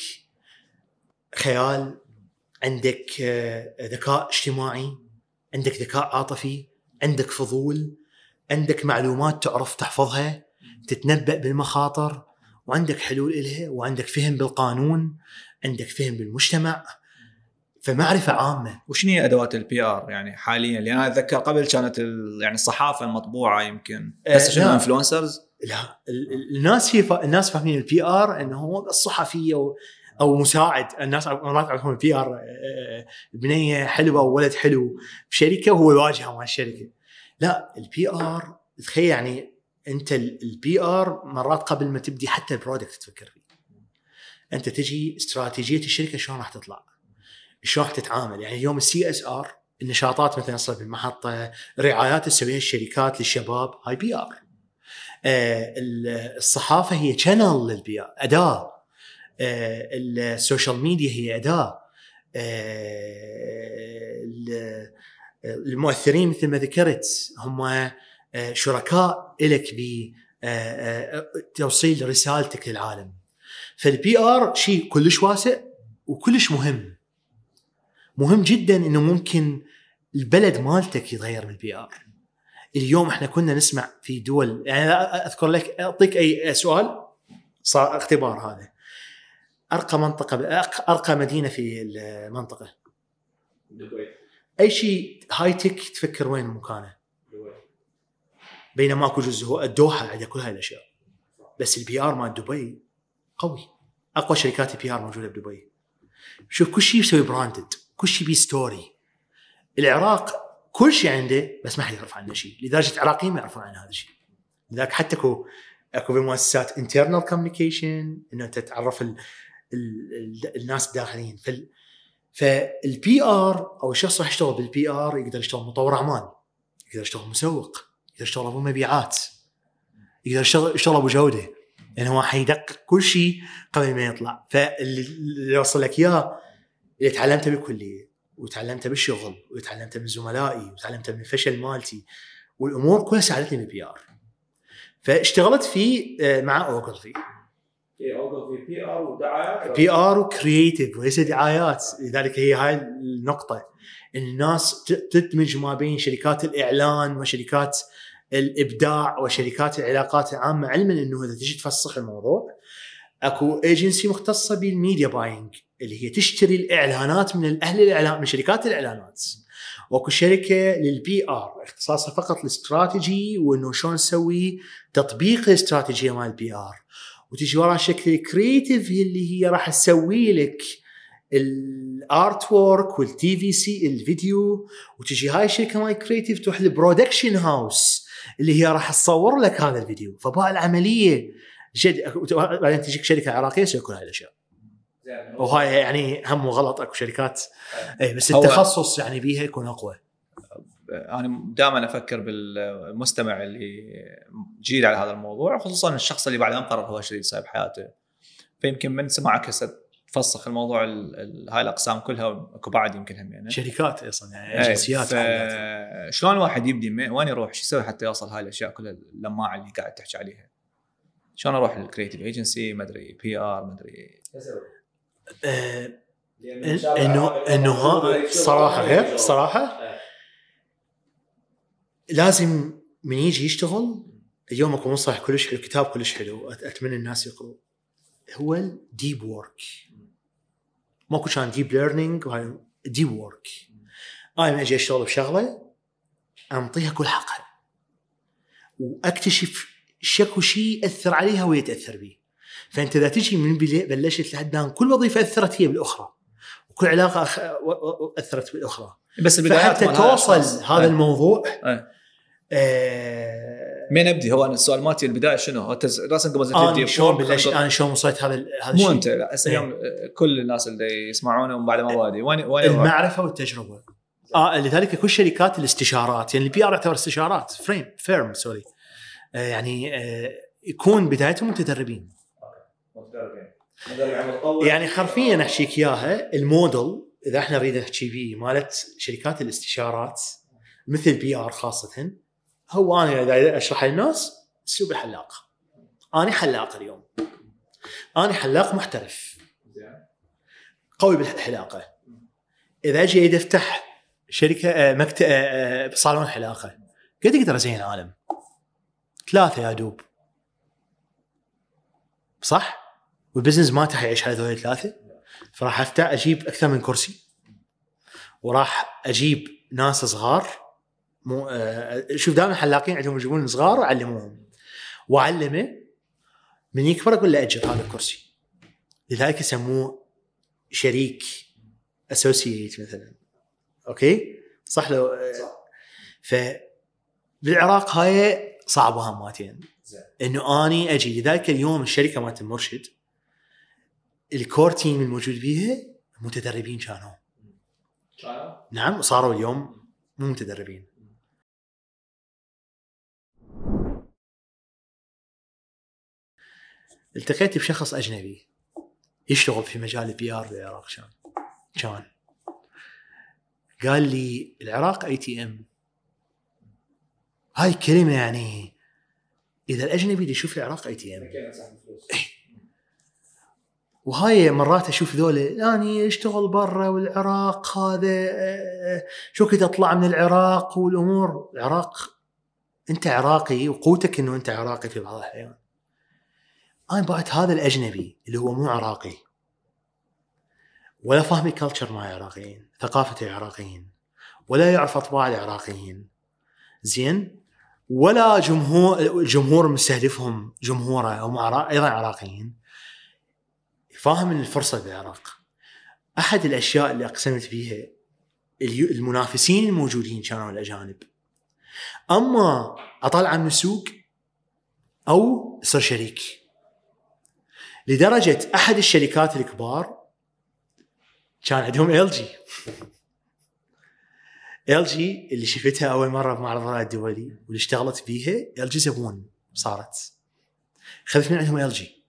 خيال، عندك ذكاء اجتماعي، عندك ذكاء عاطفي، عندك فضول، عندك معلومات تعرف تحفظها، تتنبأ بالمخاطر، وعندك حلول إلها، وعندك فهم بالقانون، عندك فهم بالمجتمع، فمعرفة عامة. وشنو هي أدوات البي آر يعني حاليا؟ لأن أنا أتذكر قبل كانت يعني الصحافة المطبوعة يمكن، بس شنو انفلونسرز؟ لا الناس هي الناس فاهمين البي آر إنه هو الصحفي أو أو مساعد. الناس مرات يعرفون البي آر بنية حلوة وولد حلو بشركة وهو يواجهه مع الشركة. لا البي آر تخيل يعني أنت البي آر مرات قبل ما تبدي حتى البرودكت تفكر فيه، أنت تجي استراتيجية الشركة شلون راح تطلع، شلون راح تتعامل. يعني اليوم السي اس ار النشاطات مثلا صار بالمحطة، رعايات تسويها الشركات للشباب، هاي بي آر. آه الصحافة هي channel للبي آر، أداة. آه السوشيال ميديا هي أداة. آه المؤثرين مثل ما ذكرت هم آه شركاء لك بتوصيل رسالتك للعالم. فالبي آر شيء كلش واسع وكلش مهم، مهم جدا انه ممكن البلد مالتك يتغير بالبي ار. اليوم احنا كنا نسمع في دول، يعني اذكر لك اعطيك اي سؤال صار اختبار، هذا ارقى منطقه ارقى مدينه في المنطقه دبي، اي شيء هاي تك تفكر وين مكانه؟ دبي. بينما اكو جزء هو الدوحه عندها كل هاي الاشياء، بس البي ار مال دبي قوي، اقوى شركات البي ار موجوده بدبي. شوف كل شيء يسوي براندد، كل شيء بي ستوري. العراق كل شيء عنده بس ما حد يعرف عنه شيء، لدرجه العراقيين ما يعرفون عن هذا الشيء. لذلك حتى اكو اكو بمؤسسات انترنال كوميونيكيشن انه تتعرف ال ال ال الناس الداخلين. فال فالبي ار او الشخص راح يشتغل بالبي ار يقدر يشتغل مطور اعمال، يقدر يشتغل مسوق، يقدر يشتغل ابو مبيعات، يقدر يشتغل يشتغل ابو جوده، يعني هو حيدقق كل شيء قبل ما يطلع. فاللي يوصل لك اياه اللي تعلمته بالكليه وتعلمته بالشغل وتعلمته من زملائي وتعلمته من الفشل مالتي، والامور كلها ساعدتني بالبي ار. فاشتغلت في مع اوغلفي في اوغلفي بي ار ودعايات، بي ار وكرييتيف وليس دعايات. لذلك هي هاي النقطه، الناس تدمج ما بين شركات الاعلان وشركات الابداع وشركات العلاقات العامه، علما انه اذا تجي تفسخ الموضوع اكو ايجنسي مختصه بالميديا باينج اللي هي تشتري الاعلانات من الاهل الاعلان من شركات الاعلانات، واكو شركه للبي ار اختصاصها فقط الاستراتيجي وانه شلون نسوي تطبيق الاستراتيجيه مال البي ار، وتجي وراء شكل كرييتيف اللي هي راح تسوي لك الارت وورك والتي في سي الفيديو، وتجي هاي الشركه ماي كريتيف تروح البرودكشن هاوس اللي هي راح تصور لك هذا الفيديو. فبقى العمليه جد، بعدين تجيك شركه عراقيه تسوي كل هاي الاشياء. وهاي يعني هم غلط، اكو شركات اي بس التخصص يعني بيها يكون اقوى. انا دائما افكر بالمستمع اللي جيل على هذا الموضوع، خصوصا الشخص اللي بعد ما قرر هو شو يسوي بحياته. فيمكن من سمعك تفسخ الموضوع هاي الاقسام كلها، اكو بعد يمكن هم يعني شركات اصلا يعني اجنسيات. شلون الواحد يبدي وين يروح شو يسوي حتى يوصل هاي الاشياء كلها اللماعه اللي قاعد تحكي عليها؟ شلون اروح للكرييتيف ايجنسي، ما ادري بي ار، ما ادري انه انه صراحه غير صراحه لازم من يجي يشتغل. اليوم اكو مصطلح كلش حلو، كتاب كلش حلو اتمنى الناس يقرأوا، هو الديب وورك. ماكو كان ديب ليرنينج وهاي ديب وورك. انا اجي اشتغل بشغله انطيها كل حقها واكتشف شكو شيء اثر عليها ويتاثر به. فانت اذا تجي من بلشت لحد كل وظيفه اثرت هي بالاخرى، وكل علاقه أخ... اثرت بالاخرى، بس البدايات حتى توصل هذا أي. الموضوع أي. آه... مين ابدي؟ هو انا السؤال مالتي البدايه شنو؟ انت راسا قبل تبدي شلون بلش انا شلون وصلت هذا هذا الشيء؟ مو انت اليوم كل الناس اللي يسمعونه ومن بعد ما بادي وين وين المعرفه والتجربه. اه لذلك كل شركات الاستشارات يعني البي ار يعتبر استشارات فريم فيرم سوري آه يعني آه يكون بدايتهم متدربين. يعني حرفيا احكيك اياها الموديل اذا احنا نريد نحكي فيه مالت شركات الاستشارات مثل بي ار خاصه، هو انا اذا اشرح للناس اسلوب الحلاق. انا حلاق اليوم، انا حلاق محترف قوي بالحلاقه. اذا اجي اريد افتح شركه مكتب صالون حلاقه قد اقدر ازين عالم ثلاثه يا دوب صح، والبزنس ما تحيعيش على ذول ثلاثه. فراح افتح اجيب اكثر من كرسي، وراح اجيب ناس صغار مو آه شوف دائما الحلاقين عندهم يجيبون صغار ويعلموهم، وعلمه من يكبر اقول له اجر هذا الكرسي. لذلك يسموه شريك اسوسييت مثلا. اوكي صح لو آه فبالعراق هاي صعبه هاماتين انه اني اجي. لذلك اليوم الشركه مالت المرشد الكور تيم الموجود بيها متدربين كانوا نعم وصاروا اليوم مو متدربين. التقيت بشخص اجنبي يشتغل في مجال البي ار بالعراق. كان كان قال لي العراق اي تي ام. هاي الكلمه يعني اذا الاجنبي يشوف العراق اي تي ام، وهاي مرات اشوف ذول يعني يشتغل برا والعراق هذا شو كنت اطلع من العراق والامور. العراق انت عراقي وقوتك انه انت عراقي في بعض الاحيان. انا بعد هذا الاجنبي اللي هو مو عراقي ولا فاهم الكالتشر مع العراقيين، ثقافه العراقيين، ولا يعرف اطباع العراقيين زين، ولا جمهور الجمهور مستهدفهم جمهوره او ايضا عراقيين، فاهم ان الفرصه بالعراق. احد الاشياء اللي اقسمت بيها المنافسين الموجودين كانوا الاجانب، اما اطلع من السوق او صار شريك. لدرجه احد الشركات الكبار كان عندهم ال جي ال جي اللي شفتها اول مره بمعرض الرائد الدولي واللي اشتغلت بيها ال جي زبون صارت خذت من عندهم ال جي.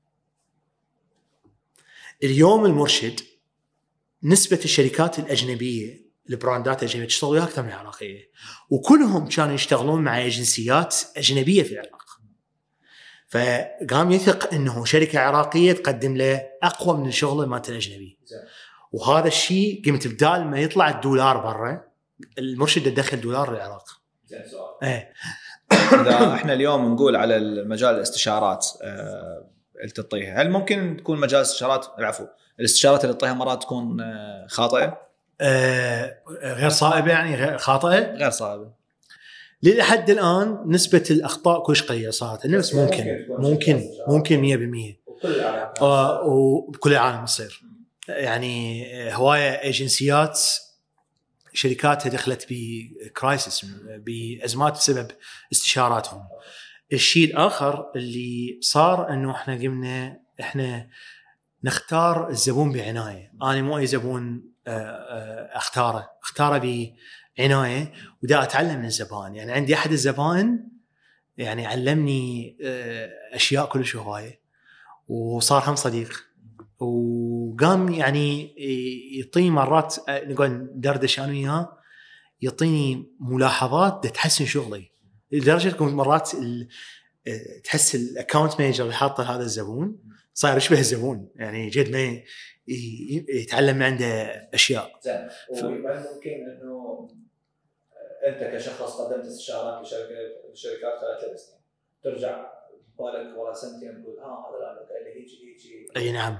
اليوم المرشد نسبة الشركات الأجنبية البراندات الأجنبية تشتغل وياها أكثر من العراقية، وكلهم كانوا يشتغلون مع ايجنسيات أجنبية في العراق. فقام يثق إنه شركة عراقية تقدم له أقوى من الشغل مالت الأجنبي. وهذا الشيء قمت بدال ما يطلع الدولار برا المرشد يدخل دولار للعراق. إيه. إذا إحنا اليوم نقول على المجال الاستشارات أه التطيها، هل ممكن تكون مجال استشارات العفو الاستشارات اللي تطيها مرات تكون خاطئه؟ آه غير صائبه يعني غير خاطئه غير صائبه لحد الان. نسبه الاخطاء كلش قليله صارت الناس ممكن ممكن ممكن مية بالمية وبكل العالم تصير. يعني هوايه ايجنسيات شركاتها دخلت بكرايسس بازمات بسبب استشاراتهم. الشيء الاخر اللي صار انه احنا قمنا احنا نختار الزبون بعنايه. انا مو اي زبون اختاره اختاره بعنايه ودا اتعلم من الزبائن. يعني عندي احد الزبائن يعني علمني اشياء كلش هوايه وصار هم صديق، وقام يعني يعطيني مرات نقول ندردش انا وياه يعطيني ملاحظات تحسن شغلي لدرجه تكون مرات تحس الاكونت مانجر اللي حاطه هذا الزبون صاير يشبه الزبون، يعني جد ما يتعلم من عنده اشياء. زين ف... ممكن انه انت كشخص قدمت استشارات لشركه لشركات ثلاث سنين ترجع بالك ورا سنتين تقول ها هذا لا قال لي هيك هيك. اي نعم.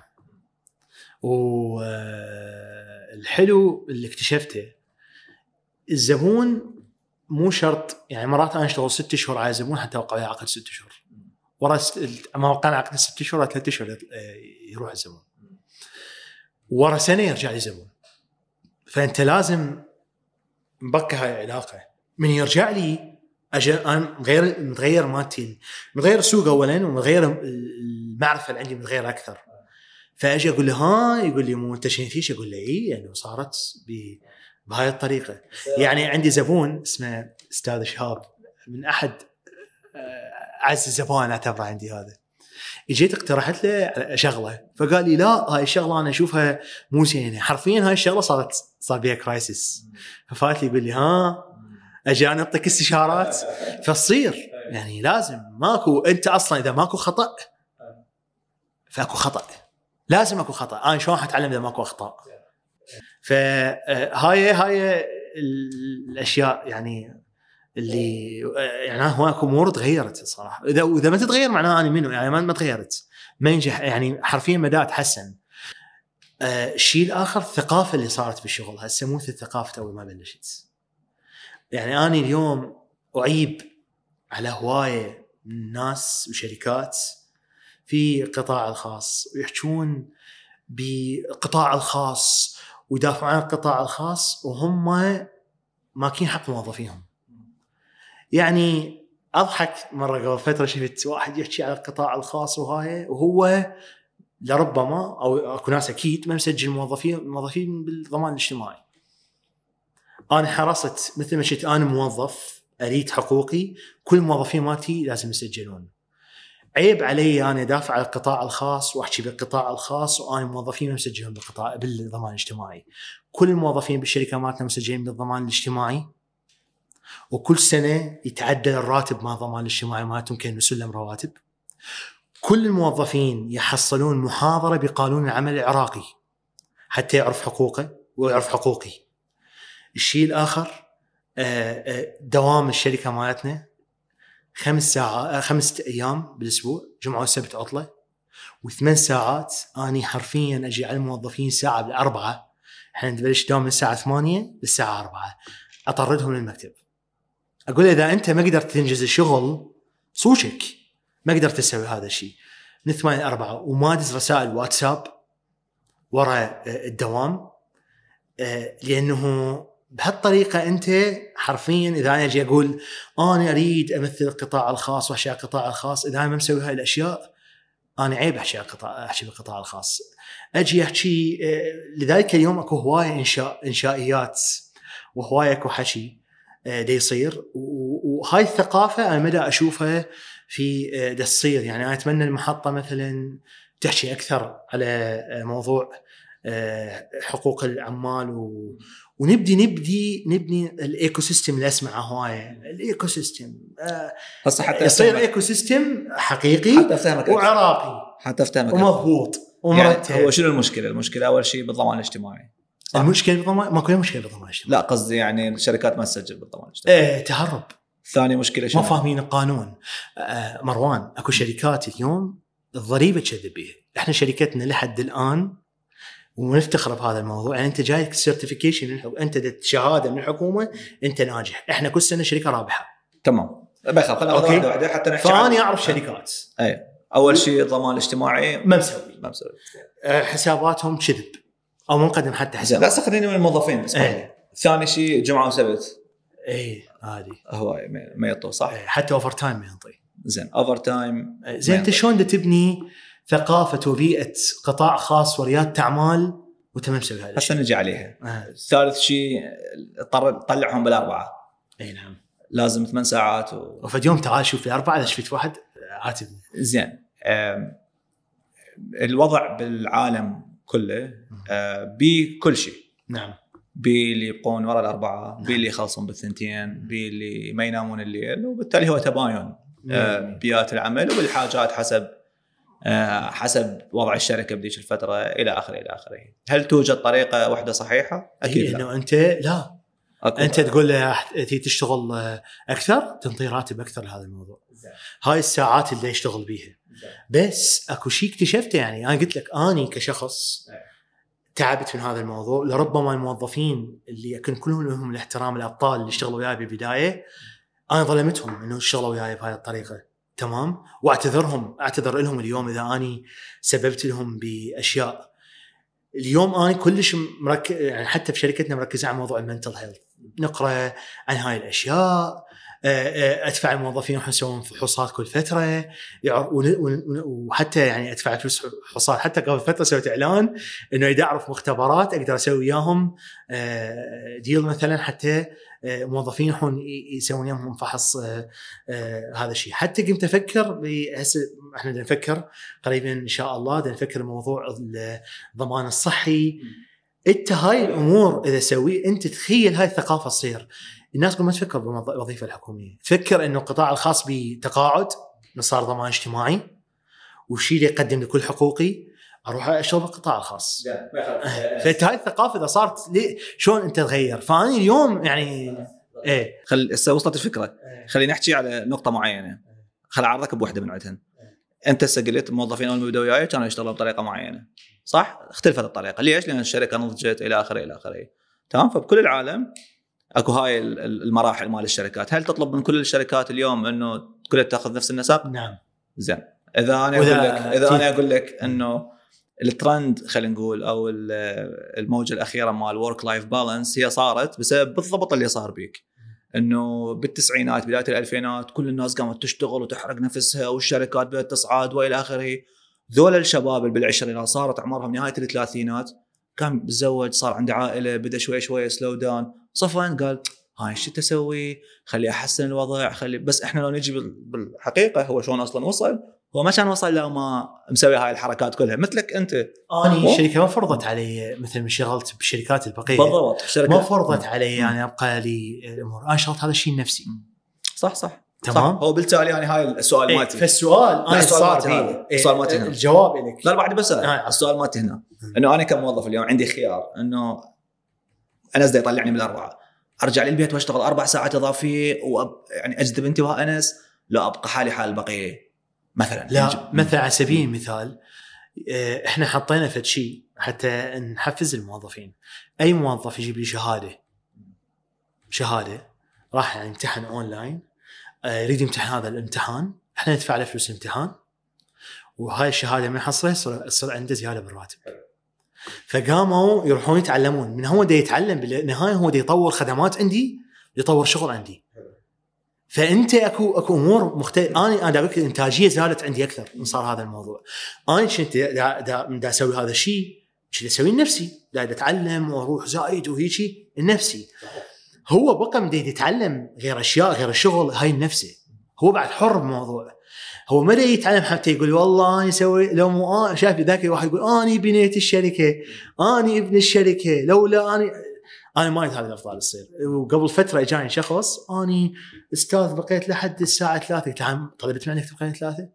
والحلو اللي اكتشفته الزبون مو شرط، يعني مرات انا اشتغل ست شهور على زبون حتى اوقع عليه عقد ست شهور، ورا ما وقعنا عقد ست شهور ثلاث شهور يروح الزبون، ورا سنه يرجع لي زبون. فانت لازم نبقى هاي العلاقه. من يرجع لي اجي انا مغير متغير مالتي متغير السوق اولا ومتغير المعرفه اللي عندي متغير اكثر. فاجي اقول له ها يقول لي مو انت شايف فيش؟ اقول له اي يعني صارت بهاي الطريقه. يعني عندي زبون اسمه استاذ شهاب من احد اعز الزبائن اعتبره عندي، هذا اجيت اقترحت له شغله فقال لي لا هاي الشغله انا اشوفها مو زينه، حرفيا هاي الشغله صارت صار بيها كرايسيس. ففات لي يقول لي ها اجي انا اعطيك استشارات. فتصير يعني لازم ماكو، انت اصلا اذا ماكو خطا فاكو خطا، لازم اكو خطا. انا شلون حتعلم اذا ماكو اخطاء؟ فهاي هاي الاشياء يعني اللي يعني هو اكو امور تغيرت الصراحه. اذا اذا ما تتغير معناها انا منو يعني ما تغيرت ما ينجح، يعني حرفيا ما دا اتحسن. الشيء الاخر الثقافه اللي صارت في الشغل، هسه مو الثقافه اول ما بلشت. يعني انا اليوم اعيب على هوايه من ناس وشركات في القطاع الخاص ويحكون بالقطاع الخاص ويدافعون عن القطاع الخاص وهم ماكين حق موظفيهم. يعني اضحك مره قبل فتره شفت واحد يحكي على القطاع الخاص وهاي وهو لربما او اكو ناس اكيد ما مسجل موظفين موظفين بالضمان الاجتماعي. انا حرصت مثل ما شفت انا موظف اريد حقوقي، كل الموظفين مالتي لازم يسجلون. عيب علي انا ادافع على القطاع الخاص واحكي بالقطاع الخاص وانا موظفين ما مسجلهم بالقطاع بالضمان الاجتماعي. كل الموظفين بالشركه مالتنا مسجلين بالضمان الاجتماعي، وكل سنه يتعدل الراتب مع الضمان الاجتماعي مالتهم كانه سلم رواتب. كل الموظفين يحصلون محاضره بقانون العمل العراقي حتى يعرف حقوقه ويعرف حقوقي. الشيء الاخر دوام الشركه مالتنا خمس ساعات خمس ايام بالاسبوع، جمعه وسبت عطله، وثمان ساعات. اني حرفيا اجي على الموظفين ساعه بالاربعه، احنا نبلش دوام من الساعه ثمانية للساعه أربعة، اطردهم للمكتب. اقول اذا انت ما قدرت تنجز الشغل صوشك، ما قدرت تسوي هذا الشيء من ثمانية إلى أربعة وما دز رسائل واتساب ورا الدوام، لانه بهالطريقه انت حرفيا اذا انا اجي اقول انا اريد امثل القطاع الخاص واحكي على القطاع الخاص، اذا انا ما مسوي هاي الاشياء انا عيب احكي على القطاع احكي بالقطاع الخاص. اجي احكي لذلك اليوم اكو هوايه انشاء انشائيات وهوايه اكو حكي دا يصير، وهاي الثقافه انا مدى اشوفها في دا تصير. يعني انا اتمنى المحطه مثلا تحكي اكثر على موضوع حقوق العمال و... ونبدي نبدي نبني الايكو سيستم اللي اسمعه هوايه. الايكو سيستم هسه حتى يصير ايكو سيستم حقيقي حتى افهمك وعراقي حتى افتهمك ومضبوط ومرتب. يعني هو شنو المشكله؟ المشكله اول شيء بالضمان الاجتماعي. صح؟ المشكله بالضمان ما كل مشكله بالضمان الاجتماعي. لا قصدي يعني الشركات ما تسجل بالضمان الاجتماعي. ايه تهرب. ثاني مشكله شنو؟ ما فاهمين القانون. آه مروان اكو شركات اليوم الضريبه تكذب بيها. احنا شركتنا لحد الان ونفتخر بهذا الموضوع. يعني انت جايك سيرتيفيكيشن، انت شهاده من الحكومه انت ناجح. احنا كل سنه شركه رابحه. تمام. بخاف خلينا واحده واحده حتى نحكي. فاني اعرف شركات. اي اول شيء الضمان الاجتماعي ما مسوي ما مسوي حساباتهم كذب. او مو مقدم حتى حساب. لا خلينا من الموظفين. ايه. ثاني شيء جمعه وسبت. ايه هذه هو ما يطو صح. ايه. حتى اوفر تايم ما ينطي. زين اوفر تايم زين. انت شلون تبني ثقافه وبيئه قطاع خاص ورياده اعمال وانت ما مسوي هذا؟ هسه نجي عليها. آه. ثالث شيء طلعهم بالاربعه. اي نعم. لازم ثمان ساعات و... وفي يوم تعال شوف لي اربعه اذا شفت واحد عاتبني. زين. الوضع بالعالم كله بكل شيء. نعم. بي اللي يبقون وراء الاربعه، بي اللي يخلصون بالثنتين، بي اللي ما ينامون الليل، وبالتالي هو تباين بيئات العمل والحاجات حسب حسب وضع الشركه بذيك الفتره الى اخره الى اخره. هل توجد طريقه واحده صحيحه؟ اكيد لا. انه انت لا أكبر. انت تقول له تي تشتغل اكثر تنطي راتب اكثر لهذا الموضوع. زي. هاي الساعات اللي يشتغل بيها. زي. بس اكو شيء اكتشفته، يعني انا قلت لك اني كشخص زي. تعبت من هذا الموضوع. لربما الموظفين اللي يكون كلهم لهم الاحترام، الابطال اللي اشتغلوا وياي بالبدايه، انا ظلمتهم انه اشتغلوا وياي بهذه الطريقه. تمام. واعتذرهم اعتذر لهم اليوم اذا اني سببت لهم باشياء. اليوم انا كلش مركز، يعني حتى في شركتنا مركزه على موضوع المنتل هيلث، نقرا عن هاي الاشياء، ادفع الموظفين يروحون يسوون فحوصات كل فتره، وحتى يعني ادفع فلوس فحوصات. حتى قبل فتره سويت اعلان انه اذا اعرف مختبرات اقدر اسوي وياهم ديل مثلا، حتى موظفين يروحون يسوون يوم فحص هذا الشيء. حتى قمت افكر هسه احنا نفكر قريبا ان شاء الله نفكر موضوع الضمان الصحي. انت هاي الامور اذا سوي انت تخيل هاي الثقافه تصير. الناس ما تفكر بالوظيفه الحكوميه، تفكر انه القطاع الخاص بتقاعد، صار ضمان اجتماعي وشيء اللي يقدم لكل حقوقي، اروح اشتغل بالقطاع الخاص. فانت هاي الثقافه اذا صارت شلون انت تغير. فاني اليوم يعني ايه خل وصلت الفكره. خلينا نحكي على نقطه معينه، خل اعرضك بوحده من عندهن. انت سجلت موظفين اول ما بدوا وياي كانوا يشتغلوا بطريقه معينه صح؟ اختلفت الطريقه. ليش؟ لان الشركه نضجت الى اخره الى اخره. تمام. فبكل العالم اكو هاي المراحل مال الشركات. هل تطلب من كل الشركات اليوم انه كلها تاخذ نفس النسق؟ نعم. زين. اذا انا اقول لك اذا انا اقول لك انه الترند خلينا نقول او الموجه الاخيره مال ورك لايف بالانس هي صارت بسبب بالضبط اللي صار بيك، انه بالتسعينات بدايه الالفينات كل الناس قامت تشتغل وتحرق نفسها والشركات بدات تصعد والى اخره. ذول الشباب اللي بالعشرينات صارت اعمارهم نهايه الثلاثينات، كان تزوج صار عنده عائله، بدا شوي شوي سلو داون، صفن قال هاي شو تسوي، خلي احسن الوضع خلي. بس احنا لو نجي بالحقيقه هو شلون اصلا وصل، هو ما كان وصل لو ما مسوي هاي الحركات كلها مثلك انت. اني الشركه ما فرضت علي مثل ما اشتغلت بالشركات البقيه بالضبط. ما فرضت علي يعني ابقى لي الامور. انا اشتغلت هذا الشيء نفسي. صح صح تمام. هو بالتالي يعني هاي السؤال ايه مالتي. فالسؤال انا صار بي السؤال مالتي هنا الجواب لك. لا بعد بس آه. السؤال مالتي هنا انه انا كموظف اليوم عندي خيار انه انس دا يطلعني من الاربعه، ارجع للبيت واشتغل اربع ساعات اضافيه وأب... يعني اجذب انتباه انس، لا ابقى حالي حال البقيه مثلا. لا مثلا على سبيل المثال احنا حطينا فد شيء حتى نحفز الموظفين. اي موظف يجيب لي شهاده شهاده راح يعني يمتحن اونلاين، يريد يمتحن هذا الامتحان، احنا ندفع له فلوس الامتحان، وهاي الشهاده من حصله يصير عنده زياده بالراتب. فقاموا يروحون يتعلمون من هو دا يتعلم بالنهايه، هو دا يطور خدمات عندي، يطور شغل عندي. فانت اكو اكو امور مختلفه. انا انا اقول الانتاجيه زادت عندي اكثر من صار هذا الموضوع. انا كنت دا دا, دا اسوي هذا الشيء، كنت اسوي لنفسي، دا اتعلم واروح زايد وهيجي النفسي. هو بقى مدي يتعلم غير اشياء غير الشغل هاي النفسي، هو بعد حر بموضوع. هو ما يتعلم حتى يقول والله انا اسوي، لو مو آه شايف ذاك واحد يقول اني بنيت الشركه، اني ابن الشركه، لولا اني انا ما هذه الافضل تصير. وقبل فتره اجاني شخص اني استاذ بقيت لحد الساعه ثلاثة، قلت له طلبت منك تبقى ثلاثة؟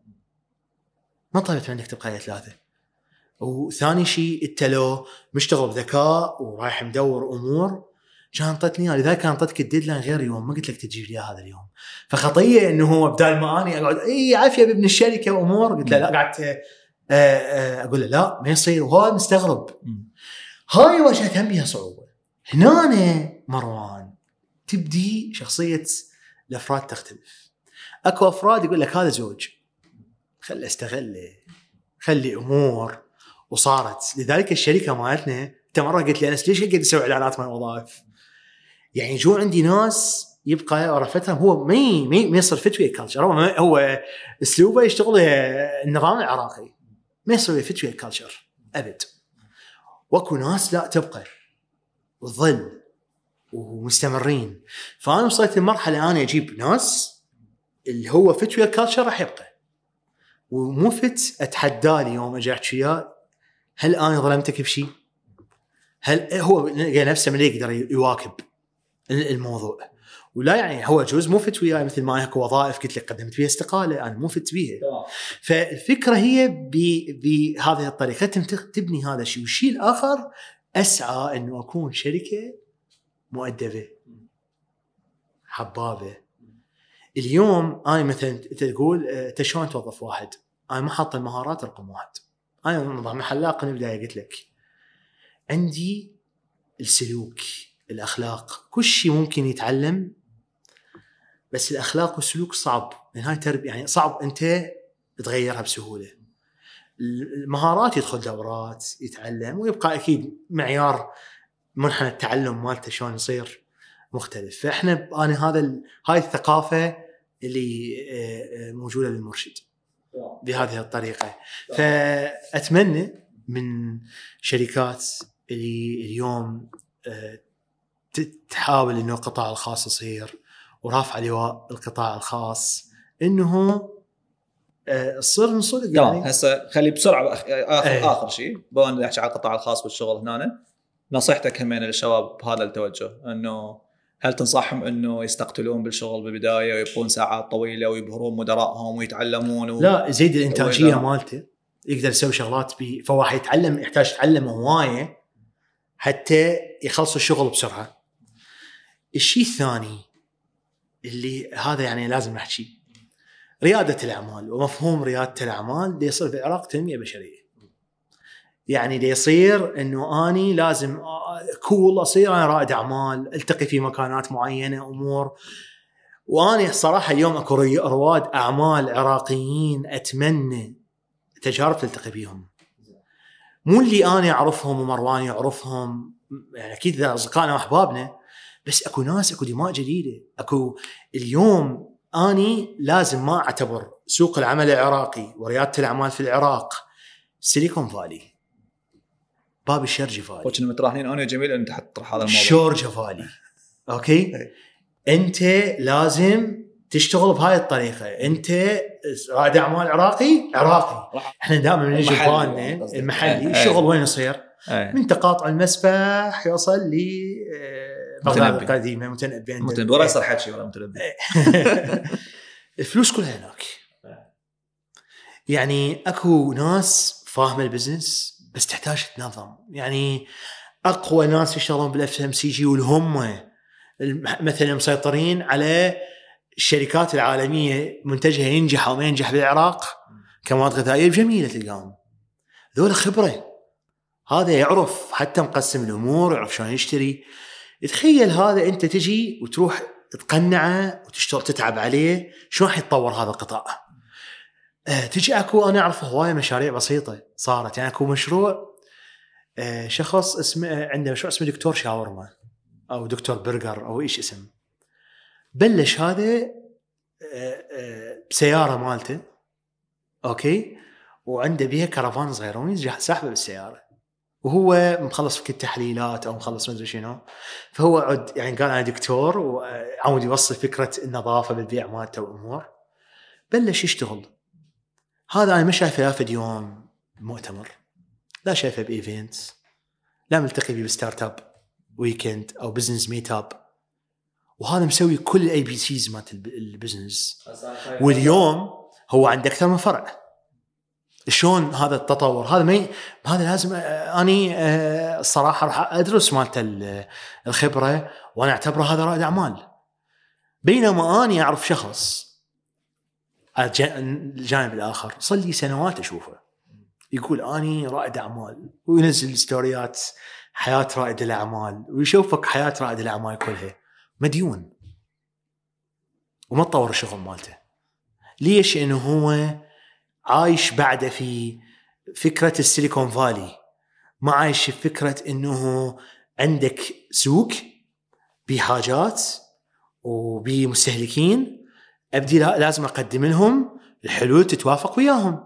ما طلبت منك تبقى ثلاثة. وثاني شيء انت لو مشتغل بذكاء ورايح مدور امور كان طتني، لذلك كان طتك الديدلاين غير يوم، ما قلت لك تجيب لي هذا اليوم. فخطيه انه هو بدال ما اني اقعد اي عافيه بابن الشركه وامور، قلت له لا، قعدت اقول له لا ما يصير، وهو مستغرب. هاي واجهت هم بها صعوبه. هنا مروان تبدي شخصيه الافراد تختلف. اكو افراد يقول لك هذا زوج خلي استغله، خلي امور، وصارت لذلك الشركه مالتنا انت مره قلت لي انس ليش قاعد اسوي اعلانات مال وظائف؟ يعني جو عندي ناس يبقى ورا فتره هو ما ما يصير فيت ويا كلتشر، هو, هو اسلوبه يشتغل النظام العراقي، ما يصير فيت ويا كلتشر ابد. واكو ناس لا تبقى وظل ومستمرين. فانا وصلت لمرحله انا اجيب ناس اللي هو فيت ويا كلتشر راح يبقى، ومو فت اتحداني يوم اجي احكي وياه هل انا ظلمتك بشيء؟ هل هو نفسه من يقدر يواكب الموضوع؟ ولا يعني هو جزء مو فت وياي مثل ما هيك وظائف قلت لك قدمت فيها استقاله انا مو فت بيها. فالفكره هي بهذه الطريقه تبني هذا الشيء. والشيء الاخر اسعى انه اكون شركه مؤدبه حبابه. اليوم انا مثلا تقول انت شلون توظف واحد؟ انا ما حاط المهارات رقم واحد. انا نظام محلاق من البدايه قلت لك عندي السلوك الاخلاق كل شيء ممكن يتعلم، بس الاخلاق والسلوك صعب لان هاي تربيه يعني صعب انت تغيرها بسهوله. المهارات يدخل دورات يتعلم ويبقى اكيد معيار منحنى التعلم مالته شلون يصير مختلف. فاحنا انا هذا هاي الثقافه اللي موجوده للمرشد بهذه الطريقه. فاتمنى من شركات اللي اليوم تحاول انه القطاع الخاص يصير ورافع لواء القطاع الخاص انه تصير من صدق. يعني هسه خلي بسرعه اخر ايه. اخر شيء بون نحكي على القطاع الخاص والشغل هنا. نصيحتك همين للشباب بهذا التوجه انه هل تنصحهم انه يستقتلون بالشغل بالبدايه ويبقون ساعات طويله ويبهرون مدراءهم ويتعلمون و... لا زيد الانتاجيه مالته يقدر يسوي شغلات بي فواحد يتعلم يحتاج يتعلم هوايه حتى يخلص الشغل بسرعه. الشيء الثاني اللي هذا يعني لازم نحكي رياده الاعمال ومفهوم رياده الاعمال دي يصير في العراق تنميه بشريه. يعني دي يصير انه اني لازم كول اصير انا رائد اعمال التقي في مكانات معينه امور. واني الصراحه اليوم اكو رواد اعمال عراقيين اتمنى تجارب تلتقي بيهم، مو اللي انا اعرفهم ومروان يعرفهم يعني اكيد ذا اصدقائنا واحبابنا، بس اكو ناس اكو دماء جديده. اكو اليوم اني لازم ما اعتبر سوق العمل العراقي ورياده الاعمال في العراق سيليكون فالي باب الشرج فالي. وكنا متراهنين انا جميل ان انت تطرح هذا الموضوع شورج فالي. اوكي انت لازم تشتغل بهاي الطريقه. انت رائد اعمال عراقي عراقي احنا دائما نجي بالنا المحلي الشغل وين يصير؟ من تقاطع المسبح يوصل ل بغداد القديمه متنبي متنبي ولا يصير حكي ولا متنبي. الفلوس كلها هناك. يعني اكو ناس فاهمه البزنس بس تحتاج تنظم. يعني اقوى ناس يشتغلون بالاف ام سي جي والهم مثلا مسيطرين على الشركات العالميه منتجها ينجح او ما ينجح بالعراق كمواد غذائيه جميله تلقاهم ذول خبره. هذا يعرف حتى مقسم الامور يعرف شلون يشتري. تخيل هذا انت تجي وتروح تقنعه وتشتغل تتعب عليه شلون حيتطور هذا القطاع. أه تجي اكو انا اعرف هوايه مشاريع بسيطه صارت. يعني اكو مشروع أه شخص اسمه عنده مشروع اسمه دكتور شاورما او دكتور برجر او ايش اسم. بلش هذا أه أه بسياره مالته اوكي وعنده بيها كرفان صغير وينجح سحبه بالسياره وهو مخلص في التحليلات او مخلص ما ادري شنو. فهو عد يعني قال انا دكتور وعاود يوصل فكره النظافه بالبيع مالته وامور. بلش يشتغل. هذا انا ما شايفه لا في يوم مؤتمر لا شايفه بايفنت لا ملتقي بيه بستارت اب ويكند او بزنس ميت اب. وهذا مسوي كل الاي بي سيز مالت البزنس. واليوم هو عنده اكثر من فرع. شلون هذا التطور؟ هذا ما هذا لازم اني الصراحه راح ادرس مالت الخبره وانا اعتبره هذا رائد اعمال. بينما اني اعرف شخص الجانب الاخر صار لي سنوات اشوفه يقول اني رائد اعمال وينزل ستوريات حياه رائد الاعمال ويشوفك حياه رائد الاعمال كلها مديون وما تطور الشغل مالته. ليش؟ انه هو عايش بعده في فكرة السيليكون فالي ما عايش فكرة إنه عندك سوق بحاجات وبمستهلكين أبدي لا لازم أقدم لهم الحلول تتوافق وياهم.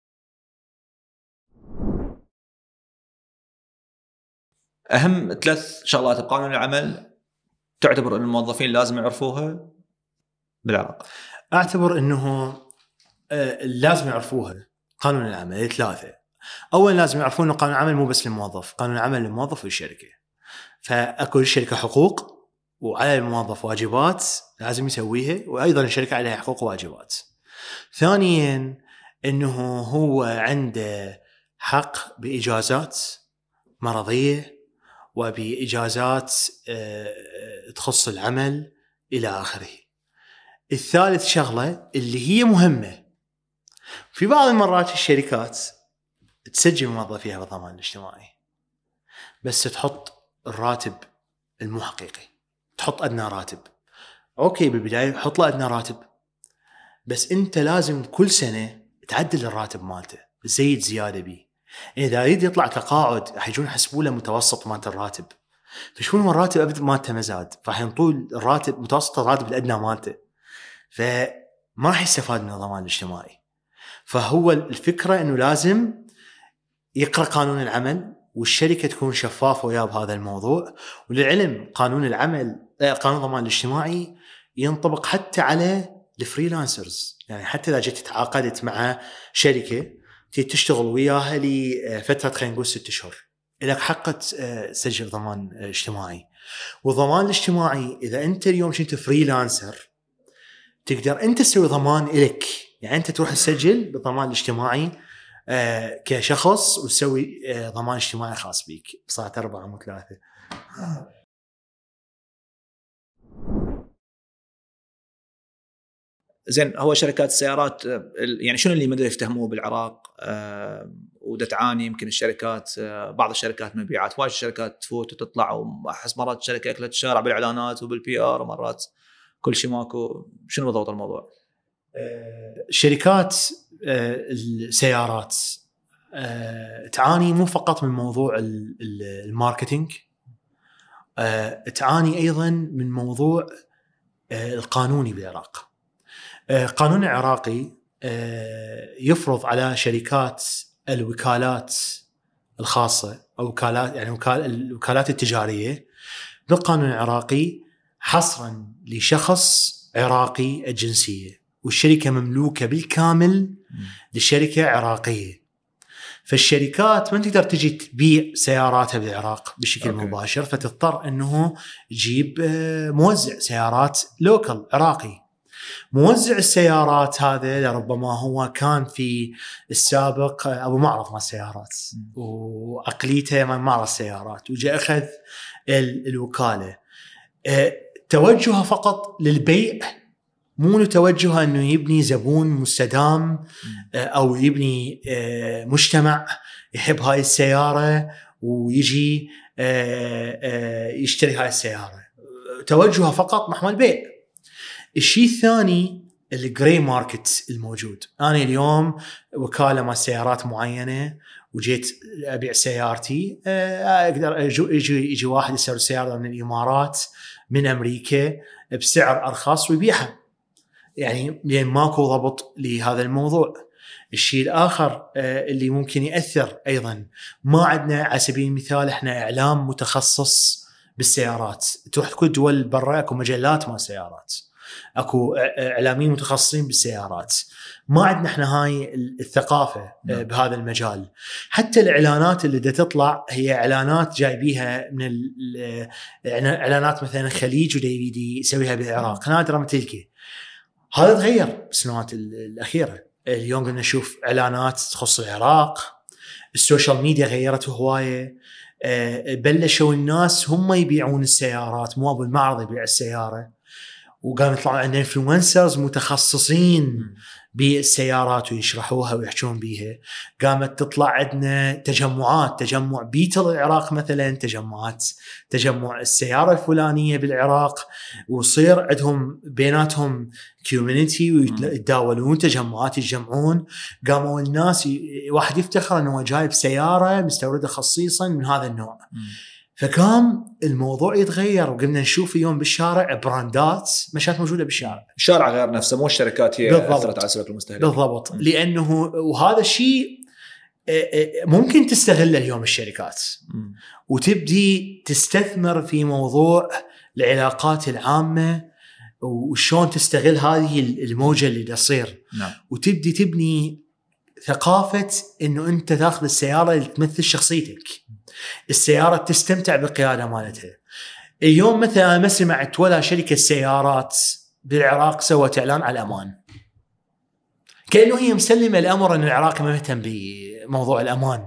أهم ثلاث شغلات بقانون العمل تعتبر أن الموظفين لازم يعرفوها بالعراق؟ أعتبر أنه لازم يعرفوها قانون العمل ثلاثة. أولا لازم يعرفون أنه قانون العمل مو بس للموظف، قانون العمل للموظف والشركة. فأكو الشركة حقوق وعلى الموظف واجبات لازم يسويها، وأيضا الشركة عليها حقوق وواجبات. ثانيا أنه هو عنده حق بإجازات مرضية وبإجازات تخص العمل إلى آخره. الثالث شغلة اللي هي مهمة، في بعض المرات الشركات تسجل موظفيها بالضمان الاجتماعي بس تحط الراتب المو حقيقي، تحط أدنى راتب. أوكي بالبداية حط له أدنى راتب، بس أنت لازم كل سنة تعدل الراتب مالته، زيد زيادة بيه. إذا يريد يطلع تقاعد راح يجون يحسبوا له متوسط مالت الراتب، فشون هو الراتب أبد مالته مزاد، فراح ينطول الراتب متوسط الراتب الأدنى مالته، فما راح يستفاد من الضمان الاجتماعي. فهو الفكرة إنه لازم يقرأ قانون العمل والشركة تكون شفافة وياه بهذا الموضوع. وللعلم قانون العمل قانون الضمان الاجتماعي ينطبق حتى على الفريلانسرز، يعني حتى إذا جيت تعاقدت مع شركة تشتغل وياها لفترة خلينا نقول ست أشهر لك حق تسجل ضمان اجتماعي. والضمان الاجتماعي إذا أنت اليوم كنت فريلانسر تقدر أنت تسوي ضمان إلك، يعني أنت تروح تسجل بالضمان الاجتماعي آه كشخص وتسوي آه ضمان اجتماعي خاص بيك. صارت أربعة مو ثلاثة. زين، هو شركات السيارات يعني شنو اللي ما ادري يفتهموه بالعراق آه وده تعاني يمكن الشركات آه بعض الشركات مبيعات، وايد الشركات تفوت وتطلع، واحس مرات الشركه اكلت الشارع بالاعلانات وبالبي ار ومرات كل شيء ماكو. شنو بالضبط الموضوع؟ آه شركات آه السيارات آه تعاني مو فقط من موضوع الماركتينج، آه تعاني ايضا من موضوع آه القانوني بالعراق. قانون العراقي يفرض على شركات الوكالات الخاصة أو وكالات يعني الوكالات التجارية بالقانون العراقي حصرا لشخص عراقي الجنسية والشركة مملوكة بالكامل لشركة عراقية. فالشركات ما تقدر تجي تبيع سياراتها بالعراق بشكل أوكي. مباشر، فتضطر أنه تجيب موزع سيارات لوكال عراقي. موزع السيارات هذا لربما هو كان في السابق أبو معرض مع السيارات وعقليته من معرض السيارات، وجاء أخذ الوكالة. توجهه فقط للبيع، مو توجهه أنه يبني زبون مستدام أو يبني مجتمع يحب هاي السيارة ويجي يشتري هاي السيارة. توجهه فقط نحو البيع. الشيء الثاني الجري ماركت الموجود. أنا اليوم وكالة مع سيارات معينة وجيت أبيع سيارتي، أقدر يجي يجي واحد يسوي سيارة من الإمارات من أمريكا بسعر أرخص ويبيعها، يعني لأن ماكو ضبط لهذا الموضوع. الشيء الآخر اللي ممكن يأثر أيضا، ما عندنا على سبيل المثال إحنا إعلام متخصص بالسيارات. تروح كل دول برا أكو مجلات مع سيارات، اكو اعلاميين متخصصين بالسيارات، ما عندنا احنا هاي الثقافه بهذا المجال. حتى الاعلانات اللي دا تطلع هي اعلانات جايبيها من اعلانات مثلا الخليج ودا يريد يسويها بالعراق، نادرا ما تلقى. هذا تغير بالسنوات الاخيره. اليوم قلنا نشوف اعلانات تخص العراق، السوشيال ميديا غيرته هوايه، بلشوا الناس هم يبيعون السيارات، مو ابو المعرض يبيع السياره، وقام يطلعوا عندنا انفلونسرز متخصصين بالسيارات ويشرحوها ويحجون بيها. قامت تطلع عندنا تجمعات، تجمع بيتل العراق مثلا، تجمعات تجمع السيارة الفلانية بالعراق، وصير عندهم بيناتهم كوميونيتي ويتداولون تجمعات يتجمعون. قاموا الناس واحد يفتخر انه جايب سيارة مستوردة خصيصا من هذا النوع. م. فكان الموضوع يتغير، وقمنا نشوف اليوم بالشارع براندات مشات موجودة بالشارع. الشارع غير نفسه، مو الشركات هي أثرت على سلوك المستهلك. بالضبط. م. لأنه وهذا الشيء ممكن تستغله اليوم الشركات م. وتبدي تستثمر في موضوع العلاقات العامة وشون تستغل هذه الموجة اللي تصير. نعم. وتبدي تبني ثقافة إنه أنت تأخذ السيارة اللي تمثل شخصيتك، السيارة تستمتع بالقيادة مالتها. اليوم مثلا ما سمعت ولا شركة سيارات بالعراق سوت إعلان على الأمان، كأنه هي مسلمة الأمر أن العراق ما مهتم بموضوع الأمان،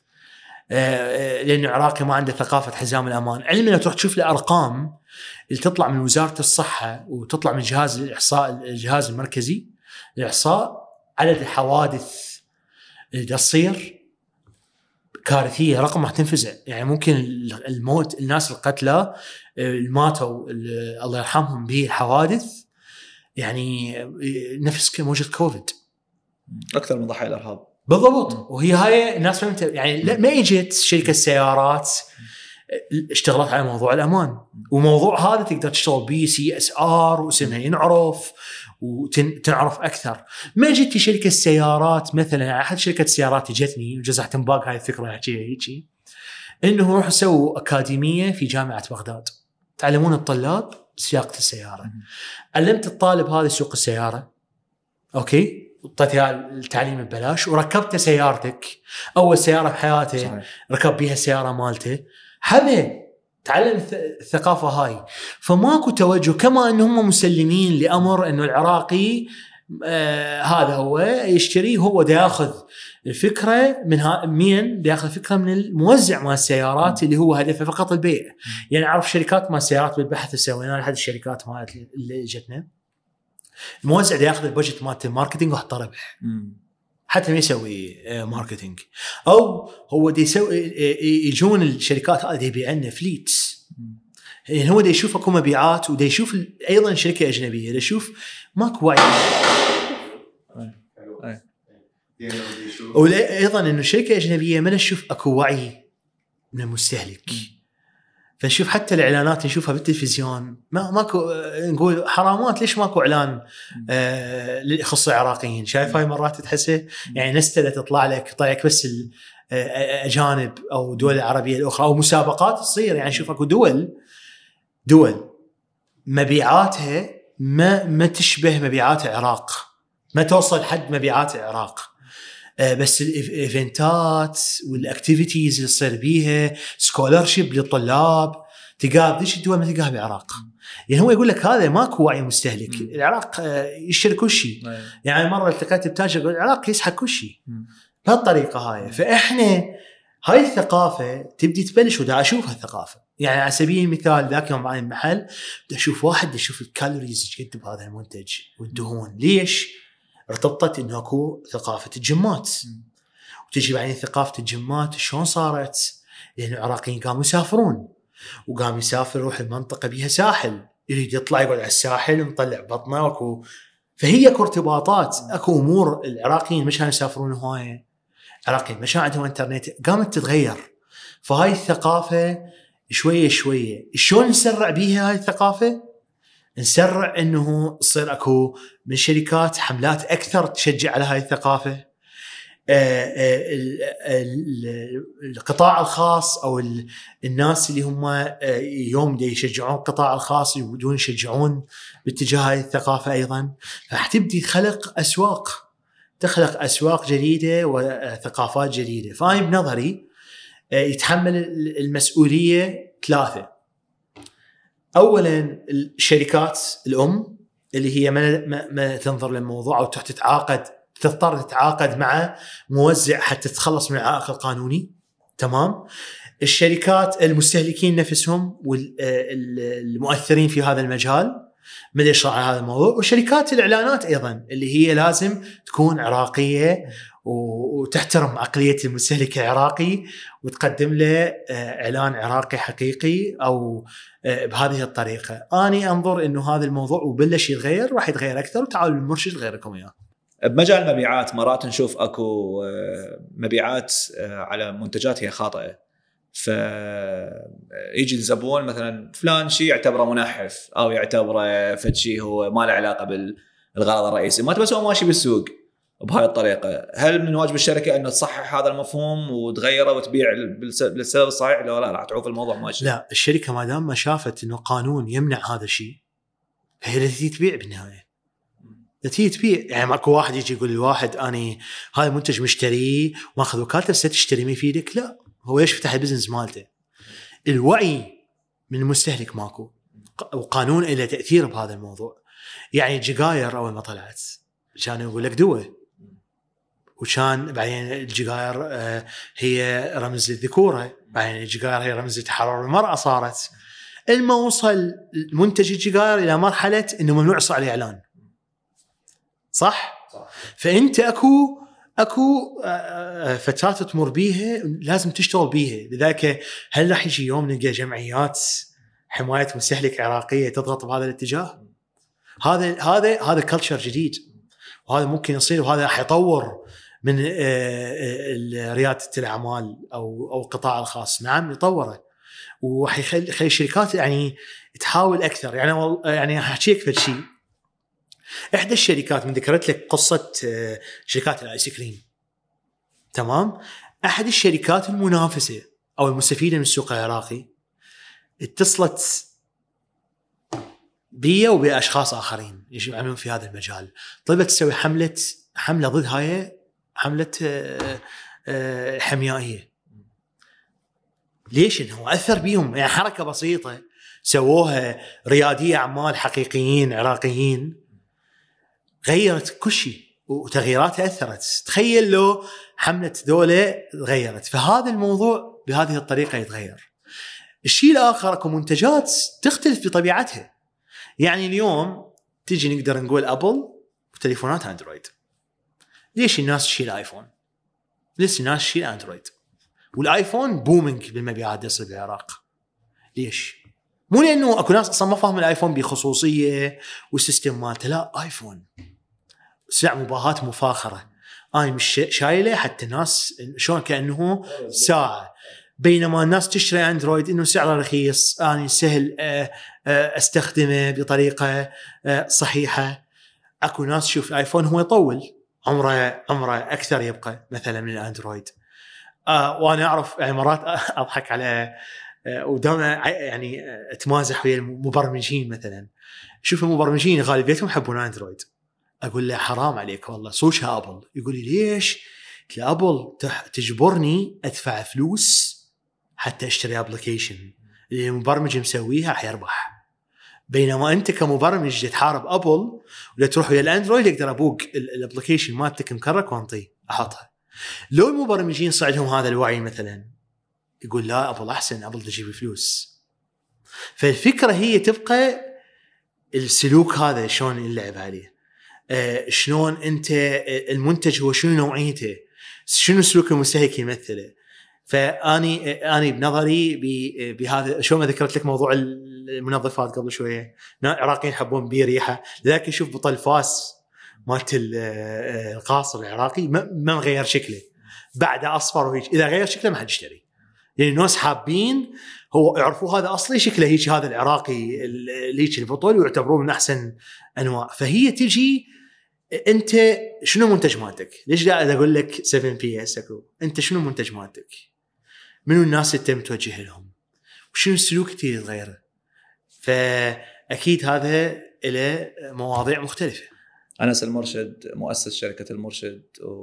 لأن العراق ما عنده ثقافة حزام الأمان. علما لو تروح تشوف الأرقام اللي تطلع من وزارة الصحة وتطلع من جهاز الإحصاء، الجهاز المركزي للإحصاء، عدد الحوادث اللي تصير كارثية، رقم راح تنفزع. يعني ممكن الموت، الناس القتلى الماتوا الله يرحمهم به الحوادث، يعني نفس موجة كوفيد، أكثر من ضحايا الإرهاب. بالضبط. وهي هاي الناس فهمت يعني. لا ما اجت شركة سيارات اشتغلت على موضوع الأمان، وموضوع هذا تقدر تشتغل بيه سي اس ار واسمها ينعرف وتنعرف أكثر. ما جت شركة سيارات مثلا، أحد شركة سيارات جتني وجزعت انباق هاي الفكرة هيك إنه روحوا سووا أكاديمية في جامعة بغداد تعلمون الطلاب سياقة السيارة. علمت الطالب هذا يسوق السيارة، أوكي، وطيتها التعليم ببلاش، وركبت سيارتك أول سيارة بحياته. صحيح. ركب بيها السيارة مالته، حبه تعلم الثقافة هاي. فماكو توجه، كما أنهم مسلمين لأمر أنه العراقي آه هذا هو يشتري، هو دا ياخذ الفكرة من ها مين دا ياخذ فكرة من الموزع مال السيارات اللي هو هدفه فقط البيع. يعني أعرف شركات مال السيارات بالبحث سوينا لحد الشركات مالت اللي جتنا، الموزع دا ياخذ البجت مالت الماركتينج وحطه ربح حتى ما يسوي ماركتينج، أو هو دي يسوي يجون الشركات هذه يبيع لنا فليتس. يعني هو دي يشوف اكو مبيعات، ودي يشوف ايضا شركه اجنبيه، دي يشوف ماكو وعي. وايضا انه شركه اجنبيه ما نشوف اكو وعي من المستهلك. فنشوف حتى الاعلانات نشوفها بالتلفزيون ما ماكو، نقول حرامات ليش ماكو اعلان آه اللي يخص العراقيين. شايف هاي مرات تحسه يعني نستله تطلع لك طلع لك بس الاجانب او دول العربيه الاخرى، او مسابقات تصير. يعني شوف اكو دول دول مبيعاتها ما ما تشبه مبيعات العراق، ما توصل حد مبيعات العراق، بس الايفنتات والاكتيفيتيز اللي تصير بيها، سكولرشيب للطلاب، تلقاه بديش الدول ما تلقاها بالعراق. يعني هو يقول لك هذا ماكو وعي مستهلك. م. العراق يشتري كل شيء. يعني مرة التقيت بتاجر يقول العراق يسحق كل شيء بهالطريقة هاي. فإحنا هاي الثقافة تبدي تبلش، ودا أشوفها الثقافة. يعني على سبيل المثال ذاك يوم معي المحل دا أشوف واحد دا أشوف الكالوريز قد بهذا المنتج والدهون. ليش؟ ارتبطت إنه أكو ثقافة الجمات. وتجي بعدين ثقافة الجمات شلون صارت؟ لأن العراقيين قاموا يسافرون، وقام يسافر يروح المنطقة بيها ساحل، يريد يطلع يقعد على الساحل ومطلع بطنه وكو. فهي اكو ارتباطات، اكو امور. العراقيين مش كانوا يسافرون هوايه، العراقيين مش عندهم انترنت، قامت تتغير. فهاي الثقافه شويه شويه شلون نسرع بيها هاي الثقافه؟ نسرع انه تصير اكو من شركات حملات اكثر تشجع على هاي الثقافه. القطاع الخاص او الناس اللي هم يوم دي يشجعون القطاع الخاص يبدون يشجعون باتجاه هاي الثقافه ايضا. فحتبدي خلق اسواق، تخلق اسواق جديده وثقافات جديده. فاي بنظري يتحمل المسؤوليه ثلاثه. اولا الشركات الام اللي هي ما, ما تنظر للموضوع او تتعاقد، تضطر تتعاقد مع موزع حتى تتخلص من العائق القانوني. تمام. الشركات، المستهلكين نفسهم والمؤثرين في هذا المجال، من يشرع على هذا الموضوع. وشركات الاعلانات ايضا اللي هي لازم تكون عراقيه وتحترم عقليه المستهلك العراقي وتقدم له اعلان عراقي حقيقي او بهذه الطريقه. اني انظر انه هذا الموضوع وبلش يتغير، راح يتغير اكثر، وتعالوا المرشد غيركم اياه. بمجال المبيعات مرات نشوف اكو مبيعات على منتجات هي خاطئه، فيجي الزبون مثلا فلان شيء يعتبره منحف او يعتبره فد شيء هو ما له علاقه بالغرض الرئيسي، ما تبى هو ماشي بالسوق بهاي الطريقه. هل من واجب الشركه انه تصحح هذا المفهوم وتغيره وتبيع بالسبب الصحيح، لو لا راح تعوف الموضوع ماشي؟ لا، الشركه ما دام ما شافت انه قانون يمنع هذا الشيء هي اللي تبيع بالنهايه. تيجي تبيع يعني ماكو واحد يجي يقول لواحد اني هذا المنتج مشتريه واخذ وكالته بس تشتري مي فيدك، لا، هو ايش فتح البزنس مالته. الوعي من المستهلك ماكو، وقانون له تاثير بهذا الموضوع. يعني الجقاير اول ما طلعت كان يقول لك دواء، وكان بعدين الجقاير هي رمز للذكوره، بعدين الجقاير هي رمز لتحرر المراه. صارت الما وصل منتج الجقاير الى مرحله انه ممنوع يصير عليه اعلان، صح؟ صح. فانت اكو اكو فترات تمر بيها لازم تشتغل بيها. لذلك هل راح يجي يوم نلقى جمعيات حمايه مستهلك عراقيه تضغط بهذا الاتجاه؟ هذا هذا هذا كلتشر جديد، وهذا ممكن يصير، وهذا راح يطور من رياده الاعمال او او القطاع الخاص. نعم يطوره، وحيخلي خلي الشركات يعني تحاول اكثر. يعني يعني هحكيك في شيء. احدى الشركات من ذكرت لك قصه شركات الايس كريم، تمام؟ احد الشركات المنافسه او المستفيده من السوق العراقي اتصلت بي وباشخاص اخرين يعملون في هذا المجال، طلبت تسوي حمله حمله ضد هاي حمله حميائيه. ليش؟ انه اثر بيهم، يعني حركه بسيطه سووها رياديه اعمال حقيقيين عراقيين، غيرت كل شيء وتغييراتها أثرت. تخيل لو حملة دولة غيرت، فهذا الموضوع بهذه الطريقة يتغير. الشيء الآخر أكو منتجات تختلف بطبيعتها. يعني اليوم تيجي نقدر نقول أبل وتليفونات أندرويد. ليش الناس تشيل آيفون؟ ليش الناس تشيل أندرويد؟ والآيفون بومينج بالمبيعات يصل بالعراق. ليش؟ مو لأنه أكو ناس أصلا ما فاهم الآيفون بخصوصية والسيستم مالته، لا، آيفون سلع مباهات مفاخرة، أنا مش شايله حتى الناس شلون كأنه ساعة، بينما الناس تشتري أندرويد إنه سعره رخيص، أنا سهل أستخدمه بطريقة صحيحة. أكو ناس شوف الآيفون هو يطول عمره عمره أكثر يبقى مثلا من الأندرويد. آه وأنا أعرف يعني مرات أضحك على ودائما يعني اتمازح ويا المبرمجين مثلا. شوف المبرمجين غالبيتهم يحبون اندرويد، اقول له حرام عليك والله صوشها ابل. يقول لي ليش؟ ابل تجبرني ادفع فلوس حتى اشتري ابلكيشن اللي المبرمج مسويها حيربح، بينما انت كمبرمج تحارب ابل ولا تروح ويا الاندرويد يقدر ابوق الابلكيشن مالتك مكرك وانطي احطها. لو المبرمجين صعدهم هذا الوعي مثلا يقول لا أبل أحسن، أبل تجيب فلوس. فالفكرة هي تبقى السلوك هذا شلون اللعب عليه، آه شلون أنت المنتج هو شنو نوعيته، شنو سلوك المستهلك يمثله. فأني أنا بنظري بهذا شو ما ذكرت لك موضوع المنظفات قبل شوية، العراقيين يحبون بريحة، لذلك يشوف بطل فاس مالت القاصر العراقي ما غير شكله بعد أصفر وهيك، إذا غير شكله ما حد يشتري. يعني الناس حابين هو يعرفوا هذا أصلي شكله هيك، هذا العراقي ليش البطل ويعتبروه من أحسن أنواع. فهي تجي أنت شنو منتج مالتك؟ ليش قاعد أقول لك سبعة بي إس أكو؟ أنت شنو منتج مالتك؟ منو الناس اللي تم توجه لهم؟ وشنو السلوك اللي يتغير؟ فأكيد هذا له مواضيع مختلفة. أنس المرشد مؤسس شركة المرشد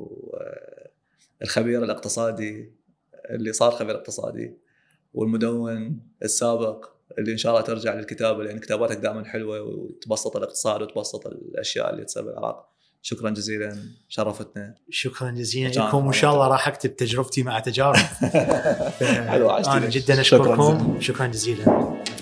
والخبير الاقتصادي اللي صار خبير اقتصادي، والمدون السابق اللي إن شاء الله ترجع للكتابة لأن كتاباتك دائما حلوة وتبسط الاقتصاد وتبسط الأشياء اللي تصير بالعراق. شكرا جزيلا، شرفتنا. شكرا جزيلا لكم، وإن شاء الله راح أكتب تجربتي مع تجارب. حلو، أنا جدا أشكركم، شكرا جزيلا.